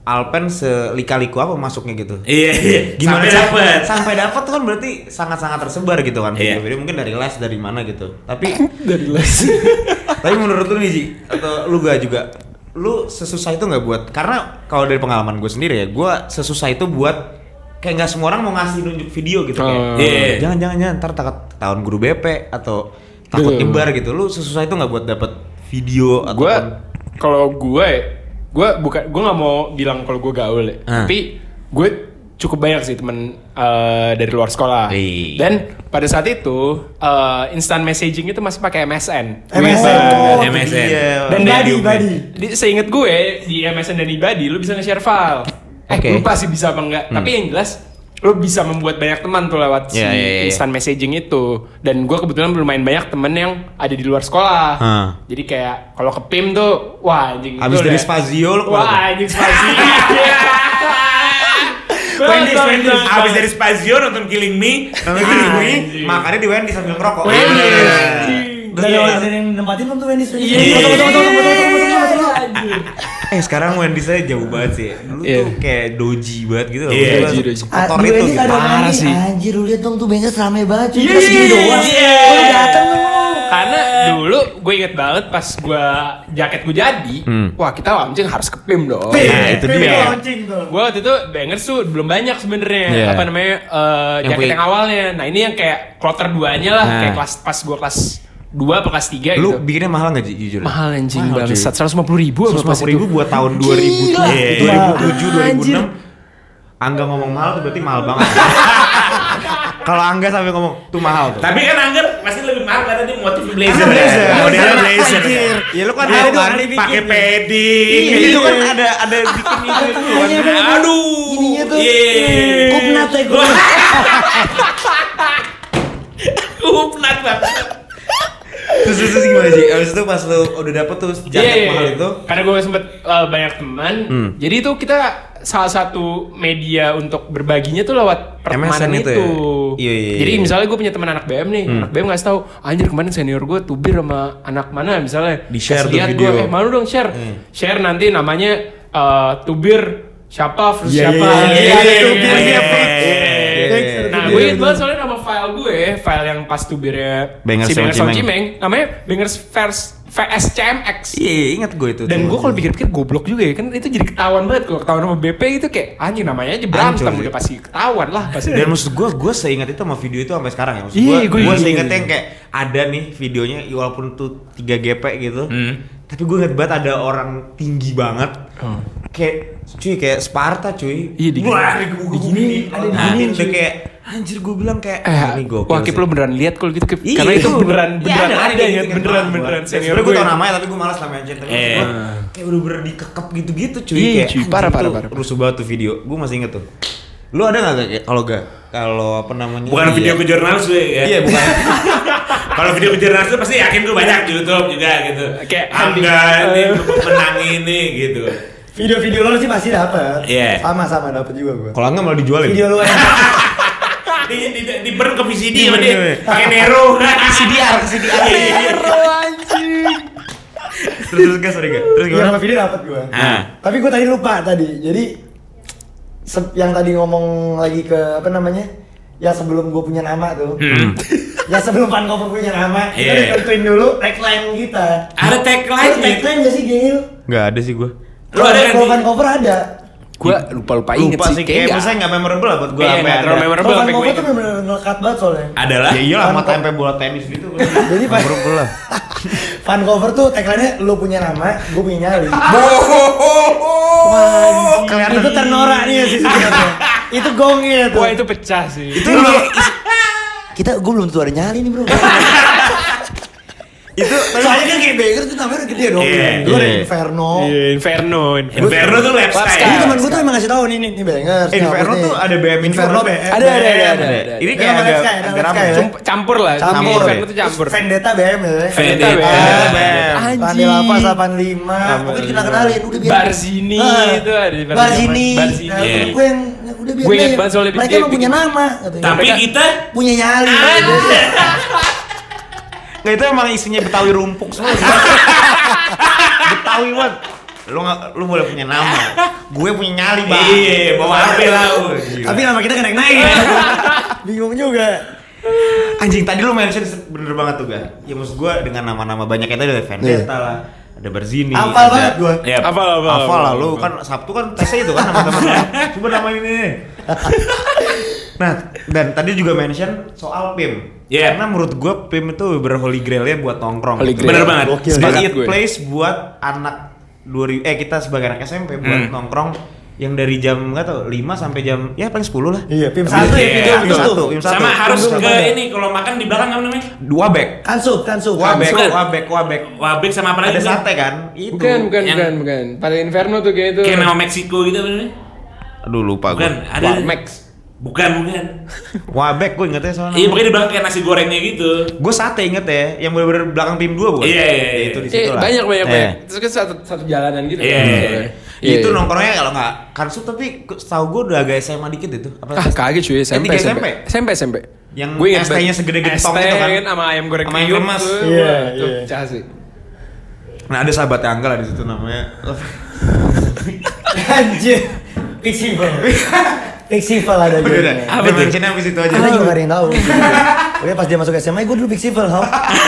Alpen selika-liku apa masuknya gitu. Iya, iya. Gimana Sampai sih? dapet. Sampai dapat tuh kan berarti sangat-sangat tersebar gitu kan. Iya. Video-video mungkin dari les dari mana gitu. Tapi Dari les. tapi menurut lu nih Ji, atau lu gak juga, lu sesusah itu nggak buat, karena kalau dari pengalaman gue sendiri ya, gue sesusah itu buat kayak nggak semua orang mau ngasih nunjuk video gitu kayak, Oh. Iya. jangan jangan jangan ntar takut tahun guru B P atau takut Iya. nyebar gitu. Lu sesusah itu nggak buat dapet video atau Gue kalau gue gue bukan gue nggak mau bilang kalau gue gaul ya, Ah. tapi gue cukup banyak sih temen uh, dari luar sekolah. Iya. Dan pada saat itu uh, instant messaging itu masih pakai M S N. M S N. Oh, M S N. iya. Dan Badi, dia- badi. Di, seinget gue di M S N dan Ibadi lu bisa nge-share file. Eh Oke. lupa sih bisa apa enggak. Tapi yang jelas lu bisa membuat banyak teman tuh lewat si Iya, iya, iya. instant messaging itu. Dan gue kebetulan lumayan banyak temen yang ada di luar sekolah. Hah. Jadi kayak kalau ke P I M tuh wah anjing. Abis itu dari udah- Spazio lu wah kemana? anjing Spazio. Wendy's, Betul, Wendy's. betul. Abis dari Spazio nonton Killing Me. Nonton Killing Me, Anjing. makannya di Wendy sambil ngerokok. Wendy's. Iya. Udah Iya. lewat dari yang nempatin belum tuh Wendy's? Iya. Betul, betul, betul, betul, betul, betul, betul, betul. Eh sekarang Wendy saya jauh banget sih. Lu Iya. tuh kayak doji banget gitu loh. Iya, Lu doji, doji. Ah, Kotor di itu Wendy's gitu. ada Parah Wendy. sih. Anjir lu lihat dong tuh bengkel rame banget. Cuma Iya. segini doang. Iya. Lu datang lu. Karena dulu gue inget banget pas gue jaket gue jadi, Hmm. wah kita launching harus ke P I M dong. P I M, Nah, itu P I M dia. launching tuh. Gue waktu itu bangers tuh belum banyak sebenarnya Iya. apa namanya eh, Yang jaket punya- yang awalnya. Nah ini yang kayak kloter duanya lah, Nah. kayak kelas pas gue kelas dua apa kelas tiga Lu gitu. bikinnya mahal nggak Ji, jujur? Mahal anjing Mahal, banget, cuy. seratus lima puluh ribu apa seratus lima pas puluh itu. ribu buat tahun dua ribu Gila. dua ribu tujuh, dua ribu Anjir. enam. Angga ngomong mahal tuh berarti mahal banget. Kalau Angga sampai ngomong tuh mahal tuh. Tapi kan Angger pasti lebih mahal karena dia motif blazer. Karena blazer. ya. Modelnya blazer. Anjir. Ya lu kan Dia tahu tuh kan pakai padding. Iya, itu kan ada ada bikin itu itu kan. Tengahnya ada- Aduh. Ininya tuh. Iya. Kupnat ya gue. Kupnat banget. Terus terus gimana sih? Abis itu pas lu udah dapet tuh jaket Iya, iya, mahal iya. itu. Karena gue sempet uh, banyak teman, Hmm. jadi itu kita salah satu media untuk berbaginya tuh lewat pertemanan M S N itu itu. ya? Iya, iya, Jadi iya. misalnya gue punya teman anak B M nih, Hmm. anak B M ngasih tahu, anjir kemarin senior gue tubir sama anak mana misalnya. Di-share Kasih tuh lihat video. Gua, eh malu dong share, Hmm. share nanti namanya uh, tubir siapa, terus Iya, siapa. iya, iya, Iya, iya, iya, tubir iya, siapa. iya. Iya, iya. Nah, gue inget banget soalnya nama file gue, file yang pas tubirnya Bangers si sama Bangers sama Cimeng. Cimeng, namanya Bangers Vers V S C M X. Iya, iya, ingat gue itu. Dan tuh. gue kalau pikir-pikir goblok juga ya, kan itu jadi ketahuan banget kalau ketahuan sama B P itu kayak anjing namanya aja berantem Hancur, udah sih. pasti ketahuan lah pasti. Dan maksud gue, gue seingat itu sama video itu sampai sekarang ya. Maksud Iya, gue, gue gue juga. seingatnya yang kayak ada nih videonya, walaupun tuh tiga G P gitu. Hmm. Tapi gue inget banget ada orang tinggi banget. Kayak, cuy, kayak Sparta cuy. Iya, di- Wah, digini, ada digini. Udah cuy. kayak, anjir gue bilang kayak, eh, "Ah, ini gokil wah Kip sih." lo beneran lihat kalau gitu Kip. Iya, Karena itu beneran Iya, beneran ada, kayak ya, gitu kan. beneran Wah, beneran gua- senior sebenarnya gue. gue tau namanya tapi gue malas namanya Jen. Tapi Iya. gue kayak bener-bener dikekep gitu-gitu cuy. Iya, Kayak, cuy, anjir, parah, tuh parah, parah. rusuh banget tuh video. Gue masih inget tuh. Lu ada nggak kayak kalau gak? Kalau apa namanya? Bukan video ke jurnalis gue ya. Iya, bukan. Kalau video ke jurnalis itu pasti yakin gue banyak di YouTube juga gitu. Kayak Angga ini menang ini gitu. Video-video lo sih pasti dapet. Iya. Sama-sama dapet juga gue. Kalau enggak malah dijualin. Video lo yang Di di di burn ke V C D Iya, sama bener, dia. bener. Pakai Nero. C D R, C D R. Iya, iya, iya. Terus terus gas, sorry, Ga. Terus Iya gimana? sama video dapet gue. Ah. Tapi gue tadi lupa tadi. Jadi se- yang tadi ngomong lagi ke apa namanya? Ya sebelum gue punya nama tuh. Hmm. Ya sebelum fan cover punya nama, kita Iya. ditentuin dulu tagline kita. Ada tagline Lu gitu. tagline gak sih Gil? Enggak ada sih gue. Lu ada kan Kalau sih? fan cover ada. Gue lupa-lupa inget Lupa sih sih, kayak nggak. misalnya nggak memorable lah buat gue. Iya, sampai nggak ada. terlalu memorable. Kalau fan sampai gue cover inget. tuh bener-bener ngelekat banget soalnya. Adalah. Ya iyalah, Fan sama cover. tempe bola tenis gitu. Jadi fan, Memorable lah. fan cover tuh tagline-nya lu punya nama, gue punya nyali. Kelihatan. Itu ternorak nih sih sebenarnya. Itu gongnya tuh. Wah itu pecah sih. Itu Kita gue belum tentu ada nyali nih bro. itu Soalnya kan kayak Baker tuh namanya udah gede dong. Iya, Lu ada iya. Inferno. Iya, Inferno, Inferno. Inferno tuh lab Lab style. Ini teman gue tuh emang ngasih tahu nih nih nih Bangers. Eh, Inferno tuh ada B M Inferno B M. Ada, ada, ada, ada. Ini Dia kayak sama agak Let's Sky, agak Let's rame. Sky, ya. Camp- campur lah. Campur. Inferno tuh campur. Vendetta B M ya. Vendetta B M. Ah, B M. Pandai Lapa delapan puluh lima. Pokoknya dikenal-kenalin udah biar. Barzini Ah, itu ada di Barzini. Barzini. Barzini. Nah, Iya. gue yang udah biar. Gue inget deh. banget soalnya Mereka dia emang punya bikin- nama katanya. Tapi Mereka kita punya nyali. Nggak, itu emang isinya Betawi rumpuk semua. Betawi banget. Lu nggak, lu boleh punya nama. Gue punya nyali, Bang. Iya, bawa H P lah. Tapi nama kita kan naik-naik. Bingung juga. Anjing tadi lu mention bener banget tuh, Ga. Ya maksud gue dengan nama-nama banyak itu ada Vendetta yeah. lah. Ada Berzini. Hafal banget gue. Ya, Hafal hafal. Hafal lah lu kan Sabtu kan tesnya itu kan sama temen-temen. Coba nama ini. Nah, dan tadi juga mention soal P I M. Yeah. Karena menurut gue P I M itu berholy grail-nya buat nongkrong. Holy gitu. grail. Bener banget. Gokil. Sepakat Jadi it gue. place buat anak dua ribu eh kita sebagai anak S M P buat Hmm. nongkrong yang dari jam enggak tau lima sampai jam ya paling sepuluh lah. Iya, P I M satu ya, Iya, P I M P I M satu. satu, P I M satu. Sama harus P I M ke satu. ini kalau makan di belakang apa namanya? Dua bag. Kansup, kansup. Wabek, Bukan. wabek, wabek. Wabek sama apa lagi? Ada sate kan? Itu. Bukan, bukan, Yang- bukan, bukan. Pada Inferno tuh kayak itu. Kayak nama Meksiko gitu apa namanya? Aduh lupa gue. Bukan, ada. Max. Bukan, bukan. Wabek gue ingetnya soalnya. Iya, pokoknya di belakang kayak nasi gorengnya gitu. Gue sate inget ya, yang bener-bener belakang P I M dua bukan? Iya, iya, iya. Itu di Eh, situ lah. banyak banyak Eh. banyak. Terus kan satu satu jalanan gitu. Iya, kan. iya, iya. Iya, Itu iya. nongkrongnya kalau nggak kansup tapi setahu gue udah agak S M A dikit itu. Apa? Ah, kaget cuy, S M P, tiga S M P. S M P, S M P. Yang Gue ingat S T-nya banget. segede-gede S tong T itu kan? sama ayam goreng Sama ayam kriuk remas. tuh. Iya, Wah, tuh iya. pecah sih. Nah ada sahabatnya Angga lah di situ namanya. Anjir. Festival. Festival ada Udah, juga. udah. Apa Udah tuh? mentionnya habis itu aja. Kita juga gak ada yang tahu. Oke pas dia masuk S M A, gue dulu festival, Hau.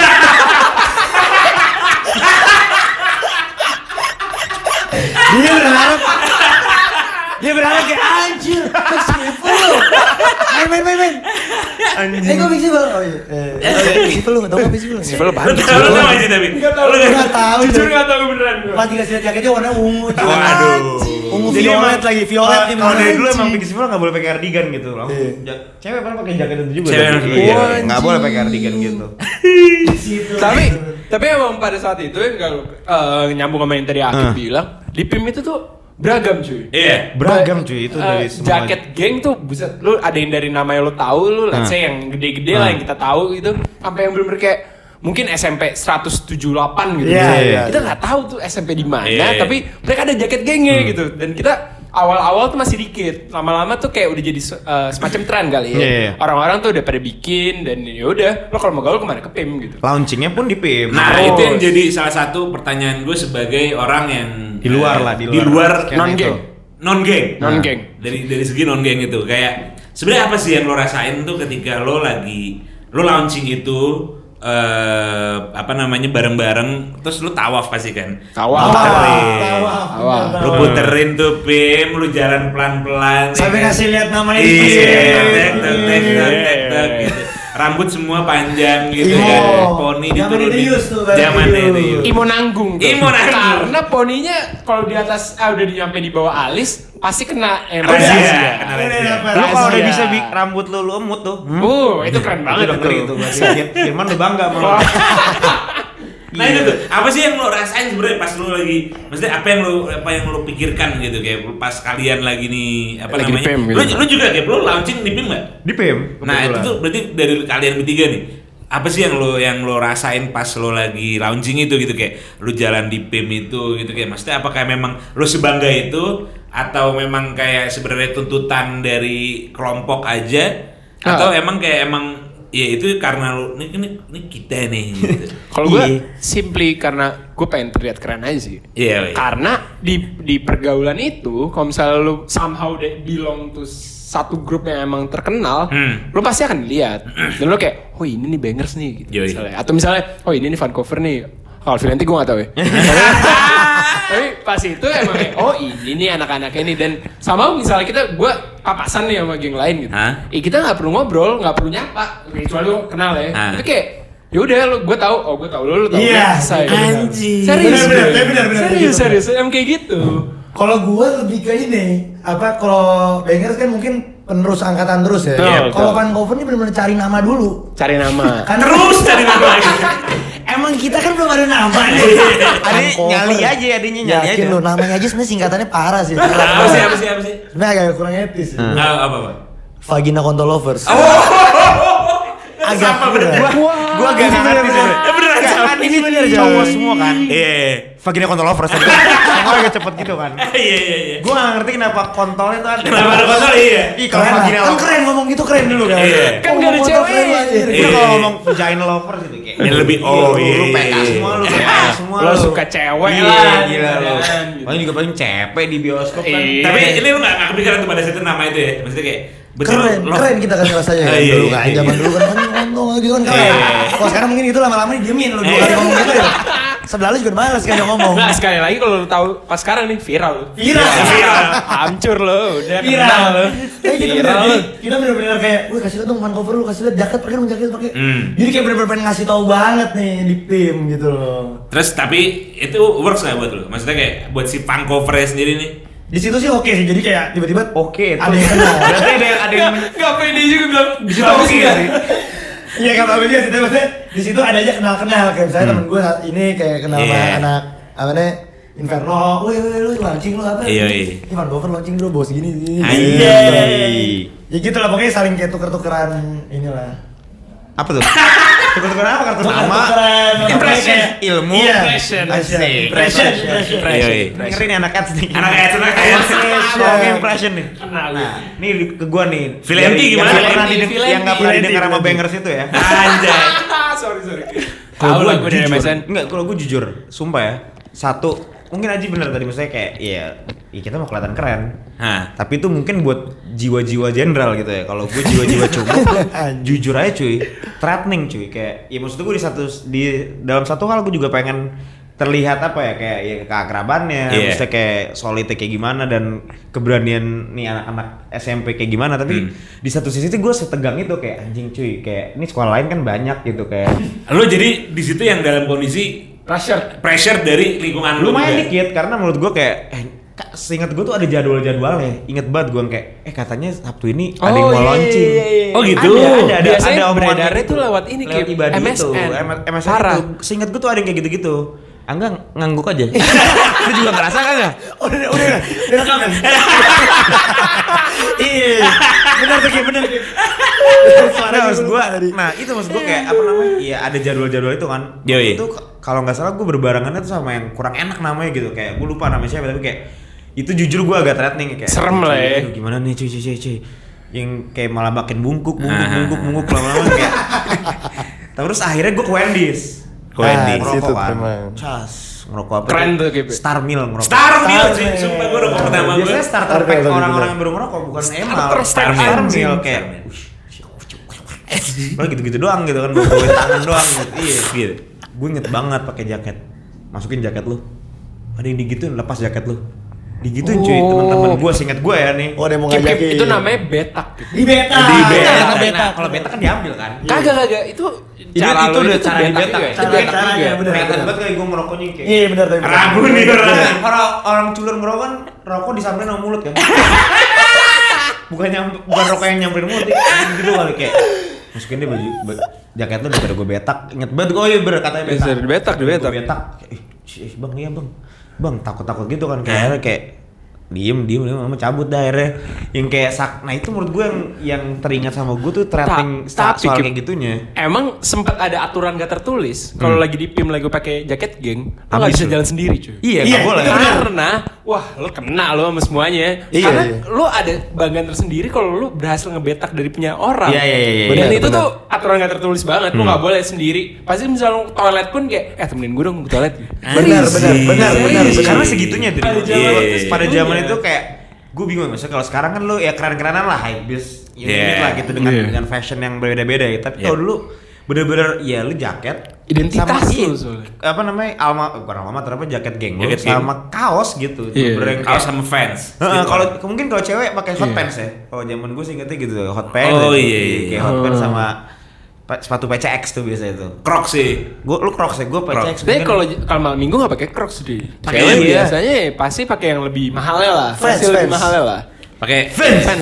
Dia berharap Dia berharap kayak anjir, festival. Main main main main. Eh gue festival. Oh iya. Eh, festival lu gak tau kan festival? Festival apaan? Lu tahu lu tahu aja tapi. Enggak tahu. Lu Gue gak tau. Jujur enggak tahu beneran gue. Pas dikasih lihat jaketnya warna ungu. cuy. Waduh. Ungu Jadi violet emang- lagi, violet kalau- nih. Kalau dari dulu anjing. emang festival nggak boleh pakai cardigan gitu. Langsung Iya. ja- cewek kan pakai jaket itu juga. Cewek tapi- langsung iya, pakai. nggak boleh pakai cardigan gitu. Tapi tapi emang pada saat itu ya kalau eh, nyambung sama yang tadi Akif Ah. bilang, di P I M itu tuh beragam cuy. Iya. Beragam cuy itu Eh, dari semua. jaket geng tuh buset, lu ada yang dari nama yang lu tahu, lu let's Ah. say yang gede-gede Ah. lah yang kita tahu gitu, sampai yang bener-bener kayak mungkin S M P seratus tujuh puluh delapan gitu. Iya, Misalnya. iya, Kita iya. nggak tahu tuh S M P di mana, Iya. tapi mereka ada jaket gengnya gitu. Dan kita awal-awal tuh masih dikit, lama-lama tuh kayak udah jadi uh, semacam tren kali ya. Iya, iya. Orang-orang tuh udah pada bikin dan ya udah, lo kalau mau gaul kemana ke P I M gitu. Launchingnya pun di P I M. Nah, Terus. itu yang jadi salah satu pertanyaan gue sebagai orang yang Di luar eh, lah, di di luar. luar Skena non-geng. itu. non geng Non geng. dari dari segi non geng itu kayak sebenarnya apa sih yang lo rasain tuh ketika lo lagi lo launching itu eh apa namanya bareng-bareng terus lo tawaf pasti kan Tawaf. puterin Tawaf. lo puterin tuh P I M lo jalan pelan-pelan Sampai ya kan? kasih lihat namanya. iya Iya. tek tek tek tek tek tek gitu rambut semua panjang gitu Imo. kan poni Zaman diturunin Rius tuh, zaman zaman Rius. Rius. Imo nanggung tuh. Imo nanggung. Karena poninya kalau di atas ah udah nyampe di bawah alis pasti kena yang Razia. razia. Kena Ini razia. dapat Lu kalau udah Rahasia. bisa bi- rambut lu lu emut tuh. Hmm? Uh, itu keren banget Itu udah ngeri tuh. tuh. Fir- Firman udah bangga sama lu. Nah itu tuh, apa sih yang lo rasain sebenarnya pas lo lagi, maksudnya apa yang lo apa yang lo pikirkan gitu kayak pas kalian lagi nih apa Lagi di namanya? P I M gitu. Lo, lo juga kayak lo launching di P I M nggak? Di P I M. Nah itu kebetulan. tuh berarti dari kalian bertiga nih, apa sih yang lo yang lo rasain pas lo lagi launching itu gitu kayak lo jalan di P I M itu gitu kayak, maksudnya apakah memang lo sebangga itu atau memang kayak sebenarnya tuntutan dari kelompok aja atau Ah. emang kayak emang ya itu karena lo ini ini, ini kita nih gitu. Kalau gue Iya. simply karena gue pengen terlihat keren aja sih. Iya, iya. Karena di di pergaulan itu, kalau misalnya lu somehow de- belong to satu grup yang emang terkenal, Hmm. lu pasti akan dilihat. Dan lu kayak, oh ini nih bangers nih. Gitu, Yoi. misalnya. Atau misalnya, oh ini nih fan cover nih. Kalau Vilenti gue gak tau ya. Tapi pas itu emang kayak, oh ini nih anak-anaknya nih. Dan sama misalnya kita, gue papasan nih sama geng lain gitu. Hah? Eh, kita gak perlu ngobrol, gak perlu nyapa. Kecuali lu kenal ya. Hah? Tapi kayak, yaudah lu, gue tahu, oh gue tahu lu, lu tahu Iya, gue. Selesai. anjing. Serius, Bener, bener, gue. bener, bener, serius, bener. serius, emang kayak gitu. Kalau gue lebih ke ini, apa kalau bangers kan mungkin penerus angkatan terus ya. Betul, Kalau betul. fan cover ini benar-benar cari nama dulu. Cari nama. Kan Terus cari nama lagi. Emang kita kan belum ada nama nih. Adi nyali aja, adinya nyali Yakin aja. lu namanya aja sebenarnya singkatannya parah sih. Apa sih apa sih apa sih? Sebenarnya agak kurang etis. Hmm. Ah, apa apa? Vagina Contolovers. Oh, Agak sama bener. kurang. Gua Gua agak nggak ngerti sih. Eh, beneran, Nggak, Jal. kan ini cowok semua kan. Iya. Vagina kontol lovers. Semua agak cepet gitu kan. Iya iya iya. Gua nggak ngerti kenapa kontolnya tuh ada. Kenapa ada kontol iya? Ih, kalau Keren, vagina kan lovers. keren ngomong gitu keren dulu kan. Iya. Kan nggak ada Ngomong cewek. keren banget. Itu Iya. kalau ngomong vagina lovers gitu kayak. Ini lebih oh lu, iya. lu P K semua lu, P K semua Lo suka cewek Iya, lah. gila lu. kan, gitu. Paling juga paling cepet di bioskop kan. Iya. Tapi ini lu nggak nggak kepikiran tuh pada situ nama itu ya? Maksudnya kayak betul Keren, lo- keren kita kan rasanya Ah, iya, dulu iya, kan, iya. zaman dulu kan kan ngomong gitu kan keren. Iya. Kalau sekarang mungkin itu lama-lama didiemin lu dua kali ngomong gitu ya. Sebelah lu juga males kan ngomong. Nah sekali lagi kalau lu tahu pas sekarang nih viral. Viral. Viral. Hancur lo, udah Viral. kenal lo. Kayak gitu Viral bener, lo. kita bener-bener kayak, wih kasih lihat dong fan cover lu, kasih lihat jaket pakai dong jaket pakai. Hmm. Jadi kayak bener-bener pengen ngasih tahu banget nih di tim gitu loh. Terus tapi itu works nggak buat lu? Maksudnya kayak buat si punk covernya sendiri nih? Di situ sih oke sih, jadi kayak tiba-tiba Oke, ada yang kenal. Berarti ada ada yang Gak pede juga bilang di situ Oke oke sih. sih. Iya nggak apa-apa dia sih, tapi maksudnya di situ ada aja kenal-kenal kayak misalnya temen gue ini kayak kenal sama Iya. anak apa nih Inferno, wih wih lu launching lu apa? Iya, iya. Ini Van Gover launching bro, bos gini gini. Anjay. Iya. Ya gitu lah pokoknya saling kayak tuker-tukeran inilah. apa tuh? Tuker-tukeran apa? Kartu nama, Tuker-tukeran apa, impression, kayak- ilmu, Iya. Impression. Asik. Impression, impression. Iya, iya. Ngeri nih anak ads nih. Anak ads, anak ads. Ngomongin impression nih. Kenal. Nah, nih di- ke gua nih. Vilenti Dari- gimana? Yang nggak pernah Vilenti, dideng- yang nggak pernah Vilenti, didengar sama Vilenti. bangers itu ya. Anjay. sorry sorry. Kalau Tahu gua lah gue dari M S jujur, N. enggak, kalau gue jujur, sumpah ya. Satu, mungkin Aji bener tadi maksudnya kayak iya, ya kita mau kelihatan keren. Hah. Tapi itu mungkin buat jiwa-jiwa jenderal gitu ya. Kalau gue jiwa-jiwa cumuk, jujur aja cuy, threatening cuy. Kayak, ya maksud gue di satu di dalam satu hal gue juga pengen terlihat apa ya kayak ya keakrabannya, Iya. maksudnya kayak solidnya kayak gimana dan keberanian nih anak-anak S M P kayak gimana. Tapi Hmm. di satu sisi tuh gue setegang itu kayak anjing cuy, kayak ini sekolah lain kan banyak gitu kayak. Lu jadi di situ yang dalam kondisi Pressure. pressure dari lingkungan lu Lumayan juga. dikit karena menurut gue kayak eh Kak, seingat gue tuh ada jadwal-jadwalnya. Ingat banget gue kayak eh katanya Sabtu ini ada yang mau iya, launching. iya, iya. Oh gitu. Ada, ada, ada, Biasanya ada omongan beredarnya kayak tuh gitu. lewat ini, lewat Kip. ibadi M S N. itu, M- M S N Parah. itu. Seingat gue tuh ada yang kayak gitu-gitu. Angga ngangguk aja. Lu juga ngerasa kan ya? Oh, udah, udah, udah, udah rekam kan? Iya, benar tuh, Ki, benar. Ki. Nah, maksud gua, nah itu maksud gua kayak apa namanya? Iya ada jadwal-jadwal itu kan. Yoi. Itu k- kalau nggak salah gua berbarengannya tuh sama yang kurang enak namanya gitu kayak gua lupa namanya siapa tapi kayak itu jujur gua agak threatening kayak. Serem lah ya. "Aduh, gimana nih cuy cuy cuy cuy." Yang kayak malah makin bungkuk bungkuk Ah. bungkuk bungkuk lama-lama kayak. Terus akhirnya gua ke Wendy's. Ke Wendy's. Ngerokok Situ kan. teman. Cas, ngerokok apa? Keren tuh, Kip. Star Meal ngerokok. Star Meal Star sih, Meal. sumpah gue rokok pertama gue. Biasanya starter Starter pack pack orang-orang gitu. yang baru ngerokok bukan emal. Starter Star pack, Meal. anjing. Meal kayak Lo gitu-gitu doang gitu kan, bawa tangan doang gitu. Iya, Gitu. gue inget banget pakai jaket. Masukin jaket lu. Ada yang digituin, lepas jaket lu. Digituin cuy, Oh. teman-teman gue seinget gue ya nih. Oh, ada yang mau Kip, Kip, ngajakin. itu namanya betak. Kip. Di beta. Di beta. Nah, Nah, kalau beta kan diambil kan. Kagak kagak itu Itu cara itu lo udah tuh cara di betak beta. juga ya? Cara Itu betak caranya, juga. bener. Kelihatan banget kayak gue ngerokoknya kayak. Iya, benar tapi. benar. Ragu nih orang. Kalau orang culun ngerokok kan rokok disamperin sama mulut kan. bukan nyam, bukan rokok yang nyamperin mulut, gitu kali kayak. Masukin dia baju ba- jaket lu daripada gue betak. Ingat banget gue, oh iya bener katanya betak. Iya, di betak, di betak. Gue betak. Eh, eh, bang iya bang. Bang takut-takut gitu kan kayak akhirnya kayak diem diem diem sama cabut dah akhirnya yang kayak sak nah itu menurut gue yang yang teringat sama gue tuh threatening Ta- soal tapi, kayak gitunya. Emang sempat ada aturan gak tertulis kalau Hmm. lagi di P I M lagi pakai jaket geng, lo Habis gak bisa lu. jalan sendiri cuy. Iya, Iya, nggak boleh. itu bener. Karena wah lo kena lo sama semuanya. Iya, Karena iya. lo ada banggaan tersendiri kalau lo berhasil ngebetak dari punya orang. Iya, iya, iya, iya. Dan Bener, itu bener. tuh aturan gak tertulis banget. Lo gak boleh sendiri. Pasti misalnya lo toilet pun kayak eh temenin gue dong ke toilet. Benar, benar, benar, benar, Serius. benar. Karena segitunya tuh. Pada Iya. zaman Pada itu zaman ya. itu kayak gue bingung maksudnya kalau sekarang kan lu ya keren-kerenan lah hypebeast you name it Yeah. lah gitu dengan Yeah. dengan fashion yang berbeda-beda ya. Tapi Yeah. kalau dulu bener-bener ya lu jaket Identitas sama lu i- soalnya. apa namanya alma bukan alma mater apa jaket geng lu Jaket geng. sama kaos gitu. Iya. Bener-bener yang Kaos kayak- sama fans. Heeh, Gitu. kalau mungkin kalau cewek pakai hot Iya. pants ya. Kalau zaman gue sih ingetnya gitu hot pants. Oh, gitu. iya, iya. Kayak hot pants Oh. sama pa- sepatu P C X tuh biasa itu. Crocs sih. Gue lu Crocs ya, gue P C X. Crocs. Tapi mungkin- kalau kalau malam minggu gak pakai Crocs deh. Pakai Cewek iya. biasanya pasti pakai yang lebih mahalnya lah. Fans, Pasti lebih fans. mahalnya lah. Pakai Fans.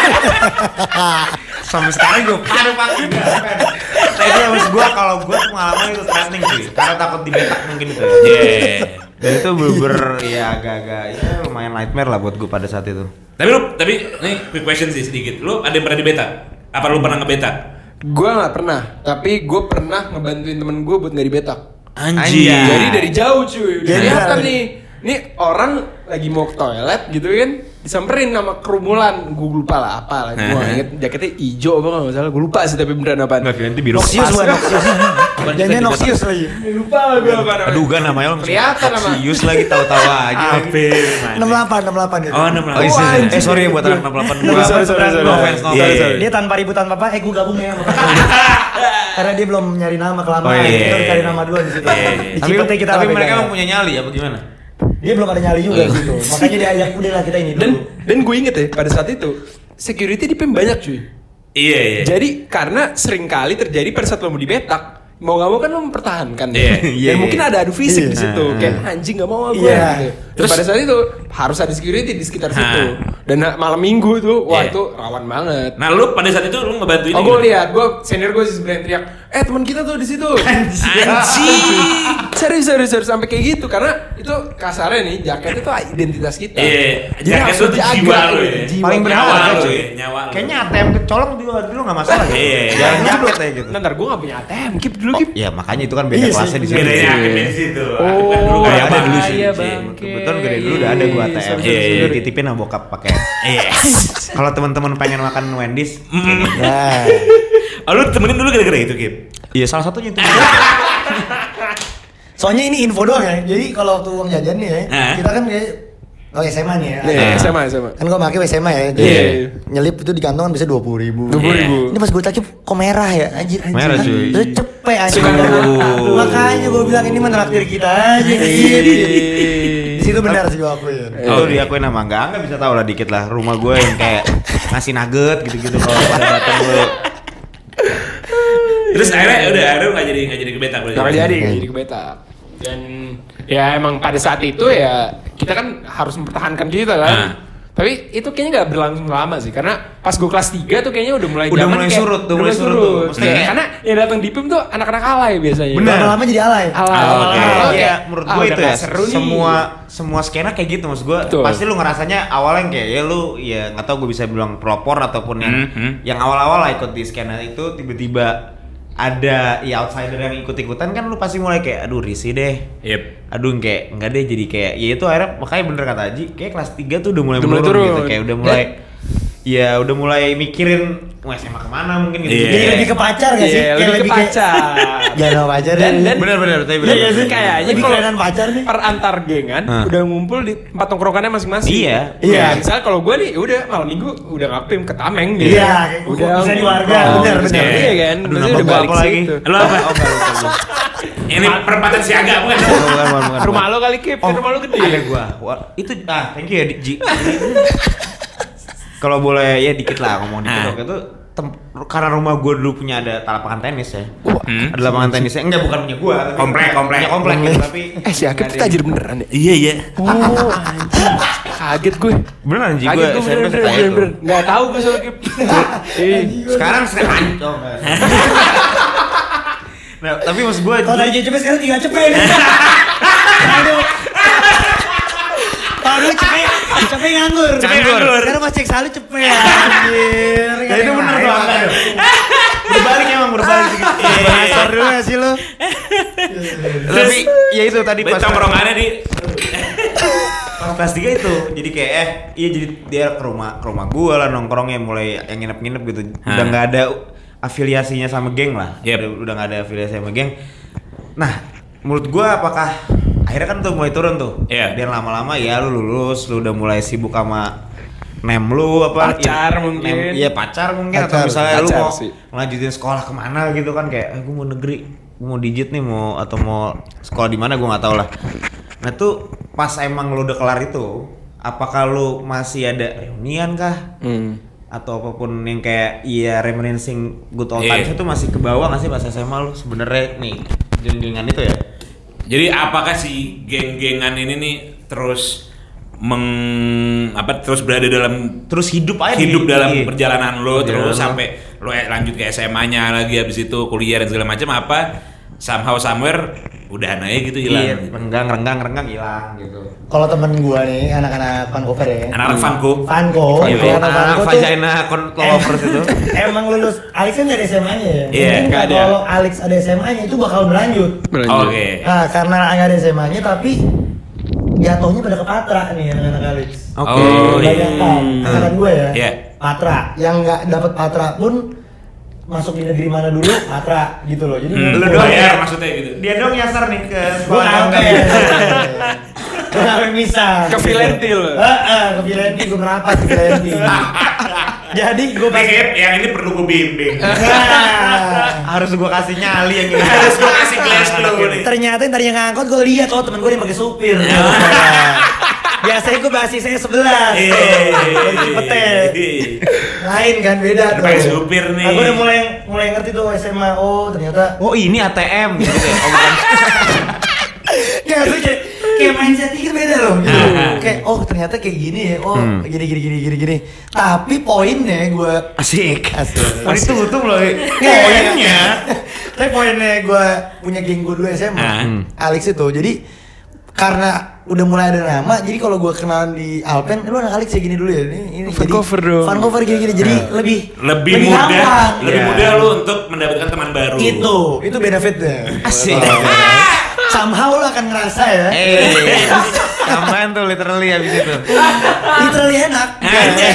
sampai sekarang gue pakai pakai nah itu yang maksud gue kalau gue pengalaman itu threatening sih karena takut dibetak mungkin itu ya. Yeah. Dan itu bener ya agak-agak ya lumayan nightmare lah buat gue pada saat itu. Tapi lu, tapi nih quick question sih sedikit. Lu ada yang pernah dibetak? Apa lu pernah ngebetak? Gue nggak pernah, tapi gue pernah ngebantuin temen gue buat nggak dibetak. Anjir. Jadi dari jauh cuy, udah Jadi kelihatan dari- nih. Nih orang lagi mau ke toilet gitu kan, disamperin sama kerumunan. Gue lupa lah apa lah, gue gak inget jaketnya hijau apa kalau nggak salah. Gue lupa sih tapi beneran apa. Enggak, nanti biru. Noxious bukan Noxious. Jangan Noxious lagi. Lupa lah gue apa namanya. Aduh, gak namanya lo Kelihatan nama. Sius lagi tahu-tahu aja. enam puluh delapan, enam puluh delapan gitu. Oh, enam Oh, puluh delapan. iya. Eh, sorry buat anak enam puluh delapan gua. Sorry, sorry, sorry. No offense, no Iya, offense. iya. Dia tanpa ribut tanpa apa, eh gue gabung ya. Karena dia belum nyari nama kelamaan. Oh, iya. Kita harus cari nama dulu di situ. Iya, iya. Di Tapi Cipete kita tapi lah mereka pegang. emang punya nyali apa gimana? Dia belum ada nyali juga di situ. Makanya dia ajak udah lah kita ini Dan dulu. dan gue inget ya pada saat itu security di P E M banyak cuy. Iya, iya. Jadi karena sering kali terjadi pada saat lo mau dibetak, mau gak mau kan lo mempertahankan. Iya, Dan iya, mungkin iya. ada adu fisik Iya. di situ. Ah. Kayak anjing gak mau gue. Iya. Gitu. Terus pada saat itu harus ada security di sekitar Ah. situ. Dan malam minggu itu, wah Iya. itu rawan banget. Nah, lu pada saat itu lu ngebantuin Oh gue lihat, gue senior gue sih sebenarnya teriak, eh teman kita tuh di situ. Anjing. Serius serius serius sampai kayak gitu karena itu kasarnya nih jaket itu identitas kita. Iya, Jadi jaket harus lu tuh dijaga. jiwa lu ya. Jiwa. Paling Nyawa berharga lu cuy. ya, nyawa lu. Kayaknya A T M kecolong juga dulu enggak masalah ya. Iya, iya. Jangan Lu jaket belum- ya gitu. Ntar gue gak punya A T M, Kip dulu Oh, Kip. iya, makanya itu kan beda Iya sih, kelasnya di situ. Bedanya akhirnya di situ. Oh, Kan Gak dulu ada dulu sih. iya, Sih. bangke. Kebetulan gede dulu udah ada gua A T M. Sorry, sorry, sorry. Dititipin sama bokap pakai. Yes. Kalau teman-teman pengen makan Wendy's, Mm. Nah, Oh, lu temenin dulu gara-gara itu, Kip? iya salah satunya itu. soalnya ini info doang ya. Jadi kalau waktu uang jajan nih ya, Hah? kita kan kayak oh S M A nih ya. Nih, Ah. S M A, S M A. Kan gue pakai S M A ya. Jadi Iya. nyelip itu di kantong kan bisa dua puluh ribu. dua puluh ribu. Ini pas gue cakip kok merah ya anjir. anjir. Merah, cuy. Terus cepet anjir. Aduh. Makanya gue bilang ini menraktir kita aja. Di situ benar sih gue akuin. Itu diakuin sama enggak, enggak bisa tahu lah dikit lah. Rumah gue yang kayak ngasih nugget gitu-gitu kalau pada datang gue. Terus akhirnya udah, akhirnya nggak jadi nggak jadi kebetak berarti. Gak jadi, gak jadi kebetak. Dan ya emang pada saat itu ya kita kan harus mempertahankan kita kan. Nah. Tapi itu kayaknya gak berlangsung lama sih karena pas gue kelas tiga tuh kayaknya udah mulai Udah zaman mulai kayak- surut, udah mulai surut tuh. Kayak- Maksudnya- karena yang datang di P I M tuh anak-anak alay biasanya. Bener. Lama-lama jadi alay. Alay. Oh, oke. Alay. Iya, menurut Ah, gue udah itu ya gak seru nih. semua semua skena kayak gitu maksud gue. Betul. Pasti lu ngerasanya awalnya kayak ya lu ya nggak tahu gue bisa bilang pelopor ataupun yang Hmm, hmm. yang awal-awal lah ikut di skena itu tiba-tiba ada ya outsider yang ikut-ikutan kan lu pasti mulai kayak aduh risih deh. Yep. Aduh kayak enggak deh jadi kayak ya itu akhirnya makanya bener kata Haji kayak kelas tiga tuh udah mulai Udah mulai menurun turun. gitu kayak udah mulai ya udah mulai mikirin mau S M A kemana mungkin gitu. Iya. Jadi lebih ke pacar gak sih? Iya, Kayak lebih ke kayak- pacar. Jangan sama pacar Dan- deh. dan- Bener-bener tapi Iya bener. gak sih? Kayaknya Lebih kalau kerenan pacar nih. per antar gengan Hah. udah ngumpul di tempat tongkrongannya masing-masing. Iya. Iya. Ya, misalnya kalau gue nih udah malam minggu udah ngapim ke Tameng gitu. Iya, udah bisa di warga, nongkrong. bener, bener. Iya kan. Aduh, Maksudnya nama udah gua balik apa lagi? situ. Lu apa? Oh, enggak, lupa gua. Ini perempatan siaga bukan? Oh, bukan, bukan, bukan, Rumah bukan. lo kali Kip, Oh, rumah lo gede. Ada gua. Wah, itu ah, thank you ya Ji. Kalau boleh ya dikit lah ngomong dikit Ah. waktu itu tem- karena rumah gua dulu punya ada lapangan tenis ya. Hmm. Ada lapangan tenisnya. Enggak bukan punya gua, tapi Komplek, komplek. Punya komplek gitu, tapi Eh si Akib tuh tajir beneran ya? Iya, iya. Oh anjing. Kaget gue. beneran Ji Kaget gua gue S M P bener bener sekaya bener tuh. bener. Gak tau gue soal Kip. Eh. Sekarang sering hancur. Nah, tapi maksud gua Kalau dari cepet sekarang tinggal cepet nih. Aduh. Kalau dulu cepet, cepet nganggur. Cepet nganggur. Sekarang pas cek salu cepet. Anjir. Ya itu bener tuh angka tuh. Berbalik emang berbalik sedikit. Dasar dulu gak sih lu? Tapi ya itu tadi Pas tongkrongannya di pas kelas tiga itu jadi kayak eh iya jadi dia ke rumah ke rumah gua lah nongkrongnya mulai yang nginep-nginep gitu udah Hah. nggak ada afiliasinya sama geng lah Yep. udah udah nggak ada afiliasi sama geng. Nah menurut gua apakah akhirnya kan tuh mulai turun tuh Iya. dan lama-lama ya lu lulus lu udah mulai sibuk sama nem lu apa Pacar ya, mungkin. nem- iya pacar mungkin atau Pacar. misalnya lu Pacar mau sih. ngelanjutin sekolah kemana gitu kan kayak eh, gua mau negeri gua mau digit nih mau atau mau sekolah di mana gua nggak tahu lah. Nah tuh pas emang lu udah kelar itu, apakah lu masih ada reunian kah? Hmm. Atau apapun yang kayak iya reminiscing good old Iya. times itu masih ke bawah nggak sih pas S M A lu sebenarnya nih geng-gengan itu ya? Jadi apakah si geng-gengan ini nih terus meng apa terus berada dalam Terus hidup aja hidup di- dalam iya. perjalanan lo Perjalanan terus lo. sampai lo lanjut ke S M A-nya lagi habis itu kuliah dan segala macam apa somehow somewhere udah aja gitu hilang. Iya, gitu. renggang renggang renggang hilang gitu. Kalau temen gua nih, anak-anak Vancouver ya. Anak-anak Vanco. Vanco, Iya, itu iya. anak Ah, Vanco tuh vagina lovers itu. emang lulus, Alex kan nggak ada S M A-nya ya? Iya, Mungkin nggak ada. kalau Alex ada S M A-nya itu bakal berlanjut. Berlanjut. Oke. Nah, karena nggak ada S M A-nya tapi jatuhnya pada ke Patra nih anak-anak Alex. Oke. Oh, iya. Banyak kan, angkatan gue ya. Iya. Patra, yang nggak dapat Patra pun masuk di negeri mana dulu Patra gitu loh. Jadi Hmm, Lu lu doang bayar ya? maksudnya gitu. Dia dong nyasar nih ke gue sekolah apa yang ya? Gue sampai bisa. Ke Vilentil. Heeh, ke Vilenti gue merapat ke Vilenti. Jadi gue pas Beb, yang ini perlu gue bimbing. Nah, harus gua kasih nyali yang ini. Harus gue kasih kelas dulu nih. ternyata yang tadinya ngangkot gue lihat oh temen gue yang pakai supir. Biasanya gue basisnya sebelas. Cepetnya. Lain kan beda tuh. Pakai supir nih. Nah, gue udah mulai mulai ngerti tuh S M A oh ternyata. Oh ini A T M gitu deh. Oh bukan. Kayak tuh kayak kayak mindset kan beda loh gitu. Ah. Kayak oh ternyata kayak gini ya. Oh Hmm. gini gini gini gini gini. Tapi poinnya gue Asik. Asik. Oh ditutup loh. Nggak, Poinnya. Tapi poinnya gue punya geng gue dulu S M A, Ah. Alex itu. Jadi karena udah mulai ada nama, jadi kalau gue kenalan di Alpen, lu anak Alex ya gini dulu ya. Ini, ini Vancouver jadi, dong. Vancouver gini-gini. Jadi lebih Lebih, mudah, gampang. lebih Iya. mudah lu untuk mendapatkan teman baru. Itu, itu benefitnya. Asik. Somehow lu akan ngerasa ya. Eh. Tambahan tuh literally habis itu. Literally enak. Aja.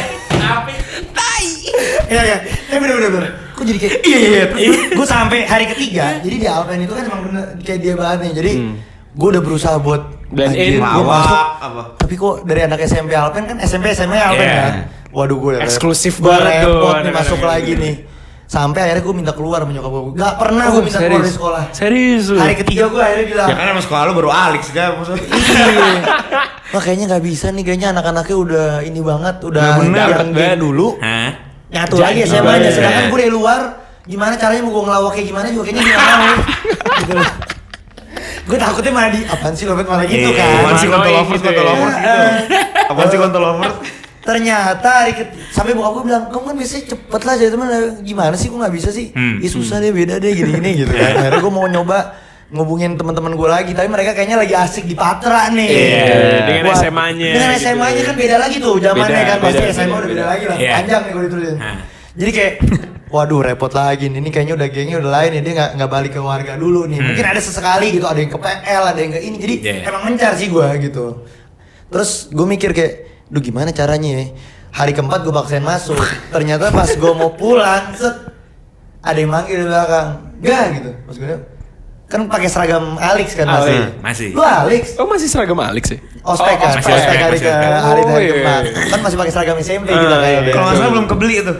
Iya iya. Tapi bener bener bener. Kok jadi kayak iya iya iya. Gue sampai hari ketiga. Jadi di Alpen itu kan emang bener kayak dia banget nih. Jadi gue udah berusaha buat Blend anjir, in, gua lawak, masuk. apa? Tapi kok dari anak S M P Alpen kan S M P S M A Alpen Iya. kan. Waduh gue Eksklusif gua banget tuh, repot nih anak-anak masuk ini. lagi nih. Sampai akhirnya gue minta keluar sama nyokap gue. Gak pernah gue Oh, minta keluar dari sekolah. Serius lu? Hari ketiga gue akhirnya bilang. Ya kan emang sekolah lu baru Alex kan maksudnya. Iya. Wah kayaknya nggak bisa nih, kayaknya anak-anaknya udah ini banget, udah Udah bener. yang geng dulu. Hah? Nyatu Jadi lagi S M A-nya, banget. sedangkan gue dari luar gimana caranya mau gue ngelawak kayak gimana juga kayaknya dia nggak mau. Gitu loh. Gue takutnya malah di apaan sih Lobet malah gitu Iya, kan. Apaan sih kontol lovers gitu kontol ya. lovers gitu. Apaan sih kontol lovers? Ternyata hari ket- sampai bokap gue bilang, kamu kan biasanya cepet lah jadi teman, gimana sih, kok nggak bisa sih? Hmm. Ih susah deh, beda deh gini-gini gitu kan. Akhirnya gue mau nyoba ngubungin teman-teman gue lagi, tapi mereka kayaknya lagi asik di Patra nih. Iya, dengan Wah, S M A-nya Dengan gitu S M A-nya kan beda lagi tuh zamannya Beda, kan, pasti beda, S M A beda, udah beda beda. lagi lah. Iya. Panjang nih kalau ditulisin. Hah. Jadi kayak waduh repot lagi nih, ini kayaknya udah gengnya udah lain ya, dia nggak nggak balik ke warga dulu nih. Hmm. Mungkin ada sesekali gitu, ada yang ke P L, ada yang ke ini. Jadi Yeah. emang mencar sih gue gitu. Terus gue mikir kayak, duh gimana caranya ya? Hari keempat gue paksain masuk. Ternyata pas gue mau pulang, set ada yang manggil di belakang, gak gitu. Pas gue kan pakai seragam Alex kan masih. Alex, masih. Lu Alex? Oh masih seragam Alex ya? Ospek kan, masih ospek ospek, hari masih ke ospek. hari Oh, hari iya. keempat. Kan masih pakai seragam S M P kita Ah, kayak. iya. Kalau nggak salah belum kebeli itu.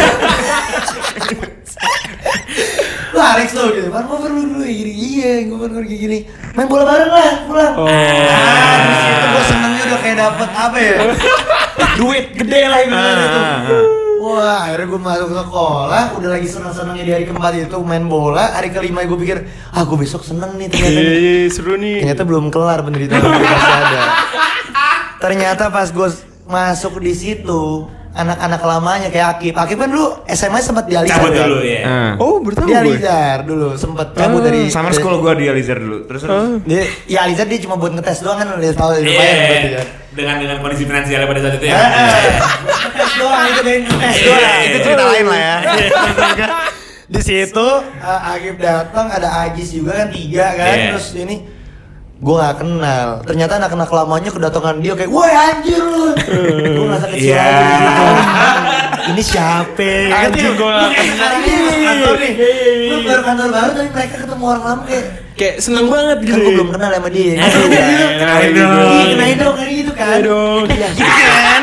Lu Alex tuh gitu, pan cover lu dulu gini, iya gue kan gini gini, main bola bareng lah, pulang. Oh. Ah, di situ gue senengnya udah kayak dapet apa ya, duit gede lah ibaratnya itu. Wah, akhirnya gue masuk ke sekolah, udah lagi seneng-senengnya di hari keempat itu main bola. Hari kelima gue pikir, ah gue besok seneng nih ternyata. Iya, iya, seru nih. Ternyata belum kelar penderitaan gue masih ada. Ternyata pas gue masuk di situ, anak-anak lamanya kayak Akib. Akib kan dulu S M A sempat di Alizar. Cabut kan? dulu ya. Oh, bertahu Di gue. Alizar dulu sempat cabut dari Summer school gua di Alizar dulu. Terus terus. Dia, ya Alizar dia cuma buat ngetes doang kan, udah tahu Iya, lumayan berarti kan. dengan dengan kondisi finansialnya pada saat itu ya. Heeh. Ngetes doang itu kayak ngetes Iya, doang. iya, Itu cerita lain lah ya. Di situ uh, Agib datang, ada Agis juga kan tiga kan, Iya. terus ini gue gak kenal. Ternyata anak-anak lamanya kedatangan dia kayak, woi anjir lu. Gue ngerasa kecil Iya. aja gitu. Ini siapa? Anjir, gua gak kenal. Kantor nih. Lu baru kantor baru tapi mereka ketemu orang lama kayak, Kayak seneng banget kan gitu. gue belum kenal sama dia. Aduh, kenalin dong. Iya, kenalin dong kayak gitu kan. Kenalin dong. Iya, gitu kan.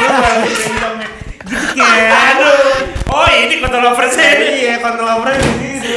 Gitu kan. Aduh. Oh, ini kontol lovers ya. Iya, kontol lovers di sini.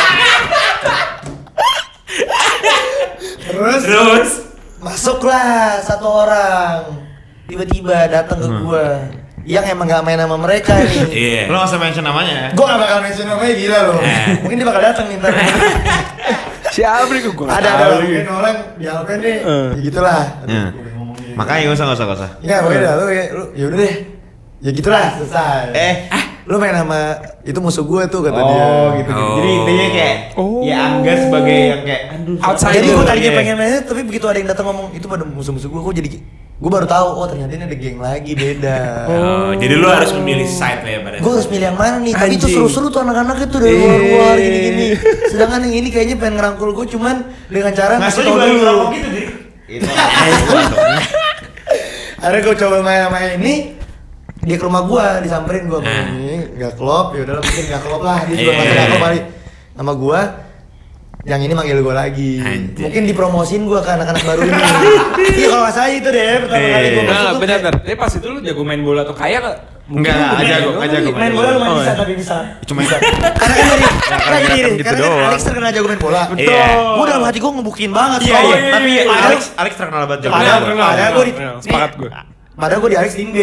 Terus Terus masuklah satu orang, tiba-tiba datang ke gua yang emang gak main sama mereka nih. iya. Lo nggak usah mention namanya ya. Gua gak bakal mention namanya, gila loh. Mungkin dia bakal datang nih ntar. Siapa nih gue? Ada ada lah, mungkin orang di Alpen nih, Eh. ya gitulah. Ya. Makanya nggak usah nggak usah nggak usah. Ya pokoknya dah, lu ya, lu ya udah deh. Ya gitulah, selesai. Eh, lu main sama itu musuh gue tuh kata oh, dia. gitu, gitu. Oh. Jadi intinya kayak Oh. ya Angga sebagai yang kayak aduh Outsider. Jadi gue tadinya Iya. pengen main tapi begitu ada yang datang ngomong itu pada musuh-musuh gue, gue jadi gue baru tahu oh ternyata ini ada geng lagi beda. Oh, jadi lu harus memilih side lah ya pada. Gue harus milih yang mana nih? Tadi tuh Anjing. seru-seru tuh anak-anak itu dari luar-luar gini-gini. Sedangkan yang ini kayaknya pengen ngerangkul gue cuman dengan cara ngasih ngasih tau juga dulu. ngomong gitu sih. Itu. Akhirnya gue coba main-main ini dia ke rumah gua disamperin gua Ah. ini nggak klop ya udah mungkin nggak klop lah dia juga Iya. masih nggak klop kali sama gua yang ini manggil gua lagi Anjir. mungkin dipromosin gua ke anak-anak baru ini iya kalau nggak salah itu deh pertama Iya. kali gua Nah, masuk tuh benar kayak, benar. Tapi pas itu lu jago main bola atau kaya nggak? Enggak, enggak jago, enggak jago. main bola lumayan Oh, bisa iya. tapi bisa Cuma bisa karena kan dari karena gini kelihatan nih, gitu karena kan doang. Alex terkenal jago main bola Iya. gua dalam hati gua ngebuktiin banget Iya, soalnya. iya, Tapi iya. Alex Alex terkenal banget jago. Padahal- bola. Terkenal, padahal gua di- terkenal. Sepakat gue. Padahal gue di Alex tim B.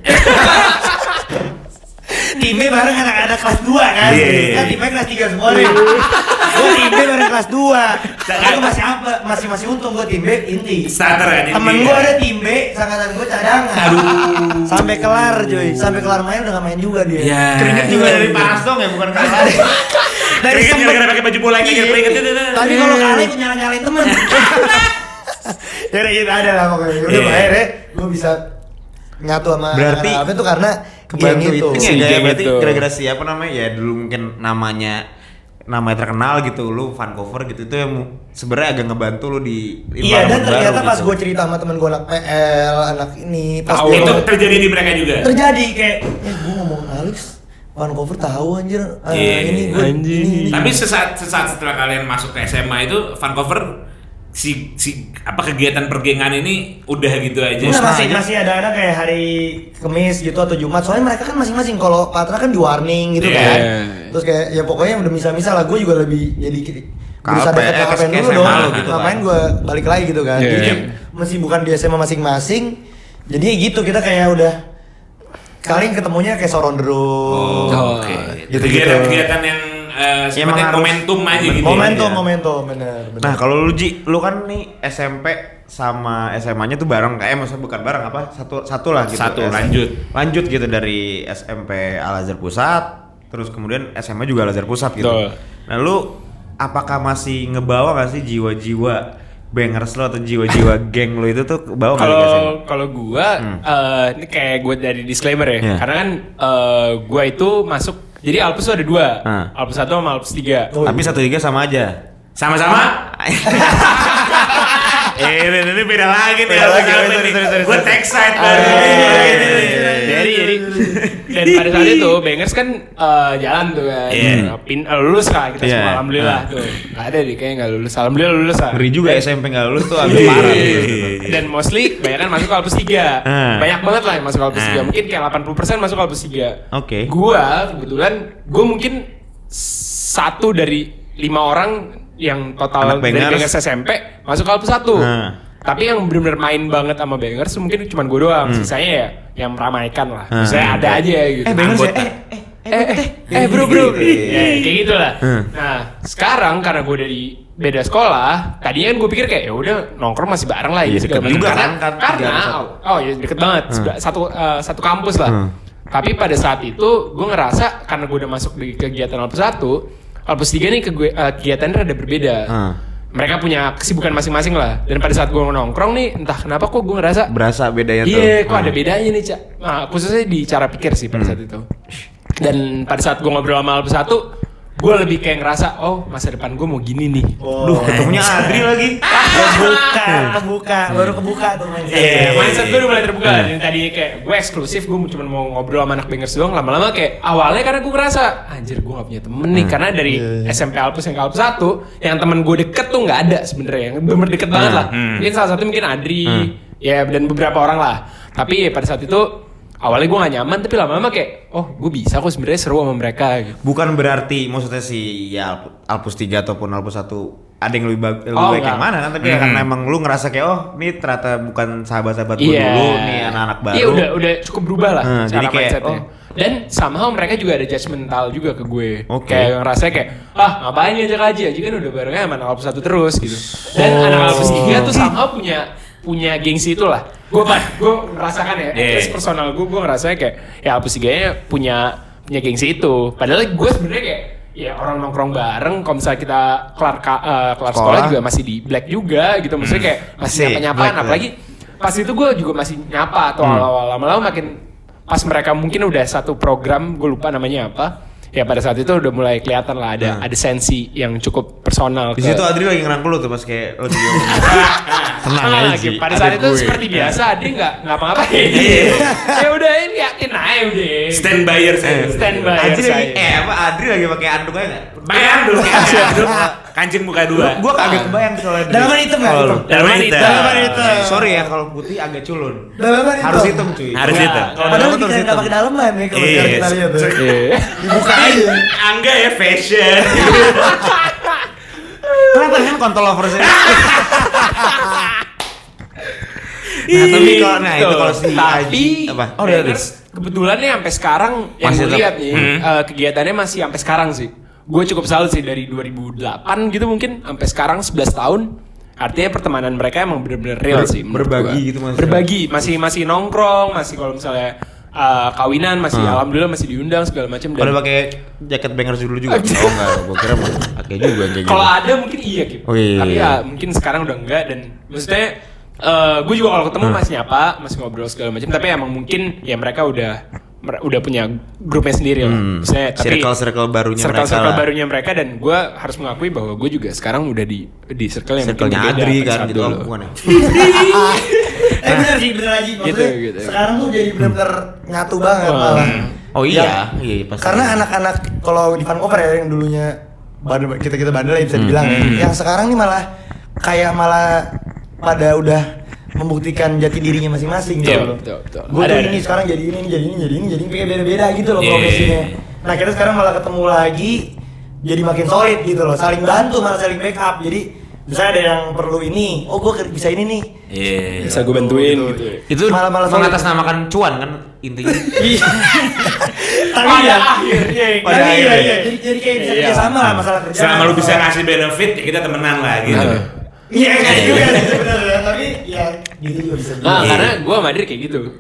Tim B bareng anak-anak kelas dua kan. Iya, iya, Kan iya. tim B kelas tiga semua nih. Gue tim B bareng kelas dua. Tapi gue masih apa? Masih masih untung gue tim B inti. Starter kan inti. Temen gue ada tim B, sangkatan gue cadangan. Aduh. Sampai kelar Joy. Sampai kelar main udah gak main juga dia. Ya. Keringet juga dari panas dong ya, bukan karena Dari Keringet sempet. gara-gara pakai baju bola yang Iya. keringet itu. Tapi kalau kalah ikut nyala-nyalain temen. Ya udah gitu ada lah pokoknya. Udah Iya. akhirnya gue bisa nyatu sama Berarti anak-anak apa itu karena kebantu geng itu itu. ya, Geng berarti itu. gara-gara siapa namanya ya dulu mungkin namanya namanya terkenal gitu, lu fan cover gitu itu yang sebenarnya agak ngebantu lu di Iya dan environment ternyata baru pas gitu. gue cerita sama temen gue anak P L, anak ini pas Tahu. dia Itu ngomong- terjadi di mereka juga. terjadi kayak eh gue ngomong Alex fan cover tahu anjir ah, Iya, ini gue anjing. ini, ini. Tapi sesaat sesaat setelah kalian masuk ke S M A itu fan cover si si apa kegiatan pergengan ini udah gitu aja. Enggak, masih aja. masih ada ada kayak hari Kamis gitu atau Jumat soalnya mereka kan masing-masing kalau Patra kan di warning gitu Iya. kan terus kayak ya pokoknya udah misal-misal lah gue juga lebih jadi berusaha K P, dekat eh, sama ke K P N dulu S M A dong lo gitu ngapain kan. gue balik lagi gitu kan Iya. jadi masih bukan di S M A masing-masing jadi ya gitu kita kayak udah kalian ketemunya kayak sorondero Oh, Oke. gitu-gitu. Kegiatan-kegiatan yang eh, Ya, emang sifatnya harus- momentum aja gitu. momentum Iya. momentum bener bener Nah, kalau lu Ji, lu kan nih S M P sama S M A-nya tuh bareng kayak maksudnya bukan bareng apa? Satu satu lah gitu. Satu, S- lanjut. Lanjut gitu dari S M P Al Azhar Pusat, terus kemudian S M A juga Al Azhar Pusat gitu. Betul. Nah, lu apakah masih ngebawa gak sih jiwa-jiwa bangers lo atau jiwa-jiwa geng lo itu tuh bawa nggak di S M A? Kalau kalau gua eh, ini kayak gue dari disclaimer ya. Iya. Karena kan eh, gua itu masuk jadi Alpus tuh ada dua. Hmm. Alpus satu sama Alpus tiga. Oh, Tapi satu tiga sama aja. Sama-sama. Eh, ini, ini beda lagi nih. Beda Alpus lagi, sama sorry, ini. sorry, sorry, Gua sorry. tag side Ah, baru. iya, iya, iya, iya, iya. iya. Jadi jadi dan pada saat itu Bangers kan eh, jalan tuh kan. Iya. Nah, Pin, eh, lulus lah kita Iya. semua alhamdulillah Ah. tuh. Gak ada deh kayaknya nggak lulus. Alhamdulillah lulus lah. Ngeri juga S M P nggak lulus tuh agak Iya. parah. gitu. Dan mostly banyak kan masuk ke Alpus tiga. Ah. Banyak banget lah yang masuk ke Alpus Ah. tiga. Mungkin kayak delapan puluh persen masuk ke Alpus tiga. Oke. Gua kebetulan gua mungkin satu dari lima orang yang total Anak dari Bangers. Bangers S M P masuk ke Alpus satu. Ah. Tapi yang benar-benar main banget sama Bangers mungkin cuma gue doang. Sisanya ya yang meramaikan lah. Hmm. Misalnya ada aja gitu. Eh, Bangers ya? Anggota. Eh, eh, eh, eh, bro bro, ya, kayak gitu lah. Hmm. Nah sekarang karena gue dari beda sekolah, tadinya kan gue pikir kayak ya udah nongkrong masih bareng lah Iya, ya. deket segala macam. juga karena, kan, kan, karena tiga satu. oh, oh ya deket banget, Sebelah- satu eh, satu kampus lah. Hmm. Tapi pada saat itu gue ngerasa karena gue udah masuk di kegiatan Alpus satu, Alpus tiga nih ke gue, eh, kegiatannya rada berbeda. Hmm. Mereka punya kesibukan masing-masing lah. Dan pada saat gue nongkrong nih, entah kenapa kok gue ngerasa Berasa bedanya tuh. iya, kok ada Hmm. bedanya nih, Cak. Nah, khususnya di cara pikir sih pada saat itu. Dan pada saat gue ngobrol sama Alpus satu, gue lebih kayak ngerasa, oh masa depan gue mau gini nih. Duh, ketemunya Adri lagi. kebuka kebuka baru kebuka tuh mindset. Iya, mindset gue udah mulai terbuka. Dan tadi kayak gue eksklusif, gue cuma mau ngobrol sama anak Bangers doang. Lama-lama kayak awalnya karena gue ngerasa, anjir gue gak punya temen nih. Karena dari S M P Alpus yang ke Alpus satu, yang temen gue deket tuh gak ada sebenarnya. Yang bener deket banget lah. Hmm. Mungkin salah satu mungkin Adri, ya dan beberapa orang lah. Tapi ya, pada saat itu awalnya gue gak nyaman, tapi lama-lama kayak, oh gue bisa kok sebenarnya seru sama mereka gitu. Bukan berarti maksudnya si ya Alp- Alpus tiga ataupun Alpus satu ada yang lebih, bag- lebih Oh, baik yang enggak. mana kan, tapi ya Hmm. karena emang lu ngerasa kayak oh ini ternyata bukan sahabat-sahabat gue Iya. dulu nih anak-anak baru. Iya udah udah cukup berubah lah Hmm, cara jadi kayak, mindsetnya. oh. Dan somehow mereka juga ada judgmental juga ke gue. Oke. Kayak ngerasa kayak ah ngapain ngajak aja, aja kan udah barengnya sama anak Alpus satu terus gitu. Dan anak Alpus tiga tuh somehow punya punya gengsi itu lah. Gue gue merasakan ya, Yeah. terus personal gue gue ngerasa kayak ya Alpus tiga nya punya punya gengsi itu. Padahal gue sebenarnya kayak ya orang nongkrong bareng, kalau misalnya kita kelar ka- uh, kelar sekolah. sekolah juga masih di black juga gitu, maksudnya kayak masih nyapa-nyapaan, apalagi pas itu gue juga masih nyapa atau hmm. awal-awal lama-lama makin pas mereka mungkin udah satu program, gue lupa namanya apa. Ya pada saat itu udah mulai kelihatan lah ada nah. ada sensi yang cukup personal. Di situ ke... Adri lagi ngerangkul lu tuh pas kayak lagi tenang nah, aja. Pada saat itu gue. Seperti biasa Adri nggak ngapa-ngapain. Ya udah ini yakin aja udah. Stand buyer saya. Stand buyer Adri saya. Lagi, eh apa Adri lagi pakai anduk aja nggak? Pakai anduk. Anduk. Kancing muka dua. Gue kagak kebayang soalnya. Dalaman hitam nggak? Dalaman hitam. Dalaman hitam. Sorry ya kalau putih agak culun. Dalaman hitam. Harus hitam cuy. Harus hitam. Padahal kita nggak pakai dalaman nih kalau kita lihat. Dibuka aja. Enggak ya fashion. Kelihatan kan kontol lovers ini. Nah tapi kalau nah itu kalau si tapi apa? Oh ya kebetulan nih sampai sekarang yang gue lihat nih hmm. uh, kegiatannya masih sampai sekarang sih. Gue cukup salut sih dari dua ribu delapan gitu mungkin sampai sekarang sebelas tahun. Artinya pertemanan mereka emang bener-bener real Ber, sih. Berbagi gitu masih. Berbagi masih masih nongkrong masih kalau misalnya Uh, kawinan masih hmm. alhamdulillah masih diundang segala macam. Pada pakai jaket bangers dulu juga. Oh enggak, gua kira pakai juga kayak gitu. Kalau ada mungkin iya gitu. Oh, iya. Tapi ya mungkin sekarang udah enggak dan maksudnya uh, gue juga kalau ketemu hmm. masih nyapa, masih ngobrol segala macam. Tapi emang mungkin ya mereka udah udah punya grupnya sendiri lah. Hmm. Maksudnya tapi circle-circle barunya circle, mereka. Circle barunya mereka dan gue harus mengakui bahwa gue juga sekarang udah di di circle yang circle-nya mungkin Adri beda kan gitu oh, bukan ya. Eh bener sih, bener lagi maksudnya gitu, gitu. Sekarang tuh jadi bener-bener nyatu banget oh. malah. Oh iya, ya, iya pasti. Karena anak-anak kalau di Vancouver ya yang dulunya bandel, kita-kita bandel ya bisa dibilang hmm. ya. Yang sekarang nih malah kayak malah pada udah membuktikan jati dirinya masing-masing gitu loh. Gue tuh ini sekarang jadi ini, jadi ini, jadi ini, jadi ini kayak beda-beda gitu loh yeah. profesinya. Nah kita sekarang malah ketemu lagi jadi makin solid gitu loh, saling bantu malah saling backup. Jadi misalnya ada yang perlu ini, oh gue bisa ini nih, yeah. bisa gue bantuin gitu. gitu. Itu malah malah mengatasnamakan cuan kan intinya. Iya. Tapi ya akhirnya, pada akhirnya ya, jadi jadi kayak bisa kerja sama lah masalah kerjaan. Selama lu bisa ngasih benefit, ya kita temenan lah gitu. Iya kayak juga sih sebenarnya, tapi ya gitu juga bisa. Nah karena gue sama Adri kayak gitu.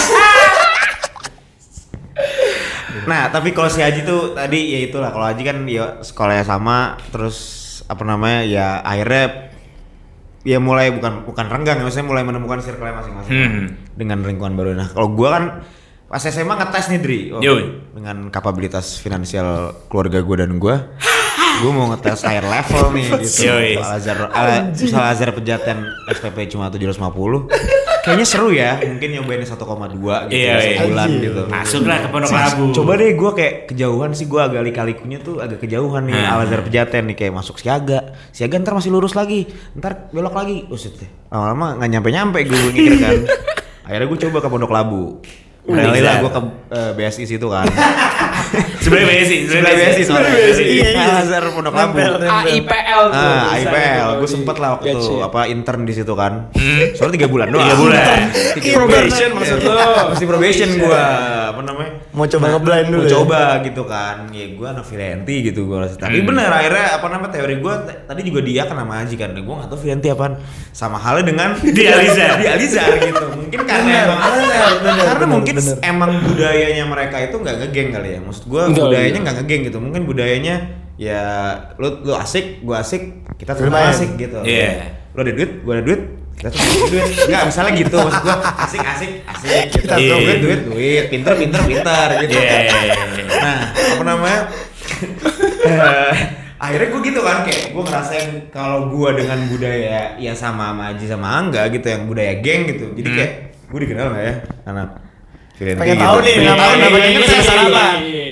Nah tapi kalau si Haji tuh tadi ya itulah, kalau Haji kan ya sekolahnya sama, terus apa namanya ya akhirnya ya mulai bukan bukan renggang, maksudnya mulai menemukan circle masing-masing hmm. dengan lingkungan baru. Nah kalau gue kan pas S M A ngetes nih Dri, oh, dengan kapabilitas finansial keluarga gue dan gue, gue mau ngetes higher level nih gitu. Al-Azhar, Al-Azhar Pejaten S P P cuma tujuh ratus lima puluh. Kayaknya seru ya, mungkin nyobain satu koma dua gitu iya, iya. sebulan gitu. Masuklah ke Pondok Labu. Coba deh gue kayak kejauhan sih, gue agak lika-likunya tuh agak kejauhan nih hmm. Al-Azhar Pejaten nih, kayak masuk Siaga. Siaga ntar masih lurus lagi, ntar belok lagi. Uset deh. Lama-lama enggak nyampe-nyampe gue mikir kan. Akhirnya gue coba ke Pondok Labu. Beralih lah gue ke uh, B S I situ kan. Sebenarnya B S I, sebenarnya B S I, sebenarnya B S I. Al-Azhar Pondok Labu. A I P L tuh. Ah, A I P L. Gue sempet lah waktu itu apa intern di situ kan. Soalnya tiga bulan doang. tiga bulan. Probation maksud lo. Masih probation gue. Apa namanya? Mau coba ngeblind dulu. Mau coba gitu kan. Ya gue anak Vilenti gitu gue rasa. Tapi bener akhirnya apa namanya teori gue tadi juga dia kan nama Haji kan. Gue nggak tahu Vilenti apaan. Sama halnya dengan di Alizar. Di Alizar gitu. Mungkin karena emang karena mungkin emang budayanya mereka itu nggak ngegeng kali ya. Maksud gue budayanya nggak ngegeng gitu. Mungkin budayanya ya lu lu asik, gue asik, kita sama asik gitu. Iya. Lu ada duit, gue ada duit, kita sama duit. Enggak, misalnya gitu. Maksud gue asik asik asik. Kita yeah. duit duit duit, pinter pinter pinter gitu. Yeah. Nah apa namanya? Akhirnya gue gitu kan, kayak gue ngerasain kalau gue dengan budaya ya sama sama Haji sama Angga gitu, yang budaya geng gitu. Jadi kayak gue dikenal nggak ya anak Vilenti pengen gitu. tahu nih, pengen tahu nih, pengen tahu apa?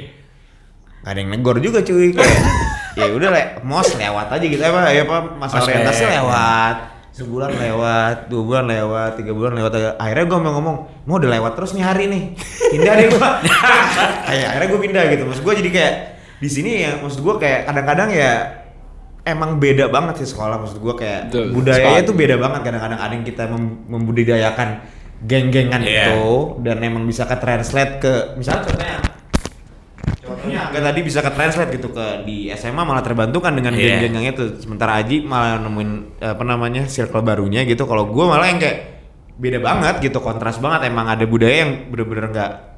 Gak ada yang negor juga cuy, kayak ya udah le, mos lewat aja gitu apa ya apa masa orientasi lewat, sebulan lewat, dua bulan lewat, tiga bulan lewat. Akhirnya gue mau ngomong, mau udah lewat terus nih hari nih, pindah deh gue. Kayak akhirnya gue pindah gitu, maksud gue jadi kayak di sini ya, maksud gue kayak kadang-kadang ya emang beda banget sih sekolah, maksud gue kayak Betul, budayanya sekolah. Tuh beda banget. Kadang-kadang ada yang kita mem- membudidayakan geng-gengan yeah. itu dan emang bisa ke translate ke misalnya contohnya contohnya agak tadi bisa ke translate gitu ke di S M A malah terbantukan dengan yeah. geng-geng yang itu, sementara Haji malah nemuin apa namanya circle barunya gitu. Kalau gue malah yang kayak beda banget gitu, kontras banget. Emang ada budaya yang bener-bener nggak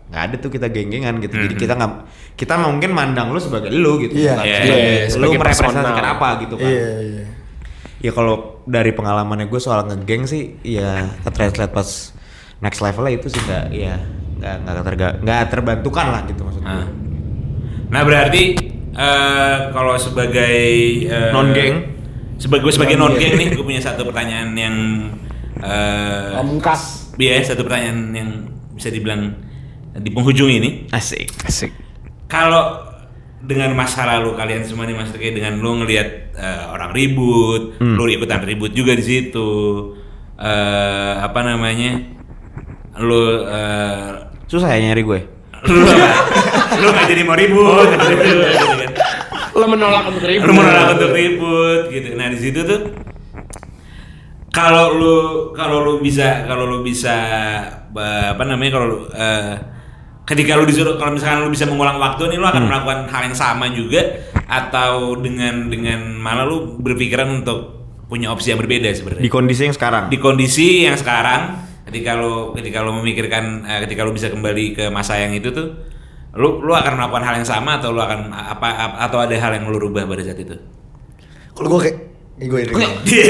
nggak ada tuh kita geng-gengan gitu. Mm-hmm. Jadi kita nggak kita mungkin mandang lu sebagai lu gitu. Iya. Bukan Yeah. sebagai Yeah, lu sebagai merepresentasikan personal. apa gitu kan. Iya, iya. Ya kalau dari pengalamannya gue soal ngegeng sih, ya ke-translate pas next levelnya itu sih nggak, ya nggak nggak terga, nggak terbantukan lah gitu maksudnya. Nah, nah berarti uh, kalau sebagai uh, non geng, sebagai sebagai non geng nih, gue punya satu pertanyaan yang uh, Pamungkas. Iya, satu pertanyaan yang bisa dibilang di penghujung ini. asik. Asik. Kalau dengan masa lalu kalian semua nih, maksudnya kayak dengan lu ngelihat uh, orang ribut, Hmm. lu ikutan ribut juga di situ, uh, apa namanya, lu uh, Susah ya nyari gue. lu lu nggak jadi mau ribut, gitu kan. Lo menolak untuk ribut. Lu menolak untuk ribut, gitu. Nah di situ tuh, kalau lu kalau lu bisa kalau lu bisa apa namanya kalau lu, uh, ketika lu disuruh, kalau misalkan lu bisa mengulang waktu nih, lu akan hmm. melakukan hal yang sama juga, atau dengan dengan malah lu berpikiran untuk punya opsi yang berbeda sebenarnya. Di kondisi yang sekarang. Di kondisi yang sekarang, ketika lu ketika lu memikirkan, uh, ketika lu bisa kembali ke masa yang itu tuh, lu lu akan melakukan hal yang sama, atau lu akan apa, apa atau ada hal yang lu rubah pada saat itu? Kalau gue kayak gue ini.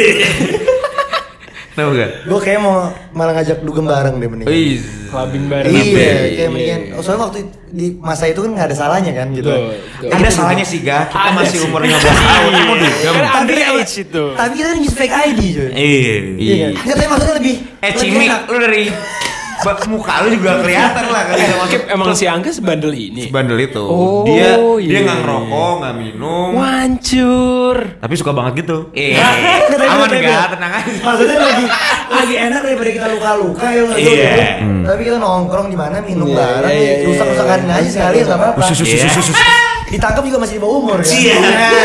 Tahu gak? Gue kayak mau malah ngajak dugem bareng deh mending. Wih. Clubbing bareng. Iya, kayak Iya, mendingan. iya. Oh, soalnya waktu itu- di masa itu kan nggak ada salahnya kan gitu. Betul, betul. Ada salahnya sih ga, kita Ada masih sih. umur lima belas tahun, mau dugem. Kan Tapi underage itu. Tapi kita kan use fake I D cuy. Iya. Iya kan? Nggak, tapi maksudnya lebih Eh lebih Cimi, enak. lu dari ba- muka lu juga kelihatan lah kali sama Kip, emang si Angga sebandel ini. bandel itu. Oh, dia dia iya. nggak ngerokok, nggak minum, Wancur. tapi suka banget gitu. Eh, Nggak, tapi aman tapi- enggak? Tenang aja. Maksudnya lagi lagi enak daripada kita luka-luka ya nggak tahu Iya. gitu. Hmm. Tapi kita nongkrong di mana minum Iya, bareng, iya, iya, rusak-rusakan iya, aja iya. sekali nggak apa-apa. Sus, sus, sus, Iya. sus, sus. Ditangkap juga masih di bawah umur kan. Iya.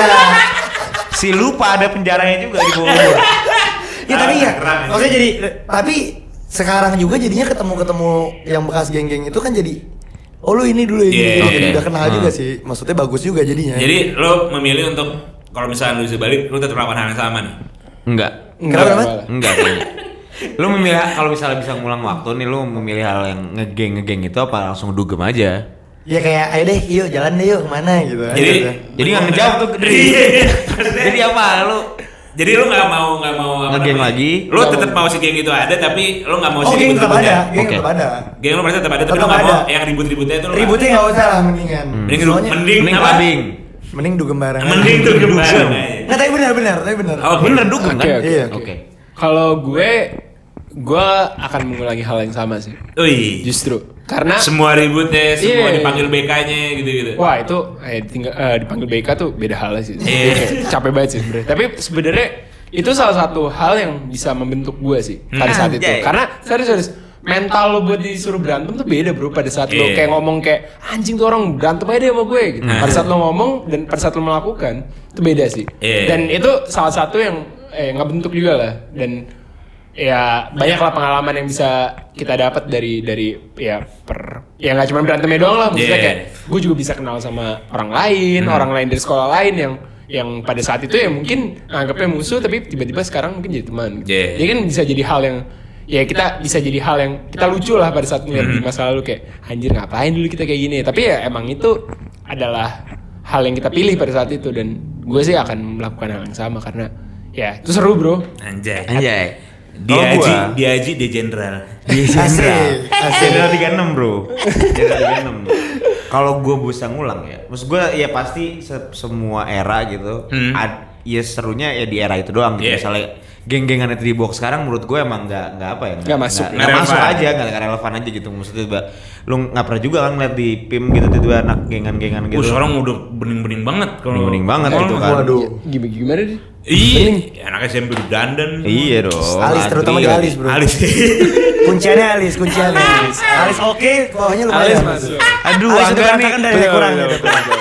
Si lupa ada penjaranya juga di bawah umur. Ya tapi ya, Keren. maksudnya jadi tapi sekarang juga jadinya ketemu-ketemu yang bekas geng-geng itu kan jadi oh lu ini dulu ini, Iya, ini. oke. Jadi udah kenal Hmm. juga sih. Maksudnya bagus juga jadinya. Jadi lo memilih untuk, kalau misalnya lu bisa balik, lu tetap melakukan hal yang sama nih. Enggak. Kenapa, kenapa? Enggak kayaknya. Lu memilih, kalau misalnya bisa ngulang waktu nih, lu memilih hal yang ngegeng-ngegeng itu apa langsung dugem aja? Ya kayak ayo deh, yuk jalan deh yuk kemana gitu. Jadi, Ayo, Jadi nggak ngejawab tuh. Jadi apa lu? Jadi lu nggak mau nggak mau apa Ngegeng namanya? lagi? Lu tetap mau si geng itu ada, tapi lu nggak mau Oh si geng tetap ribut-ributnya. ada, geng Oke. tetap ada. Geng lu pasti tetap ada, tapi lu Tetap nggak mau ada. yang ribut-ributnya itu. lu nggak- Ributnya nggak usah lah mendingan. Mending lu- Soalnya- mending Mending apa? clubbing. Mending dugem bareng. Mending tuh gimana? Nggak, tapi benar benar, tapi benar. Oh, Bener dugem kan? Oke, oke, Iya. Oke. Kalau gue, gue akan mengulangi hal yang sama sih. Wih. Justru karena Semua ributnya, semua Iya. dipanggil B K-nya gitu-gitu. wah itu eh, tinggal eh, dipanggil B K tuh beda hal sih. Iya. Kayak capek banget sih sebenarnya. Tapi sebenarnya itu salah satu hal yang bisa membentuk gue sih pada saat itu. Anjay. Karena serius serius mental lo buat disuruh berantem tuh beda bro pada saat lo Iya. kayak ngomong kayak anjing tuh orang berantem aja deh sama gue gitu. Pada saat lo ngomong dan pada saat lo melakukan itu beda sih. Iya. Dan itu salah satu yang eh nggak bentuk juga lah dan ya banyak lah pengalaman yang bisa kita dapat dari dari ya per ya nggak cuma berantemnya doang lah maksudnya Yeah. kayak gue juga bisa kenal sama orang lain orang lain dari sekolah lain yang yang pada saat itu ya mungkin anggapnya musuh tapi tiba-tiba sekarang mungkin jadi teman gitu. Yeah. Jadi kan bisa jadi hal yang ya kita bisa jadi hal yang kita lucu lah pada saat melihat di masa lalu kayak anjir ngapain dulu kita kayak gini tapi ya emang itu adalah hal yang kita pilih pada saat itu dan gue sih akan melakukan hal yang sama karena ya itu seru bro. Anjay. Anjay. Dia Kalau Haji, gua- dia Haji, dia jenderal. Dia Asik, jenderal. asik. Jenderal tiga puluh enam bro. Jenderal tiga puluh enam. Kalau gue bisa ngulang ya, maksud gue ya pasti se- semua era gitu. Hmm. ad- ya serunya ya di era itu doang. Gitu. Yeah. Misalnya geng-gengan itu di box sekarang menurut gue emang nggak nggak apa ya Nggak masuk. nggak Nggak masuk relevan. aja nggak nggak relevan aja gitu maksudnya tiba lu nggak pernah juga kan ngeliat di P I M gitu tiba anak gengan-gengan gitu Gue sekarang udah bening-bening banget kalau Bening-bening banget kalau- gitu kan. Waduh. Gimana gimana deh? Iya, anak S M P udah dandan. iya dong Alis, terutama di alis, bro. Alis. Kunciannya alis, kunciannya alis. Alis oke, bawahnya lumayan. Alis masuk. aduh Alis udah agak nih berantakan dari Bener, kurang bener, gitu.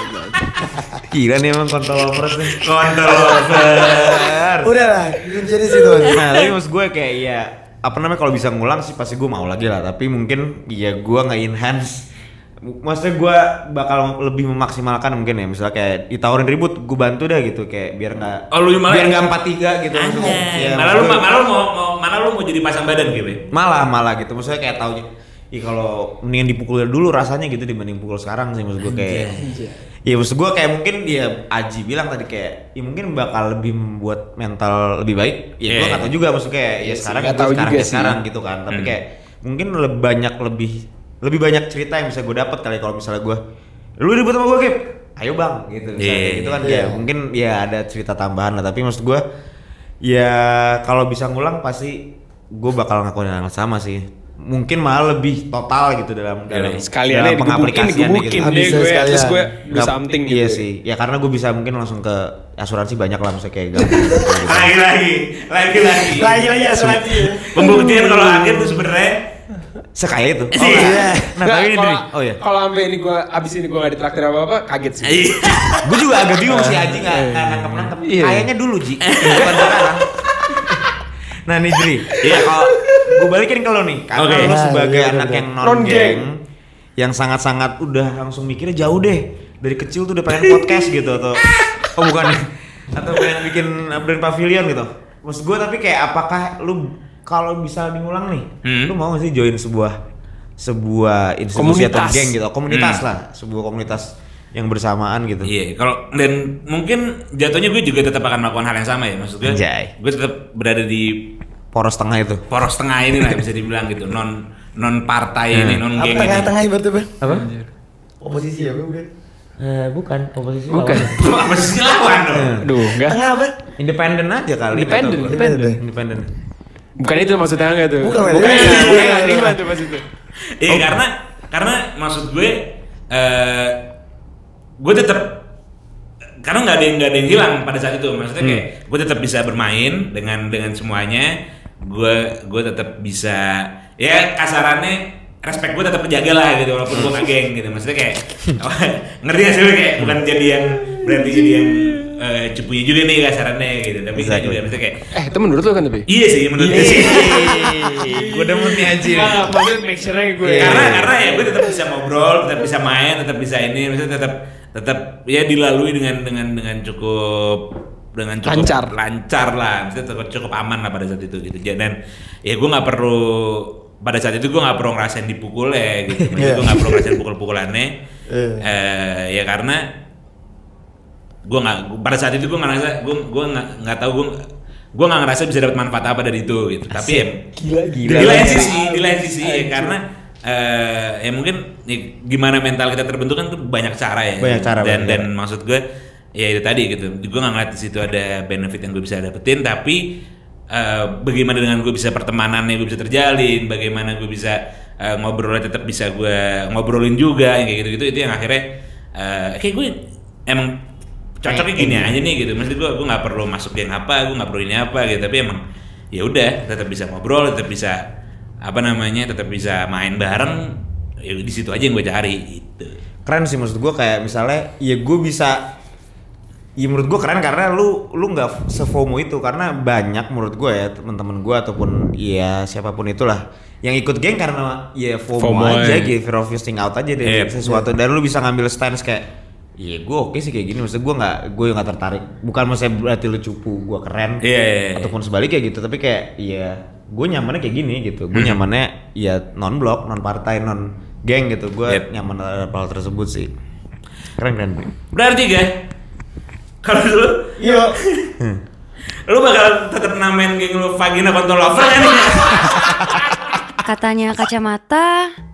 gila nih emang kontrol lovers nih Kontol lover. Udah lah, kunciannya situ. nah tapi maksud gue kayak ya apa namanya kalau bisa ngulang sih pasti gue mau lagi lah tapi mungkin ya gue nggak enhance maksudnya gue bakal lebih memaksimalkan mungkin ya misalnya kayak ditawarin ribut gue bantu dah gitu kayak biar nggak Oh, lu malah- biar nggak empat tiga gitu maksudnya. Anjay. Ya, Malah lu maksud gue- malah lu mau, mau malah lu mau jadi pasang badan gitu. malah malah gitu maksudnya kayak tahu ya kalau mendingan dipukul dulu rasanya gitu dibanding pukul sekarang sih maksud gue kayak. Ya maksud gue kayak mungkin dia Aji bilang tadi kayak ya mungkin bakal lebih membuat mental lebih baik. Ya gue Yeah. nggak tahu juga maksud kayak ya Iya sekarang sih, nggak itu tahu sekarang juga ya sih. sekarang gitu kan. Tapi Hmm. kayak mungkin lebih banyak lebih lebih banyak cerita yang bisa gue dapat kali kalau misalnya gue lu ribut sama gue Kip. Ayo bang gitu misalnya Yeah. gitu kan Yeah. kayak mungkin ya ada cerita tambahan lah tapi maksud gue ya kalau bisa ngulang pasti gue bakal ngakuin hal yang sama sih mungkin malah lebih total gitu dalam dalam Sekalian dalam aja digebukin, pengaplikasiannya digebukin gitu. deh Bisa gue, sekalian. terus gue do Nggak- something gitu. iya sih ya karena gue bisa mungkin langsung ke asuransi banyak lah misalnya kayak gampang gitu. Lagi-lagi, lagi-lagi. Lagi-lagi asuransi. Pembuktian kalau akhir tuh sebenarnya sekaya itu Iya. oh, nah Nggak, tapi ini kalau- Dri. oh ya Kalau sampai ini gue abis ini gue nggak ditraktir apa apa, kaget sih. Iya. gue juga agak bingung sih Aji nggak nggak nangkep nangkep Iya. kayaknya dulu Ji bukan sekarang nah nih Dri ya kalau gue balikin ke lo nih karena Oke. lo Nah, sebagai iya, anak iya. yang non Non-geng. geng yang sangat-sangat udah langsung mikirnya jauh deh dari kecil tuh udah pengen podcast gitu atau oh bukan atau pengen bikin brand pavilion gitu maksud gue tapi kayak apakah lu kalau bisa diulang nih Hmm. lu mau gak sih join sebuah sebuah institusi atau Komunitas. geng gitu komunitas Hmm. lah sebuah komunitas yang bersamaan gitu Iya, kalau dan mungkin jatuhnya gue juga tetap akan melakukan hal yang sama ya, maksud gue. Anjay. Gue tetap berada di poros tengah itu poros tengah ini lah bisa dibilang gitu, non non partai ini, non Apa geng ini. tengah-tengah ibaratnya Bang? apa Oposisi ya bukan? Eh, bukan oposisi Bukan. Apa sih lawan dong? Aduh, enggak. Tengah apa? independen aja kali Independen, nggak tahu. independen. independen Bukan itu maksudnya enggak tuh? Bukan, bukan. bukan. Bukan. Ini gimana tuh maksudnya? Iya karena karena maksud gue eh gue tetap karena nggak ada yang nggak ada yang hilang pada saat itu maksudnya kayak gue tetap bisa bermain dengan dengan semuanya gue gue tetap bisa ya kasarannya respect gue tetap terjaga lah gitu walaupun gue nggak geng gitu maksudnya kayak ngerti gak sih lu? Kayak bukan jadi yang berarti jadi yang eh, cupunya juga nih kasarannya gitu tapi kita Exactly. juga maksudnya kayak Eh, itu menurut lo kan tapi? iya sih menurut gue sih gue demen nih Aji Enggak, maksudnya make sure-nya gue. karena karena ya gue tetap bisa ngobrol, tetap bisa main, tetap bisa ini, maksudnya tetap tetap ya dilalui dengan dengan dengan cukup dengan cukup Lancar. lancar lah, maksudnya cukup, cukup aman lah pada saat itu gitu. Dan ya gue nggak perlu pada saat itu gue nggak perlu ngerasain dipukul ya gitu, maksudnya gue nggak perlu ngerasain pukul-pukulannya, eh, ya karena gue nggak pada saat itu gue nggak ngerasa gue gue nggak nggak tahu gue gue nggak ngerasa bisa dapat manfaat apa dari itu gitu, tapi ya Gila di gila. lain sisi, di lain sisi ya karena eh ya mungkin ya, gimana mental kita terbentuk kan tuh banyak cara ya. Banyak cara, Dan banyak dan cara. maksud gue ya itu tadi gitu. Gue nggak ngeliat di situ ada benefit yang gue bisa dapetin, tapi eh, bagaimana dengan gue bisa pertemanannya gue bisa terjalin, bagaimana gue bisa eh, ngobrolnya tetap bisa gue ngobrolin juga yang kayak gitu-gitu itu yang akhirnya eh, kayak gue emang cocoknya gini aja nih gitu. Maksud gue gue nggak perlu masuk geng apa, gue nggak perlu ini apa gitu, tapi emang ya udah tetap bisa ngobrol, tetap bisa apa namanya, tetap bisa main bareng. Ya di situ aja yang gue cari gitu. keren sih maksud gue kayak misalnya ya gue bisa ya menurut gue keren karena lu lu nggak sefomo itu karena banyak menurut gue ya teman-teman gue ataupun ya siapapun itulah yang ikut geng karena ya FOMO, FOMO aja ya. gitu fear of missing out aja deh Yep. sesuatu dan lu bisa ngambil stance kayak iya gue oke sih kayak gini maksud gue nggak gue nggak tertarik bukan maksudnya berarti lu cupu gue keren Iya, iya, iya. ataupun sebaliknya gitu tapi kayak ya gue nyamannya kayak gini gitu gue nyamannya ya non blok non partai non geng gitu gue Yep. nyaman terhadap hal tersebut sih keren keren Bri. Berarti ga kalau dulu Iya. lu bakal tetap namain geng lu Vagina Control Lover kan? Katanya kacamata,